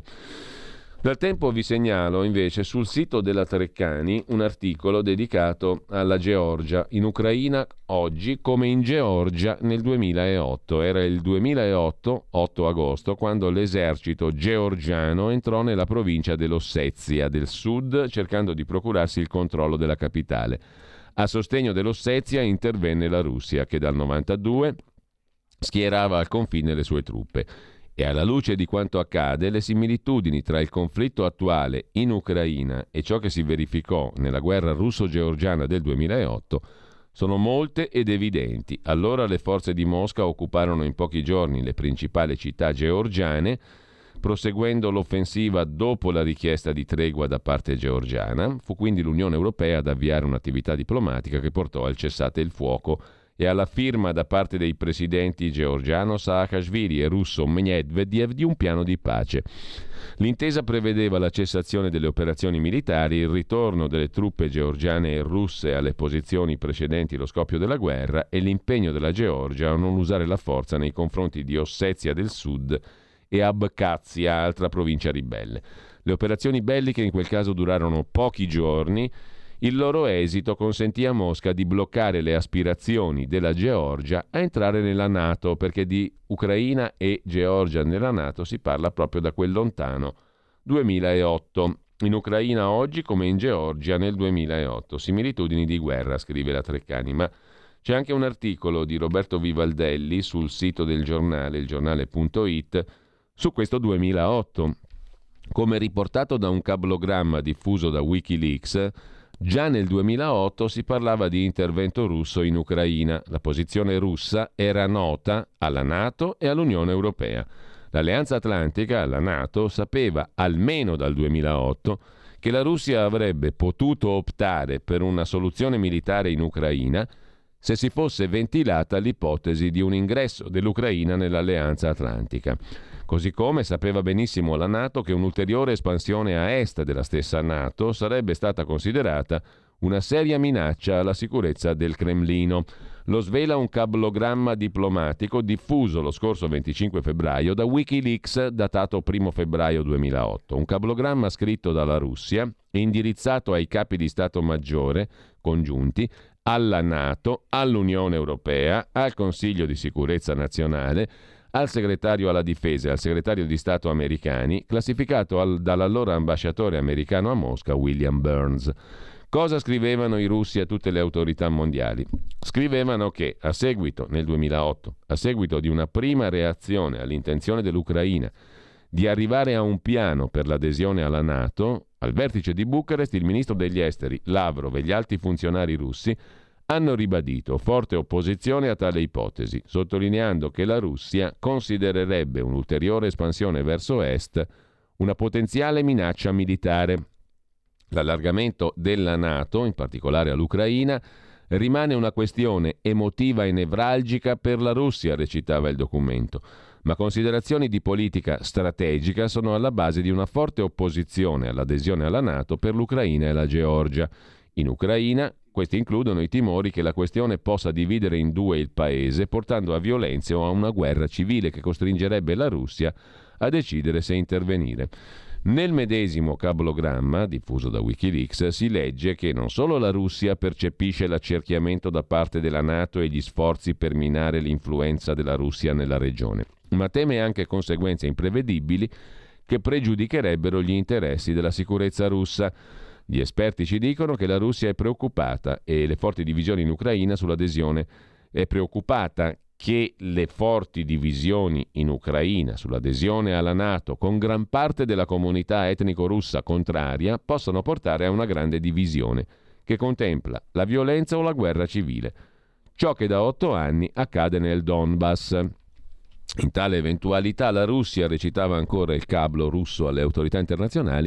Speaker 2: Dal Tempo vi segnalo invece sul sito della Treccani un articolo dedicato alla Georgia. In Ucraina oggi come in Georgia nel duemilaotto. Era il duemilaotto, otto agosto, quando l'esercito georgiano entrò nella provincia dell'Ossetia del Sud cercando di procurarsi il controllo della capitale. A sostegno dell'Ossetia intervenne la Russia, che dal novantadue schierava al confine le sue truppe. E alla luce di quanto accade, le similitudini tra il conflitto attuale in Ucraina e ciò che si verificò nella guerra russo-georgiana del duemilaotto sono molte ed evidenti. Allora le forze di Mosca occuparono in pochi giorni le principali città georgiane, proseguendo l'offensiva dopo la richiesta di tregua da parte georgiana. Fu quindi l'Unione Europea ad avviare un'attività diplomatica che portò al cessate il fuoco e alla firma da parte dei presidenti georgiano Saakashvili e russo Medvedev di un piano di pace. L'intesa prevedeva la cessazione delle operazioni militari, il ritorno delle truppe georgiane e russe alle posizioni precedenti lo scoppio della guerra e l'impegno della Georgia a non usare la forza nei confronti di Ossetia del Sud e Abkhazia, altra provincia ribelle. Le operazioni belliche in quel caso durarono pochi giorni. Il loro esito consentì a Mosca di bloccare le aspirazioni della Georgia a entrare nella NATO, perché di Ucraina e Georgia nella NATO si parla proprio da quel lontano duemilaotto. In Ucraina oggi come in Georgia nel duemilaotto. Similitudini di guerra, scrive la Treccani, ma c'è anche un articolo di Roberto Vivaldelli sul sito del giornale, il giornale punto it, su questo duemilaotto. Come riportato da un cablogramma diffuso da Wikileaks, già nel duemilaotto si parlava di intervento russo in Ucraina. La posizione russa era nota alla NATO e all'Unione Europea. L'Alleanza Atlantica, la NATO, sapeva almeno dal duemilaotto che la Russia avrebbe potuto optare per una soluzione militare in Ucraina se si fosse ventilata l'ipotesi di un ingresso dell'Ucraina nell'Alleanza Atlantica. Così come sapeva benissimo la NATO che un'ulteriore espansione a est della stessa NATO sarebbe stata considerata una seria minaccia alla sicurezza del Cremlino. Lo svela un cablogramma diplomatico diffuso lo scorso venticinque febbraio da Wikileaks, datato primo febbraio duemilaotto. Un cablogramma scritto dalla Russia e indirizzato ai capi di Stato Maggiore congiunti, alla NATO, all'Unione Europea, al Consiglio di Sicurezza Nazionale, al segretario alla difesa e al segretario di Stato americani, classificato al, dall'allora ambasciatore americano a Mosca, William Burns. Cosa scrivevano i russi a tutte le autorità mondiali? Scrivevano che, a seguito, nel duemilaotto, a seguito di una prima reazione all'intenzione dell'Ucraina di arrivare a un piano per l'adesione alla NATO, al vertice di Bucarest il ministro degli esteri, Lavrov, e gli alti funzionari russi hanno ribadito forte opposizione a tale ipotesi, sottolineando che la Russia considererebbe un'ulteriore espansione verso est una potenziale minaccia militare. L'allargamento della NATO, in particolare all'Ucraina, rimane una questione emotiva e nevralgica per la Russia, recitava il documento, ma considerazioni di politica strategica sono alla base di una forte opposizione all'adesione alla NATO per l'Ucraina e la Georgia. In Ucraina questi includono i timori che la questione possa dividere in due il paese, portando a violenze o a una guerra civile che costringerebbe la Russia a decidere se intervenire. Nel medesimo cablogramma, diffuso da Wikileaks, si legge che non solo la Russia percepisce l'accerchiamento da parte della NATO e gli sforzi per minare l'influenza della Russia nella regione, ma teme anche conseguenze imprevedibili che pregiudicherebbero gli interessi della sicurezza russa. Gli esperti ci dicono che la Russia è preoccupata e le forti divisioni in Ucraina sull'adesione è preoccupata che le forti divisioni in Ucraina sull'adesione alla NATO con gran parte della comunità etnico-russa contraria possano portare a una grande divisione che contempla la violenza o la guerra civile, ciò che da otto anni accade nel Donbass. In tale eventualità la Russia, recitava ancora il cablo russo alle autorità internazionali,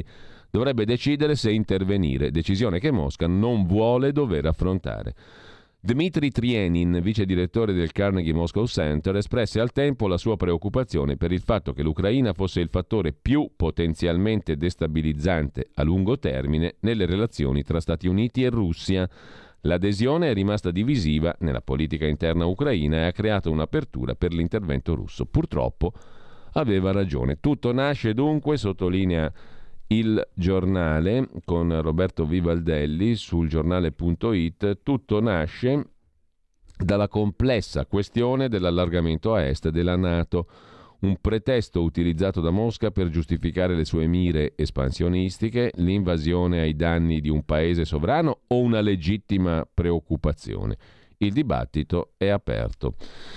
Speaker 2: dovrebbe decidere se intervenire, decisione che Mosca non vuole dover affrontare. Dmitry Trienin, vice direttore del Carnegie Moscow Center, espresse al tempo la sua preoccupazione per il fatto che l'Ucraina fosse il fattore più potenzialmente destabilizzante a lungo termine nelle relazioni tra Stati Uniti e Russia. L'adesione è rimasta divisiva nella politica interna ucraina e ha creato un'apertura per l'intervento russo. Purtroppo aveva ragione. Tutto nasce dunque, sottolinea Il Giornale con Roberto Vivaldelli sul giornale punto it, tutto nasce dalla complessa questione dell'allargamento a est della NATO, un pretesto utilizzato da Mosca per giustificare le sue mire espansionistiche, l'invasione ai danni di un paese sovrano o una legittima preoccupazione. Il dibattito è aperto.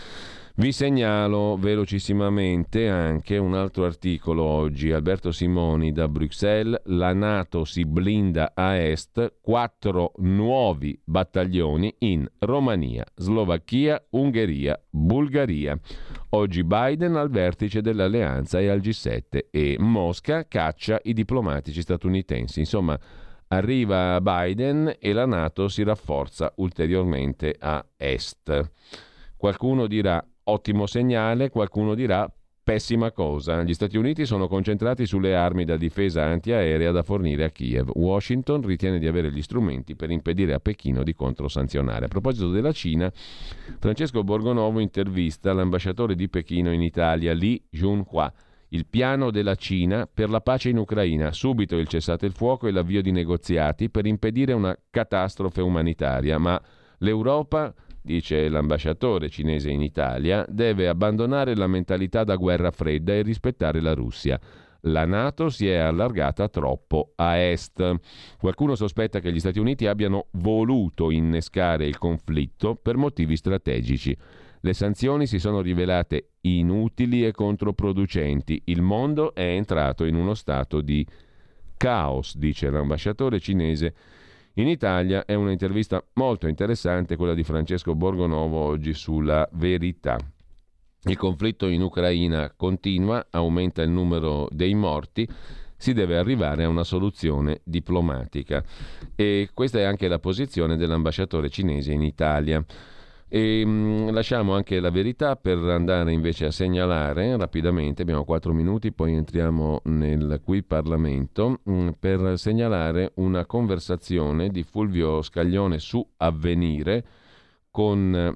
Speaker 2: Vi segnalo velocissimamente anche un altro articolo oggi, Alberto Simoni da Bruxelles, la NATO si blinda a est, quattro nuovi battaglioni in Romania, Slovacchia, Ungheria, Bulgaria. Oggi Biden al vertice dell'alleanza e al G sette e Mosca caccia i diplomatici statunitensi. Insomma, arriva Biden e la NATO si rafforza ulteriormente a est. Qualcuno dirà ottimo segnale, qualcuno dirà pessima cosa. Gli Stati Uniti sono concentrati sulle armi da difesa antiaerea da fornire a Kiev. Washington ritiene di avere gli strumenti per impedire a Pechino di controsanzionare. A proposito della Cina, Francesco Borgonovo intervista l'ambasciatore di Pechino in Italia, Li Junhua. Il piano della Cina per la pace in Ucraina, subito il cessate il fuoco e l'avvio di negoziati per impedire una catastrofe umanitaria, ma l'Europa, dice l'ambasciatore cinese in Italia, deve abbandonare la mentalità da guerra fredda e rispettare la Russia. La NATO si è allargata troppo a est. Qualcuno sospetta che gli Stati Uniti abbiano voluto innescare il conflitto per motivi strategici. Le sanzioni si sono rivelate inutili e controproducenti. Il mondo è entrato in uno stato di caos, dice l'ambasciatore cinese in Italia. È un'intervista molto interessante quella di Francesco Borgonovo oggi sulla Verità. Il conflitto in Ucraina continua, aumenta il numero dei morti, si deve arrivare a una soluzione diplomatica e questa è anche la posizione dell'ambasciatore cinese in Italia. E mh, lasciamo anche la Verità per andare invece a segnalare rapidamente, abbiamo quattro minuti, poi entriamo nel Qui Parlamento, mh, per segnalare una conversazione di Fulvio Scaglione su Avvenire con,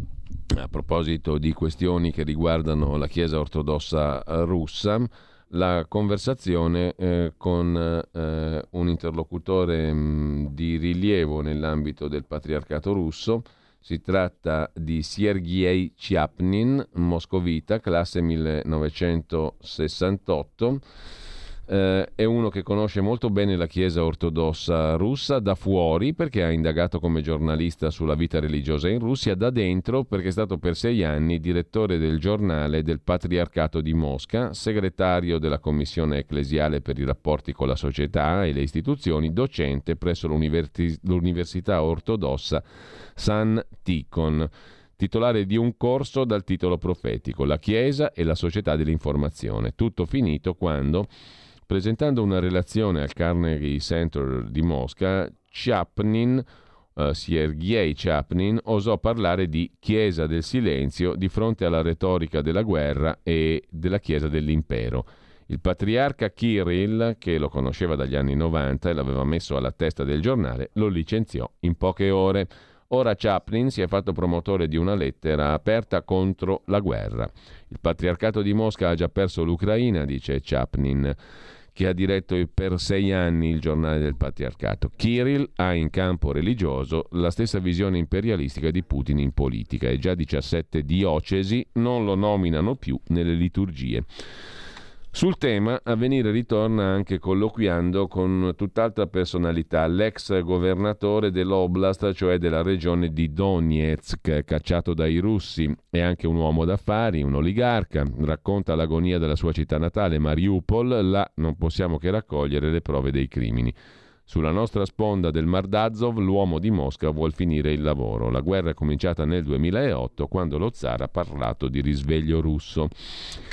Speaker 2: a proposito di questioni che riguardano la Chiesa ortodossa russa, la conversazione eh, con eh, un interlocutore mh, di rilievo nell'ambito del patriarcato russo. Si tratta di Sergei Chapnin, moscovita, classe millenovecentosessantotto. Eh, è uno che conosce molto bene la Chiesa ortodossa russa da fuori perché ha indagato come giornalista sulla vita religiosa in Russia, da dentro perché è stato per sei anni direttore del giornale del Patriarcato di Mosca, segretario della Commissione ecclesiale per i rapporti con la società e le istituzioni, docente presso l'universi- l'Università ortodossa San Tikhon, titolare di un corso dal titolo profetico La Chiesa e la società dell'informazione. Tutto finito quando, presentando una relazione al Carnegie Center di Mosca, Chapnin, uh, Sergei Chapnin, osò parlare di Chiesa del silenzio di fronte alla retorica della guerra e della Chiesa dell'impero. Il patriarca Kirill, che lo conosceva dagli anni novanta e l'aveva messo alla testa del giornale, lo licenziò in poche ore. Ora Chapnin si è fatto promotore di una lettera aperta contro la guerra. Il patriarcato di Mosca ha già perso l'Ucraina, dice Chapnin, che ha diretto per sei anni il giornale del patriarcato. Kirill ha in campo religioso la stessa visione imperialistica di Putin in politica e già diciassette diocesi non lo nominano più nelle liturgie. Sul tema Avvenire ritorna anche colloquiando con tutt'altra personalità, l'ex governatore dell'Oblast, cioè della regione di Donetsk, cacciato dai russi. È anche un uomo d'affari, un oligarca, racconta l'agonia della sua città natale, Mariupol, là non possiamo che raccogliere le prove dei crimini. Sulla nostra sponda del Mar d'Azov l'uomo di Mosca vuol finire il lavoro. La guerra è cominciata nel duemilaotto, quando lo zar ha parlato di risveglio russo.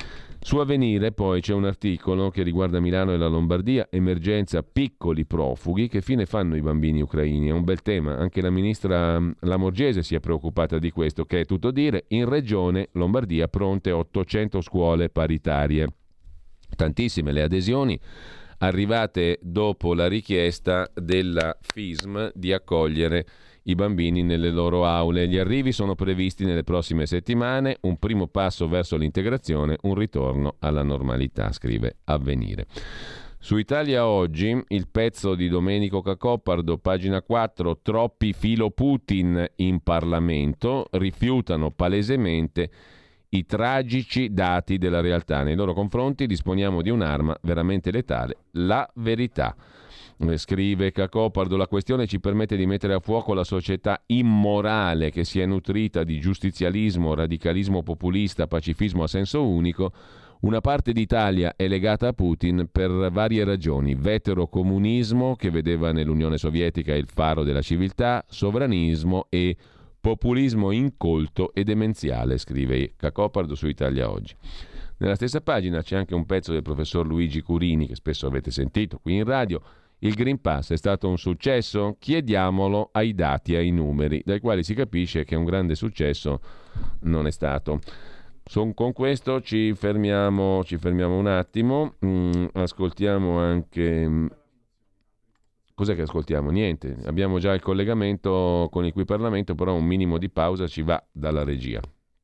Speaker 2: Su Avvenire poi c'è un articolo che riguarda Milano e la Lombardia, emergenza piccoli profughi, che fine fanno i bambini ucraini? È un bel tema, anche la ministra Lamorgese si è preoccupata di questo, che è tutto dire. In regione Lombardia pronte ottocento scuole paritarie, tantissime le adesioni arrivate dopo la richiesta della F I S M di accogliere i bambini nelle loro aule. Gli arrivi sono previsti nelle prossime settimane, un primo passo verso l'integrazione, un ritorno alla normalità, scrive Avvenire. Su Italia Oggi, il pezzo di Domenico Cacopardo, pagina quattro, troppi filo Putin in Parlamento, rifiutano palesemente i tragici dati della realtà. Nei loro confronti disponiamo di un'arma veramente letale, la verità. Scrive Cacopardo, la questione ci permette di mettere a fuoco la società immorale che si è nutrita di giustizialismo, radicalismo populista, pacifismo a senso unico. Una parte d'Italia è legata a Putin per varie ragioni: veterocomunismo, che vedeva nell'Unione Sovietica il faro della civiltà, sovranismo e populismo incolto e demenziale, scrive Cacopardo su Italia Oggi. Nella stessa pagina c'è anche un pezzo del professor Luigi Curini, che spesso avete sentito qui in radio. Il Green Pass è stato un successo? Chiediamolo ai dati e ai numeri, dai quali si capisce che un grande successo non è stato. Son, con questo ci fermiamo, ci fermiamo un attimo, mm, ascoltiamo anche... Cos'è che ascoltiamo? Niente, abbiamo già il collegamento con il Qui Parlamento, però un minimo di pausa ci va dalla regia.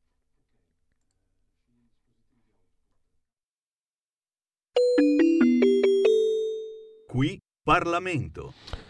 Speaker 8: Qui Parlamento.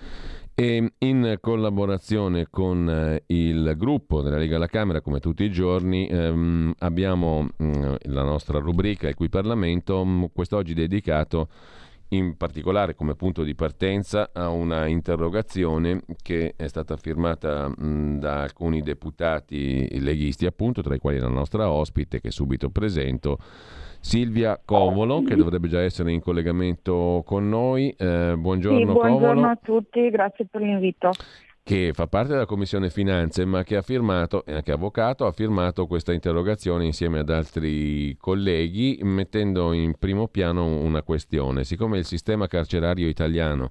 Speaker 2: E in collaborazione con eh, il gruppo della Lega alla Camera, come tutti i giorni, ehm, abbiamo mh, la nostra rubrica il Qui Parlamento, mh, quest'oggi dedicato in particolare come punto di partenza a una interrogazione che è stata firmata mh, da alcuni deputati leghisti, appunto, tra i quali la nostra ospite, che subito presento, Silvia Covolo, che dovrebbe già essere in collegamento con noi. Eh, buongiorno,
Speaker 7: sì, buongiorno
Speaker 2: Covolo.
Speaker 7: a tutti, grazie per l'invito.
Speaker 2: Che fa parte della Commissione Finanze, ma che ha firmato, e anche avvocato, ha firmato questa interrogazione insieme ad altri colleghi, mettendo in primo piano una questione. Siccome il sistema carcerario italiano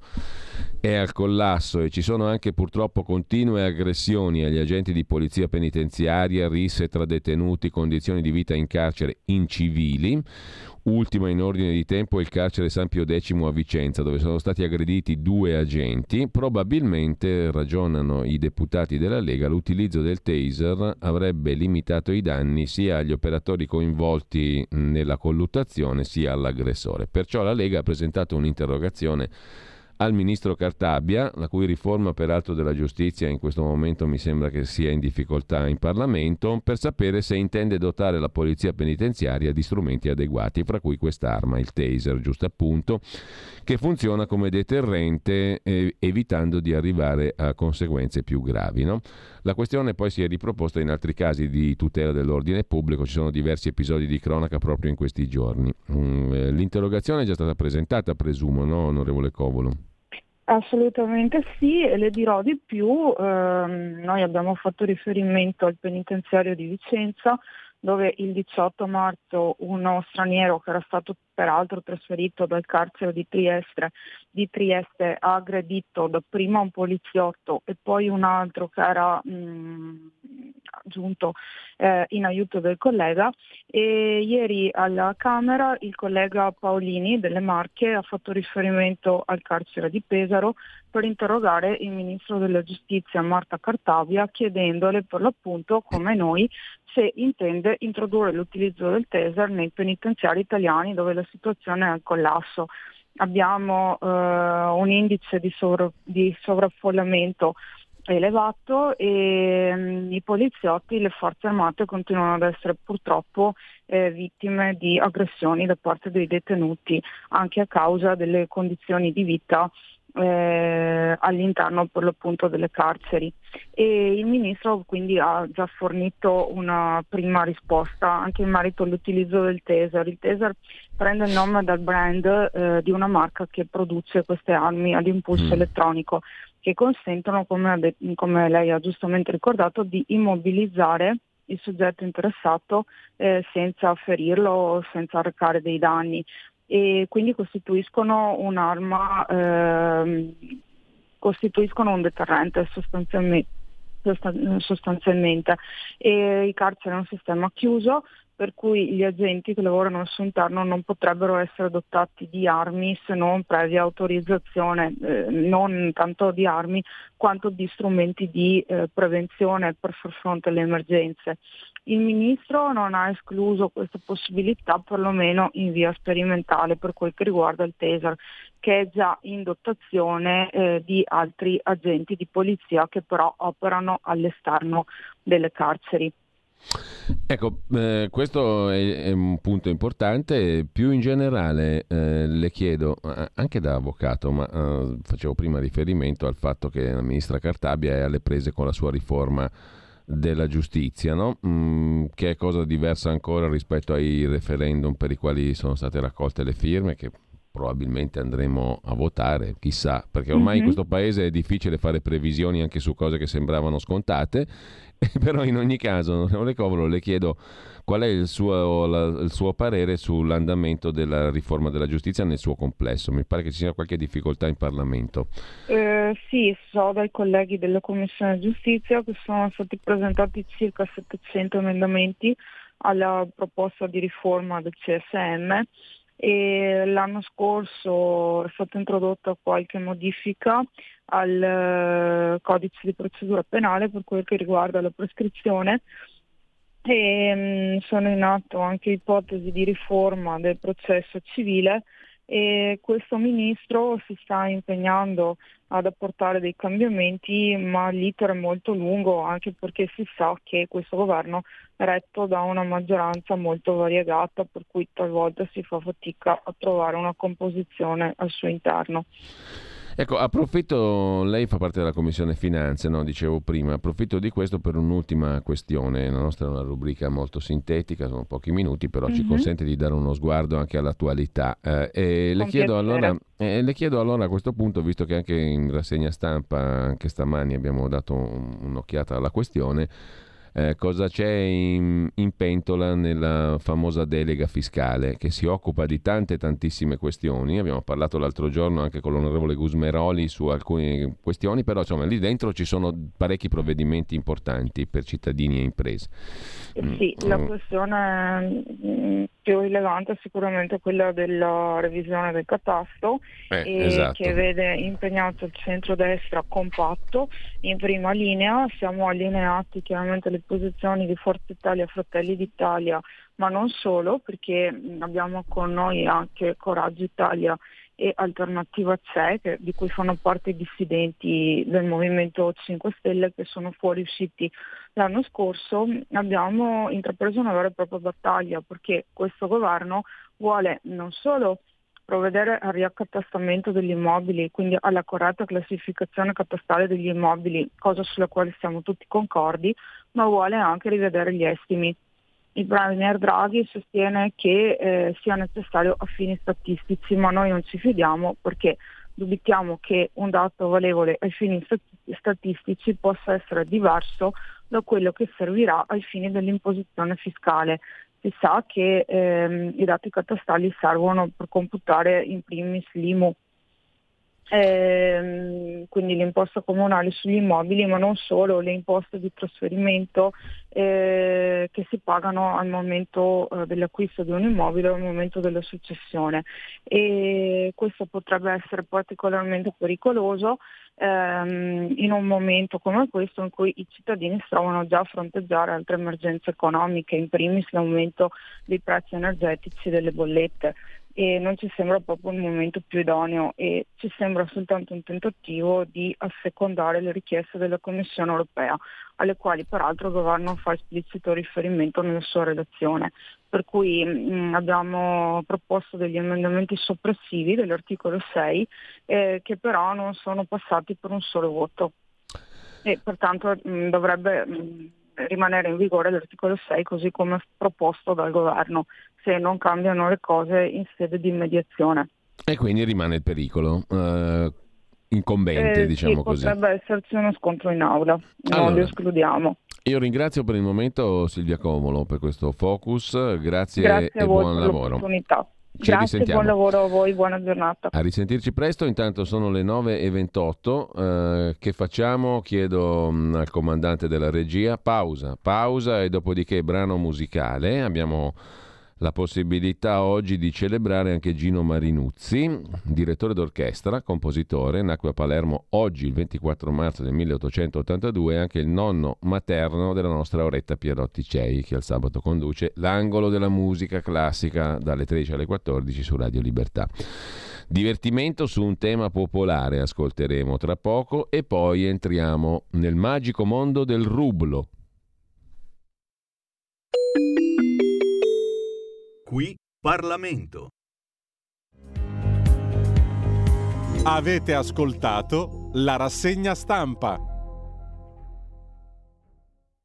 Speaker 2: è al collasso e ci sono anche purtroppo continue aggressioni agli agenti di polizia penitenziaria, risse tra detenuti, condizioni di vita in carcere incivili, ultima in ordine di tempo il carcere San Pio X a Vicenza, dove sono stati aggrediti due agenti, probabilmente, ragionano i deputati della Lega, l'utilizzo del taser avrebbe limitato i danni sia agli operatori coinvolti nella colluttazione sia all'aggressore. Perciò la Lega ha presentato un'interrogazione al ministro Cartabia, la cui riforma peraltro della giustizia in questo momento mi sembra che sia in difficoltà in Parlamento, per sapere se intende dotare la polizia penitenziaria di strumenti adeguati, fra cui quest'arma, il taser, giusto appunto, che funziona come deterrente eh, evitando di arrivare a conseguenze più gravi, no? La questione poi si è riproposta in altri casi di tutela dell'ordine pubblico, ci sono diversi episodi di cronaca proprio in questi giorni. Mm, eh, l'interrogazione è già stata presentata, presumo, no, onorevole Covolo?
Speaker 7: Assolutamente sì, e le dirò di più. ehm, noi abbiamo fatto riferimento al penitenziario di Vicenza, dove il diciotto marzo uno straniero, che era stato peraltro trasferito dal carcere di Trieste, di Trieste ha aggredito dapprima un poliziotto e poi un altro che era mh, giunto eh, in aiuto del collega, e ieri alla Camera il collega Paolini delle Marche ha fatto riferimento al carcere di Pesaro per interrogare il ministro della giustizia Marta Cartabia, chiedendole per l'appunto, come noi, se intende introdurre l'utilizzo del taser nei penitenziari italiani dove la situazione è al collasso. Abbiamo eh, un indice di, sovra- di sovraffollamento elevato e mh, i poliziotti, le forze armate continuano ad essere purtroppo eh, vittime di aggressioni da parte dei detenuti, anche a causa delle condizioni di vita Eh, all'interno per l'appunto delle carceri, e il ministro quindi ha già fornito una prima risposta anche in merito all'utilizzo del taser. Il taser prende il nome dal brand eh, di una marca che produce queste armi ad impulso mm. elettronico, che consentono, come, come lei ha giustamente ricordato, di immobilizzare il soggetto interessato eh, senza ferirlo, senza arrecare dei danni, e quindi costituiscono un'arma, eh, costituiscono un deterrente sostanzialmente. sostanzialmente e il carcere è un sistema chiuso, per cui gli agenti che lavorano al suo interno non potrebbero essere dotati di armi se non previa autorizzazione, eh, non tanto di armi quanto di strumenti di eh, prevenzione per far fronte alle emergenze. Il Ministro non ha escluso questa possibilità, perlomeno in via sperimentale, per quel che riguarda il taser, che è già in dotazione eh, di altri agenti di polizia che però operano all'esterno delle carceri.
Speaker 2: Ecco, eh, questo è, è un punto importante. Più in generale eh, le chiedo, anche da avvocato, ma eh, facevo prima riferimento al fatto che la ministra Cartabia è alle prese con la sua riforma della giustizia, no? Mm, che è cosa diversa ancora rispetto ai referendum per i quali sono state raccolte le firme, che probabilmente andremo a votare, chissà, perché ormai mm-hmm. in questo paese è difficile fare previsioni anche su cose che sembravano scontate. Però in ogni caso, onorevole Covolo, le chiedo qual è il suo, la, il suo parere sull'andamento della riforma della giustizia nel suo complesso. Mi pare che ci sia qualche difficoltà in Parlamento.
Speaker 7: Eh, sì, so dai colleghi della Commissione Giustizia che sono stati presentati circa settecento emendamenti alla proposta di riforma del C S M e l'anno scorso è stata introdotta qualche modifica al codice di procedura penale per quel che riguarda la prescrizione e mh, sono in atto anche ipotesi di riforma del processo civile e questo ministro si sta impegnando ad apportare dei cambiamenti, ma l'iter è molto lungo anche perché si sa che questo governo è retto da una maggioranza molto variegata, per cui talvolta si fa fatica a trovare una composizione al suo interno.
Speaker 2: Ecco, approfitto, lei fa parte della Commissione Finanze, no? Dicevo prima, approfitto di questo per un'ultima questione. La nostra è una rubrica molto sintetica, sono pochi minuti, però mm-hmm. ci consente di dare uno sguardo anche all'attualità. Eh, e le chiedo, allora, eh, le chiedo allora a questo punto, visto che anche in rassegna stampa, anche stamani abbiamo dato un, un'occhiata alla questione, Eh, cosa c'è in, in pentola nella famosa delega fiscale che si occupa di tante tantissime questioni. Abbiamo parlato l'altro giorno anche con l'onorevole Gusmeroli su alcune questioni, però insomma lì dentro ci sono parecchi provvedimenti importanti per cittadini e imprese.
Speaker 7: Sì, mm. la questione mm, più rilevante è sicuramente quella della revisione del catasto
Speaker 2: eh,
Speaker 7: e
Speaker 2: esatto.
Speaker 7: che vede impegnato il centrodestra compatto in prima linea. Siamo allineati chiaramente alle posizioni di Forza Italia, Fratelli d'Italia, ma non solo, perché abbiamo con noi anche Coraggio Italia e Alternativa C'è, che, di cui fanno parte i dissidenti del Movimento cinque Stelle che sono fuoriusciti l'anno scorso. Abbiamo intrapreso una vera e propria battaglia perché questo governo vuole non solo provvedere al riaccatastamento degli immobili, quindi alla corretta classificazione catastale degli immobili, cosa sulla quale siamo tutti concordi, ma vuole anche rivedere gli estimi. Il premier Draghi sostiene che eh, sia necessario a fini statistici, ma noi non ci fidiamo perché dubitiamo che un dato valevole ai fini statistici possa essere diverso da quello che servirà ai fini dell'imposizione fiscale. Si sa che ehm, i dati catastali servono per computare in primis l'I M U, ehm, quindi l'imposta comunale sugli immobili, ma non solo, le imposte di trasferimento eh, che si pagano al momento eh, dell'acquisto di un immobile o al momento della successione. E questo potrebbe essere particolarmente pericoloso ehm, in un momento come questo in cui i cittadini si trovano già a fronteggiare altre emergenze economiche, in primis l'aumento dei prezzi energetici e delle bollette. E non ci sembra proprio un momento più idoneo e ci sembra soltanto un tentativo di assecondare le richieste della Commissione europea, alle quali peraltro il governo fa esplicito riferimento nella sua relazione. Per cui mh, abbiamo proposto degli emendamenti soppressivi dell'articolo sei eh, che però non sono passati per un solo voto e pertanto mh, dovrebbe mh, rimanere in vigore l'articolo sei così come proposto dal governo, se non cambiano le cose in sede di mediazione.
Speaker 2: E quindi rimane il pericolo eh, incombente,
Speaker 7: eh,
Speaker 2: diciamo
Speaker 7: sì,
Speaker 2: così.
Speaker 7: Potrebbe esserci uno scontro in aula, non
Speaker 2: allora,
Speaker 7: lo escludiamo.
Speaker 2: Io ringrazio per il momento Silvia Comolo per questo focus, grazie,
Speaker 7: Grazie
Speaker 2: e
Speaker 7: a voi
Speaker 2: buon
Speaker 7: per
Speaker 2: lavoro.
Speaker 7: l'opportunità.
Speaker 2: Ci
Speaker 7: Grazie,
Speaker 2: risentiamo.
Speaker 7: buon lavoro a voi, buona giornata.
Speaker 2: A risentirci presto, intanto sono le nove e ventotto, eh, che facciamo? Chiedo mh, al comandante della regia, pausa, pausa e dopodiché brano musicale. Abbiamo la possibilità oggi di celebrare anche Gino Marinuzzi, direttore d'orchestra, compositore, nacque a Palermo oggi il ventiquattro marzo del milleottocentottantadue, anche il nonno materno della nostra Auretta Pierotti Cei, che al sabato conduce l'angolo della musica classica dalle tredici alle quattordici su Radio Libertà. Divertimento su un tema popolare ascolteremo tra poco e poi entriamo nel magico mondo del rublo.
Speaker 8: Qui Parlamento.
Speaker 1: Avete ascoltato la rassegna stampa.